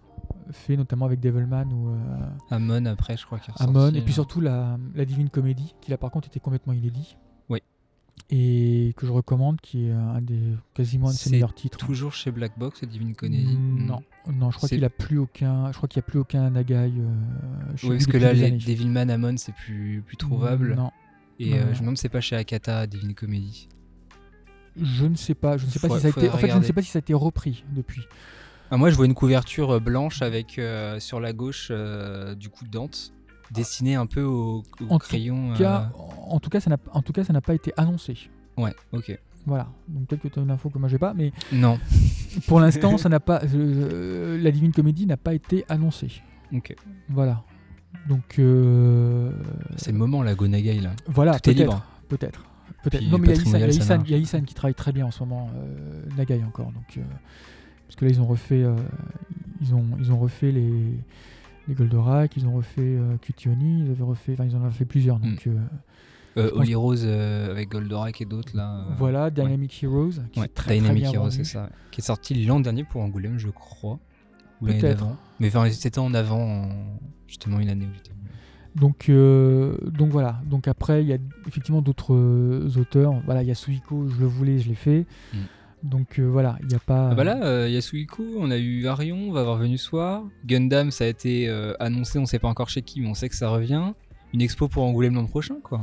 fait, notamment avec Devilman ou euh, Amon après, je crois qu'il est ressorti, Amon, et puis là. surtout la, la Divine Comedy, qui là par contre était complètement inédit. Oui. Et que je recommande, qui est un des quasiment un de ses C'est meilleurs titres. Toujours chez Black Box, Divine Comedy. Mm, Non, non, je crois C'est- qu'il a plus aucun, je crois qu'il y a plus aucun Nagai. Euh, chez Oui, lui parce que depuis là, des les années. Devilman Amon, c'est plus, plus trouvable. Non, Et Non, euh, non. je me demande si c'est pas chez Akata, Divine Comedy. je ne sais pas, je ne sais pas Faut- si ça a été. faudrait En fait, je ne regarder. sais pas si ça a été repris depuis. Ah, moi, je vois une couverture euh, blanche avec euh, sur la gauche euh, du coup Dante dessiné un peu au, au En tout crayon. En euh, tout cas, en tout cas, ça n'a, en tout cas, ça n'a pas été annoncé. Ouais, ok. Voilà, donc peut-être que tu as une info que moi j'ai pas, mais Non, pour l'instant, ça n'a pas. euh, la Divine Comedy n'a pas été annoncée. ok. Voilà. Donc euh, C'est le moment là, Go Nagai là. voilà, Tout est peut-être, libre. peut-être, peut-être. Puis Non, mais il y a Isan, il y a patrimonial, ça Isan, marche. il y a Isan qui travaille très bien en ce moment, euh, Nagai encore, donc euh, parce que là ils ont refait, euh, ils ont, ils ont refait les les Goldorak, ils ont refait euh, Cutioni, ils avaient refait, enfin ils en ont fait plusieurs, donc euh, Euh, je pense- Holy Rose euh, avec Goldorak et d'autres là. euh, voilà, Dynamic Heroes, qui Ouais, est très, Dynamic très bien Hero, vendu. c'est ça. Qui est sorti l'an dernier pour Angoulême, je crois. Ou l'année Peut-être. d'avant. Mais enfin, c'était en avant, en- justement une année où j'étais. Donc, euh, donc voilà. Donc après, il y a effectivement d'autres euh, auteurs. Voilà, il y a Suiko, je le voulais, je l'ai fait. Mm. Donc euh, voilà, il n'y a pas. Ah bah là, euh, Yasuhiko, on a eu Arion, on va avoir Venu Soir. Gundam, ça a été euh, annoncé, on sait pas encore chez qui, mais on sait que ça revient. Une expo pour Angoulême l'an prochain, quoi.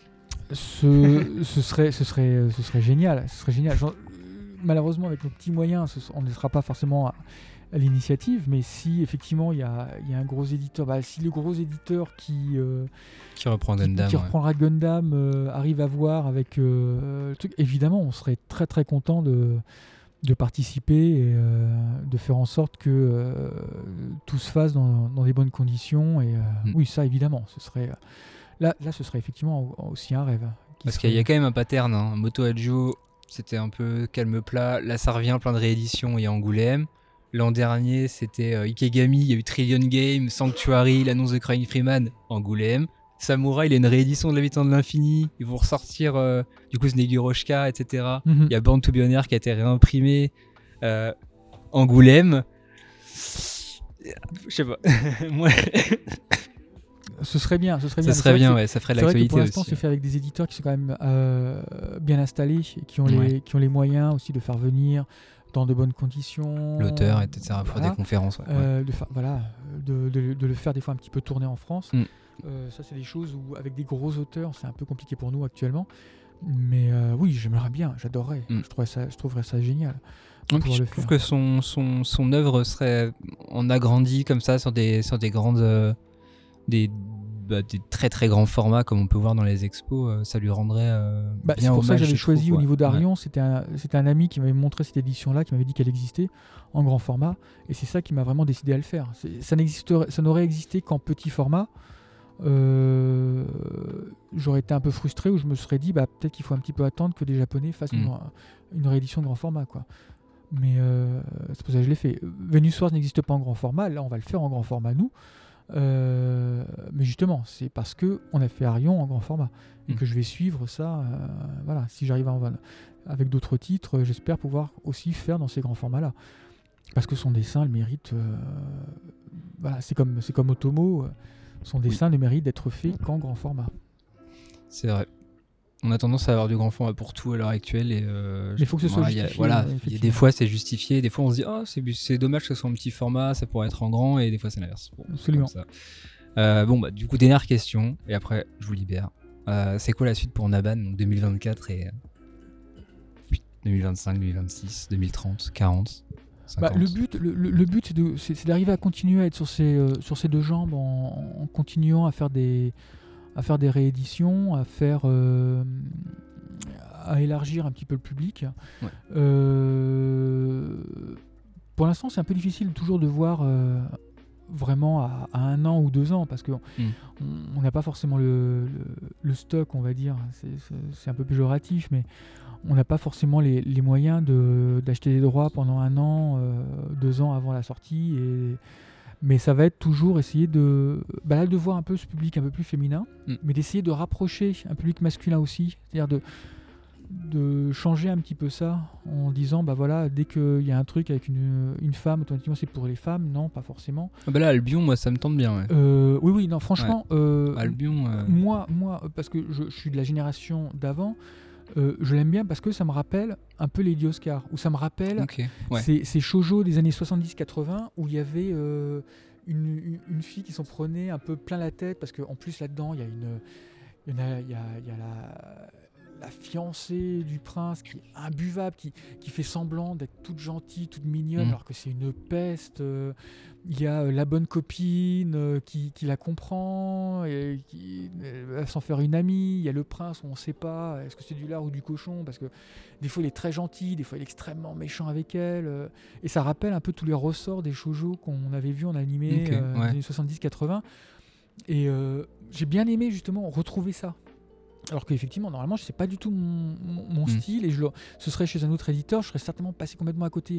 Ce, ce serait, ce serait, ce serait génial. Ce serait génial. Genre, euh, malheureusement, avec nos petits moyens, ce- on ne sera pas forcément à, à l'initiative. Mais si effectivement il y a, il y a un gros éditeur, bah, si le gros éditeur qui euh, Qui reprend qui, Gundam. qui ouais. reprendra Gundam euh, arrive à voir avec euh, le truc, évidemment, on serait très très content de, de participer et euh, de faire en sorte que euh, tout se fasse dans, dans des bonnes conditions. Et euh, Mm. oui, ça évidemment, ce serait là, là, ce serait effectivement aussi un rêve. qui Parce serait- qu'il y a quand même un pattern. Hein. Moto Adjo, c'était un peu calme plat. Là, ça revient, plein de rééditions et Angoulême. L'an dernier, c'était euh, Ikegami, il y a eu Trillion Game, Sanctuary, l'annonce de Crying Freeman, Angoulême. Samurai, il y a une réédition de l'Habitant de l'Infini. Ils vont ressortir euh, du coup Sneguroshka, et cetera. Mhm. Il y a Born to Be On Air qui a été réimprimé. Euh, Angoulême. Je sais pas. Moi, Ce serait bien, ce serait ça bien. Mais serait c'est vrai bien, que ouais, ça ferait de c'est vrai que l'actualité pour l'instant, aussi. c'est fait avec des éditeurs qui sont quand même euh, bien installés et qui ont, les, Ouais. qui ont les moyens aussi de faire venir dans de bonnes conditions. L'auteur, et cetera. Pour Voilà. des conférences. Ouais. Euh, de, fa- voilà, de, de- de le faire des fois un petit peu tourner en France. Mm. Euh, ça, c'est des choses où, avec des gros auteurs, c'est un peu compliqué pour nous actuellement. Mais euh, oui, j'aimerais bien, j'adorerais. Mm. Je, trouverais ça, je trouverais ça génial. Ouais, pouvoir puis je le trouve faire. que son, son, son œuvre serait en agrandi comme ça sur des, sur des grandes. euh, des, bah, des très très grands formats comme on peut voir dans les expos. euh, ça lui rendrait euh, Bah, c'est bien pour ça que hommage, j'avais je choisi trouve, au ouais. niveau d'Arion. C'était un, c'était un ami qui m'avait montré cette édition-là, qui m'avait dit qu'elle existait en grand format. Et c'est ça qui m'a vraiment décidé à le faire. C'est- Ça, n'existerait- ça n'aurait existé qu'en petit format. Euh, j'aurais été un peu frustré où je me serais dit bah, peut-être qu'il faut un petit peu attendre que les Japonais fassent Mm. une, une réédition de grand format, quoi. Mais euh, c'est pour ça que je l'ai fait. Venus Wars n'existe pas en grand format, là on va le faire en grand format nous. Euh, mais justement, c'est parce que on a fait Arion en grand format et Mm. que je vais suivre ça. euh, voilà, si j'arrive à en vendre avec d'autres titres, j'espère pouvoir aussi faire dans ces grands formats-là. Parce que son dessin le mérite. euh, voilà, c'est comme c'est comme Otomo. euh, Son dessin ne mérite d'être fait qu'en grand format. C'est vrai. On a tendance à avoir du grand format pour tout à l'heure actuelle. Et, euh, Mais il faut que ce soit voilà, il y a- justifié, Voilà, euh, il y a effectivement. des fois c'est justifié, des fois on se dit oh, c'est, c'est dommage que ce soit en petit format, ça pourrait être en grand, et des fois c'est l'inverse. Bon, c'est Absolument. comme ça. Euh, bon, bah, du coup, dernière question, et après je vous libère. Euh, c'est quoi la suite pour Naban, donc deux mille vingt-quatre et euh, oui, deux mille vingt-cinq, deux mille vingt-six, deux mille trente, quarante, Bah, cinquante. le but, le, le- le but c'est, de, c'est, c'est d'arriver à continuer à être sur ses, euh, sur ses deux jambes en, en continuant à faire des, à faire des rééditions, à faire, euh, à élargir un petit peu le public. Ouais. Euh, pour l'instant, c'est un peu difficile toujours de voir euh, vraiment à, à un an ou deux ans parce qu'on Mm. on n'a pas forcément le, le, le stock, on va dire. C'est, c'est, c'est un peu péjoratif, mais on n'a pas forcément les, les moyens de, d'acheter des droits pendant un an, euh, deux ans avant la sortie. Et... Mais ça va être toujours essayer de, bah là, de voir un peu ce public un peu plus féminin, Mm. mais d'essayer de rapprocher un public masculin aussi. C'est-à-dire de, de changer un petit peu ça en disant bah voilà, dès qu'il y a un truc avec une, une femme, automatiquement c'est pour les femmes. Non, pas forcément. Ah bah là, Albion, moi, ça me tente bien. Ouais. Euh, oui, oui, non, franchement, ouais. euh, Albion. Euh... Moi, moi, parce que je, je suis de la génération d'avant, euh, je l'aime bien parce que ça me rappelle un peu Lady Oscar, où ça me rappelle okay, ouais. ces, ces shoujo des années soixante-dix quatre-vingts où il y avait euh, une, une, une fille qui s'en prenait un peu plein la tête, parce qu'en plus là-dedans, il y a une. Il y, a, il y, a, il y a la, la fiancée du prince qui est imbuvable, qui, qui fait semblant d'être toute gentille, toute mignonne, mmh. alors que c'est une peste. Euh, il y a euh, la bonne copine euh, qui, qui la comprend, et qui va s'en faire une amie. Il y a le prince où on ne sait pas, est-ce que c'est du lard ou du cochon, parce que des fois il est très gentil, des fois il est extrêmement méchant avec elle. Euh, et ça rappelle un peu tous les ressorts des shoujo qu'on avait vus en animé okay, euh, ouais. dans les années soixante-dix quatre-vingts. Et euh, j'ai bien aimé justement retrouver ça. Alors qu'effectivement, normalement, c'est pas du tout mon, mon, mon mmh. style, et je le, ce serait chez un autre éditeur, je serais certainement passé complètement à côté.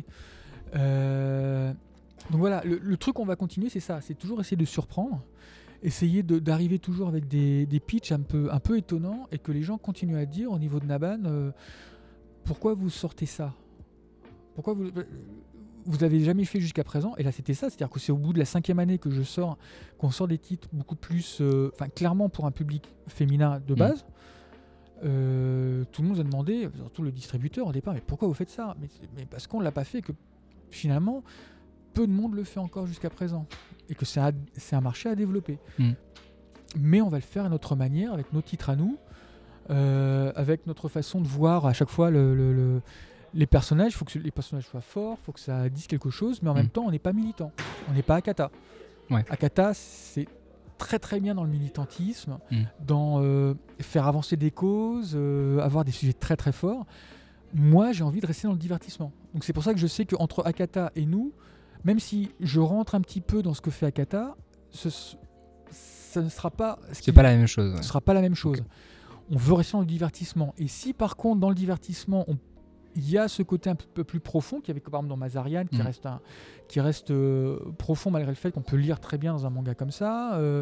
Euh, donc voilà, le, le truc qu'on va continuer, c'est ça, c'est toujours essayer de surprendre, essayer de, d'arriver toujours avec des, des pitchs un peu, un peu étonnants, et que les gens continuent à dire au niveau de Naban, euh, pourquoi vous sortez ça ? Pourquoi vous... vous avez jamais fait jusqu'à présent, et là c'était ça, c'est-à-dire que c'est au bout de la cinquième année que je sors, qu'on sort des titres beaucoup plus, enfin euh, clairement pour un public féminin de base. Mmh. Euh, tout le monde a demandé, surtout le distributeur au départ, mais pourquoi vous faites ça ? mais, mais parce qu'on l'a pas fait, que finalement peu de monde le fait encore jusqu'à présent, et que c'est un, c'est un marché à développer. Mmh. Mais on va le faire à notre manière, avec nos titres à nous, euh, avec notre façon de voir à chaque fois le, le, le les personnages. Il faut que les personnages soient forts, il faut que ça dise quelque chose, mais en mmh. même temps, on n'est pas militant. On n'est pas Akata. Ouais. Akata, c'est très très bien dans le militantisme, mmh. dans euh, faire avancer des causes, euh, avoir des sujets très très forts. Moi, j'ai envie de rester dans le divertissement. Donc c'est pour ça que je sais qu'entre Akata et nous, même si je rentre un petit peu dans ce que fait Akata, ce, ça ne sera pas... Ce c'est pas la même chose. Ce ouais. sera pas la même chose. Okay. On veut rester dans le divertissement. Et si par contre, dans le divertissement, on il y a ce côté un peu plus profond qu'il y avait par exemple dans Mazarian, qui mmh. reste, un, qui reste euh, profond malgré le fait qu'on peut lire très bien dans un manga comme ça, euh,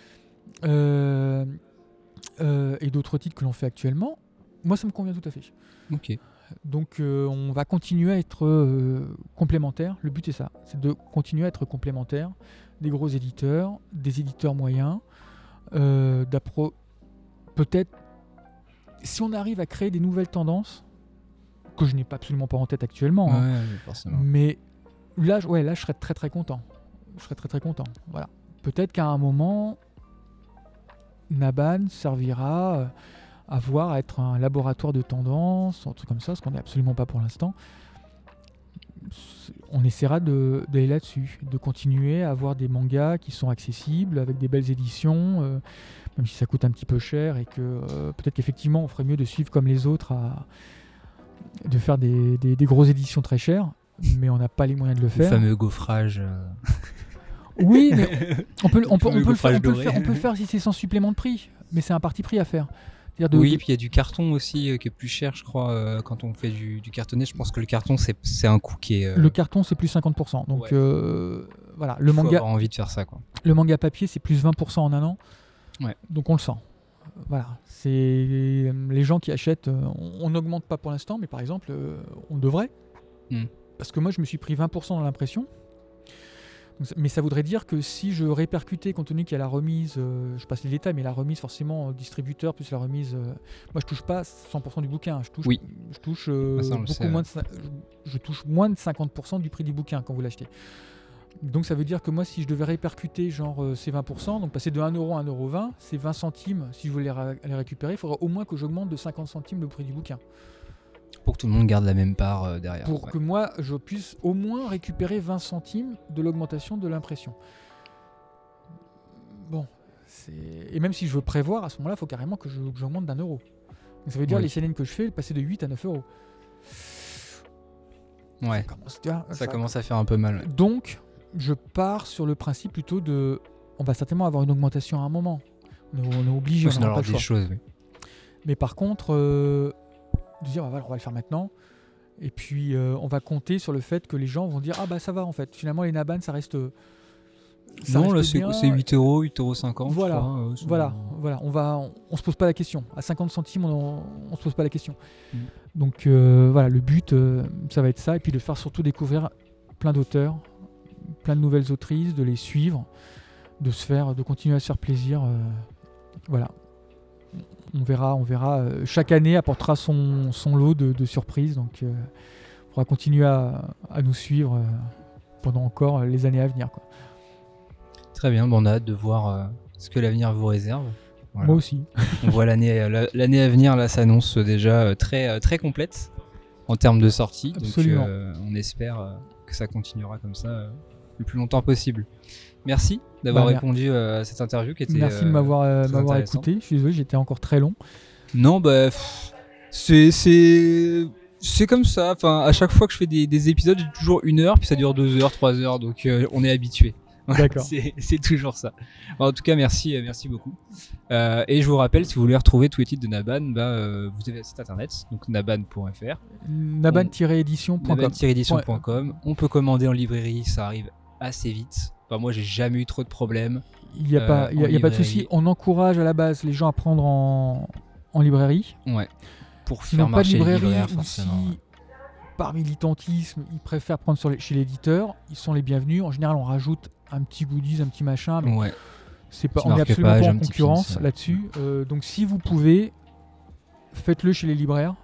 euh, euh, et d'autres titres que l'on fait actuellement. Moi, ça me convient tout à fait. Ok. Donc, euh, on va continuer à être euh, complémentaires. Le but est ça, c'est de continuer à être complémentaires des gros éditeurs, des éditeurs moyens, euh, d'appro- peut-être si on arrive à créer des nouvelles tendances que je n'ai pas absolument pas en tête actuellement, ouais, hein. ouais, forcément. Mais là, ouais, là, je serais très très content. Je serais très très content. Voilà. Peut-être qu'à un moment, Naban servira à voir, à être un laboratoire de tendance, un truc comme ça, ce qu'on n'est absolument pas pour l'instant. On essaiera de, d'aller là-dessus, de continuer à avoir des mangas qui sont accessibles, avec des belles éditions, euh, même si ça coûte un petit peu cher, et que euh, peut-être qu'effectivement, on ferait mieux de suivre comme les autres à de faire des, des, des grosses éditions très chères, mais on n'a pas les moyens de le faire. Le fameux gaufrage. Euh... Oui, mais on peut, on, peut, on, peut le faire, on, peut le faire, on peut le faire si c'est sans supplément de prix, mais c'est un parti pris à faire. De, oui, de... puis il y a du carton aussi euh, qui est plus cher, je crois, euh, quand on fait du, du cartonné. Je pense que le carton, c'est, c'est un coût qui est... Euh... Le carton, c'est plus cinquante pour cent. Donc ouais. euh, voilà, le il faut manga... avoir envie de faire ça, quoi. Le manga papier, c'est plus vingt pour cent en un an. Ouais. Donc on le sent. Voilà, c'est les gens qui achètent, on n'augmente pas pour l'instant, mais par exemple, euh, on devrait. Mm. Parce que moi, je me suis pris vingt pour cent dans l'impression. Donc, mais ça voudrait dire que si je répercutais, compte tenu qu'il y a la remise, euh, je passe les détails, mais la remise forcément distributeur plus la remise, euh, moi je touche pas cent pour cent du bouquin, je touche, oui. je touche euh, bah beaucoup sait, moins ouais. de, je, je touche moins de cinquante pour cent du prix du bouquin quand vous l'achetez. Donc ça veut dire que moi, si je devais répercuter genre euh, ces vingt pour cent, donc passer de un euro à un euro vingt, c'est vingt centimes. Si je voulais les, ra- les récupérer, il faudrait au moins que j'augmente de cinquante centimes le prix du bouquin. Pour que tout le monde garde la même part euh, derrière. Pour ouais. que moi, je puisse au moins récupérer vingt centimes de l'augmentation de l'impression. Bon, c'est... Et même si je veux prévoir, à ce moment-là, il faut carrément que, je, que j'augmente d'un euro. Donc ça veut dire oui. les C N N que je fais, passer de huit à neuf euros. Ouais, ça commence, tu vois, ça ça commence à faire un peu mal. Donc, je pars sur le principe plutôt de... On va certainement avoir une augmentation à un moment. On est, on est obligé, oui, on n'aura pas le des choix. Choses, oui. Mais par contre, euh, de dire, voilà, on va le faire maintenant. Et puis, euh, on va compter sur le fait que les gens vont dire, ah bah ça va en fait. Finalement, les Naban, ça reste... Ça non, là, reste c'est, bien. c'est huit euros, huit euros cinquante. Voilà, je crois, euh, sur- voilà, voilà. On va, on, on se pose pas la question. À cinquante centimes, on, on se pose pas la question. Mm. Donc euh, voilà, le but, euh, ça va être ça, et puis de faire surtout découvrir plein d'auteurs, plein de nouvelles autrices, de les suivre, de se faire, de continuer à se faire plaisir. euh, voilà. On verra, on verra. euh, chaque année apportera son, son lot de, de surprises, donc il faudra continuer à, à nous suivre euh, pendant encore les années à venir, quoi. Très bien, bon, on a hâte de voir euh, ce que l'avenir vous réserve. Voilà. Moi aussi. On voit l'année, la- l'année à venir, là, s'annonce déjà euh, très, euh, très complète en termes de sortie. Absolument. Donc, euh, on espère euh, que ça continuera comme ça euh, le plus longtemps possible. Merci d'avoir Bah, mer- répondu euh, à cette interview qui était. Merci de euh, m'avoir, euh, très m'avoir intéressante. écouté. Je suis désolé, j'étais encore très long. Non, bah, pff, c'est, c'est, c'est comme ça. Enfin, à chaque fois que je fais des, des épisodes, j'ai toujours une heure, puis ça dure deux heures, trois heures, donc euh, on est habitué. D'accord. c'est, c'est toujours ça. En tout cas, merci, euh, merci beaucoup. Euh, et je vous rappelle, si vous voulez retrouver tous les titres de Naban, bah, euh, vous avez le site internet, donc naban point f r, naban-édition point com. naban tiret édition point com. On peut commander en librairie, ça arrive assez vite. Enfin, moi, j'ai jamais eu trop de problèmes. Il n'y a, Euh, pas, il y a, en il y a pas de librairie. souci. On encourage à la base les gens à prendre en, en librairie. Ouais. Pour S'ils faire n'ont pas de marcher les librairie libraires, ou forcément. si, ouais. par militantisme, ils préfèrent prendre sur les- chez l'éditeur, ils sont les bienvenus. En général, on rajoute un petit goodies, un petit machin, mais Ouais. c'est pas, Petit on n'est absolument marque-page, pas en un petit concurrence pins, ouais. là-dessus. Euh, donc si vous pouvez, faites-le chez les libraires.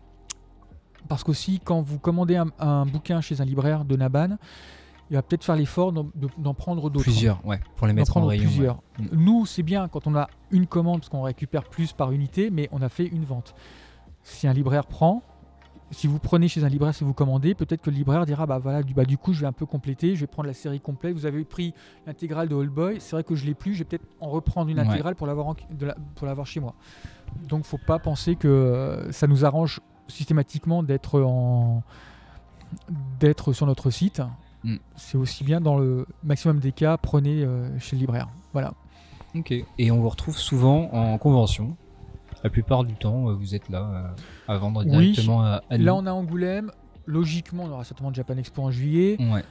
Parce qu'aussi, quand vous commandez un, un bouquin chez un libraire de Naban, il va peut-être faire l'effort d'en, de- d'en prendre d'autres. Plusieurs, ouais, pour les D'en mettre en prendre rayon. plusieurs. ouais. Mm. Nous, c'est bien quand on a une commande, parce qu'on récupère plus par unité, mais on a fait une vente. Si un libraire prend, si vous prenez chez un libraire, si vous commandez, peut-être que le libraire dira bah voilà, du, bah, du coup, je vais un peu compléter, je vais prendre la série complète. Vous avez pris l'intégrale de All Boy, c'est vrai que je l'ai plus, je vais peut-être en reprendre une Ouais. intégrale pour l'avoir, en- de la- pour l'avoir chez moi. Donc, faut pas penser que euh, ça nous arrange systématiquement d'être en d'être sur notre site. Mm. C'est aussi bien dans le maximum des cas, prenez euh, chez le libraire. Voilà. Ok. Et on vous retrouve souvent en convention. La plupart du temps, euh, vous êtes là euh, à vendre Oui. directement à, à nous. Là, on a Angoulême. Logiquement, on aura certainement Japan Expo en juillet. Ouais.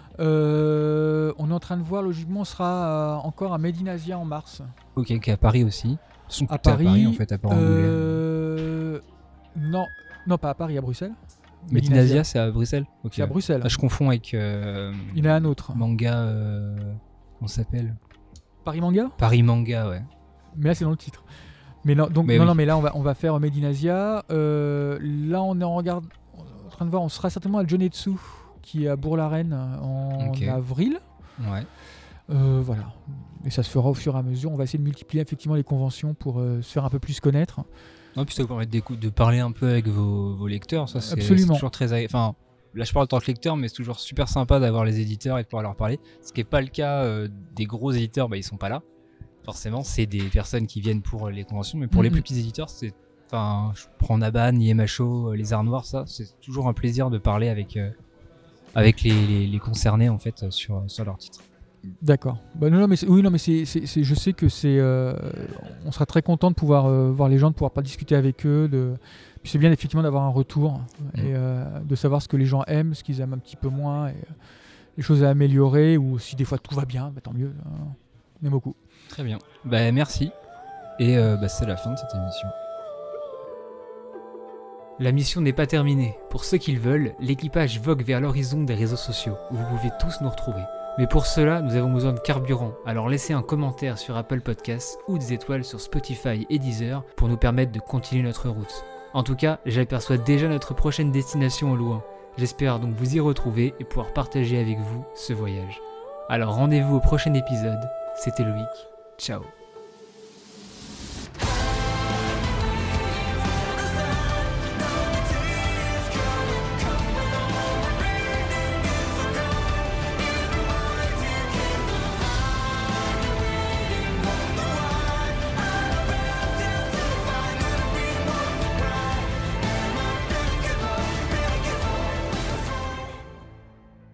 Euh, on est en train de voir, logiquement, on sera euh, encore à Made in Asia en mars. Ok, ok, à Paris aussi. Ils sont À tous Paris. en fait, à part Angoulême. euh, non, non, pas à Paris, à Bruxelles. Made in Asia, c'est à Bruxelles. Ok. C'est à Bruxelles. Ah, je confonds avec euh, Il y en a un autre. manga. Euh, comment ça s'appelle Paris Manga. Paris Manga, ouais. Mais là, c'est dans le titre. Mais non, donc, Mais non, oui. non, mais là, on va, on va faire Made in Asia. Euh, là, on est en, regard... en train de voir, on sera certainement à Jonetsu, qui est à Bourg-la-Reine en Ok. avril. Ouais. Euh, voilà. Et ça se fera au fur et à mesure. On va essayer de multiplier effectivement les conventions pour euh, se faire un peu plus connaître. Non, puis ça vous permet d'écou- de parler un peu avec vos, vos lecteurs. Ça, c'est, Absolument. c'est toujours très. agré- Enfin, là, je parle en tant que lecteur, mais c'est toujours super sympa d'avoir les éditeurs et de pouvoir leur parler. Ce qui n'est pas le cas euh, des gros éditeurs, bah, ils sont pas là. Forcément, c'est des personnes qui viennent pour les conventions, mais pour les Mhm. plus petits éditeurs, c'est. Enfin, je prends Naban, I M H O, euh, les Arts Noirs, ça, c'est toujours un plaisir de parler avec, euh, avec les, les, les concernés en fait sur, sur leur titre. D'accord. Bah, non, non, mais c'est- oui, non, mais c'est, c'est- c'est- je sais que c'est. euh, on sera très content de pouvoir euh, voir les gens, de pouvoir pas discuter avec eux. De... Puis c'est bien effectivement d'avoir un retour et euh, de savoir ce que les gens aiment, ce qu'ils aiment un petit peu moins, et euh, les choses à améliorer, ou si des fois tout va bien, bah, tant mieux. hein. On aime beaucoup. Très bien. Bah, merci. Et euh, bah, c'est la fin de cette émission. La mission n'est pas terminée. Pour ceux qui le veulent, l'équipage vogue vers l'horizon des réseaux sociaux, où vous pouvez tous nous retrouver. Mais pour cela, nous avons besoin de carburant, alors laissez un commentaire sur Apple Podcasts ou des étoiles sur Spotify et Deezer pour nous permettre de continuer notre route. En tout cas, j'aperçois déjà notre prochaine destination au loin. J'espère donc vous y retrouver et pouvoir partager avec vous ce voyage. Alors rendez-vous au prochain épisode. C'était Loïc. Ciao.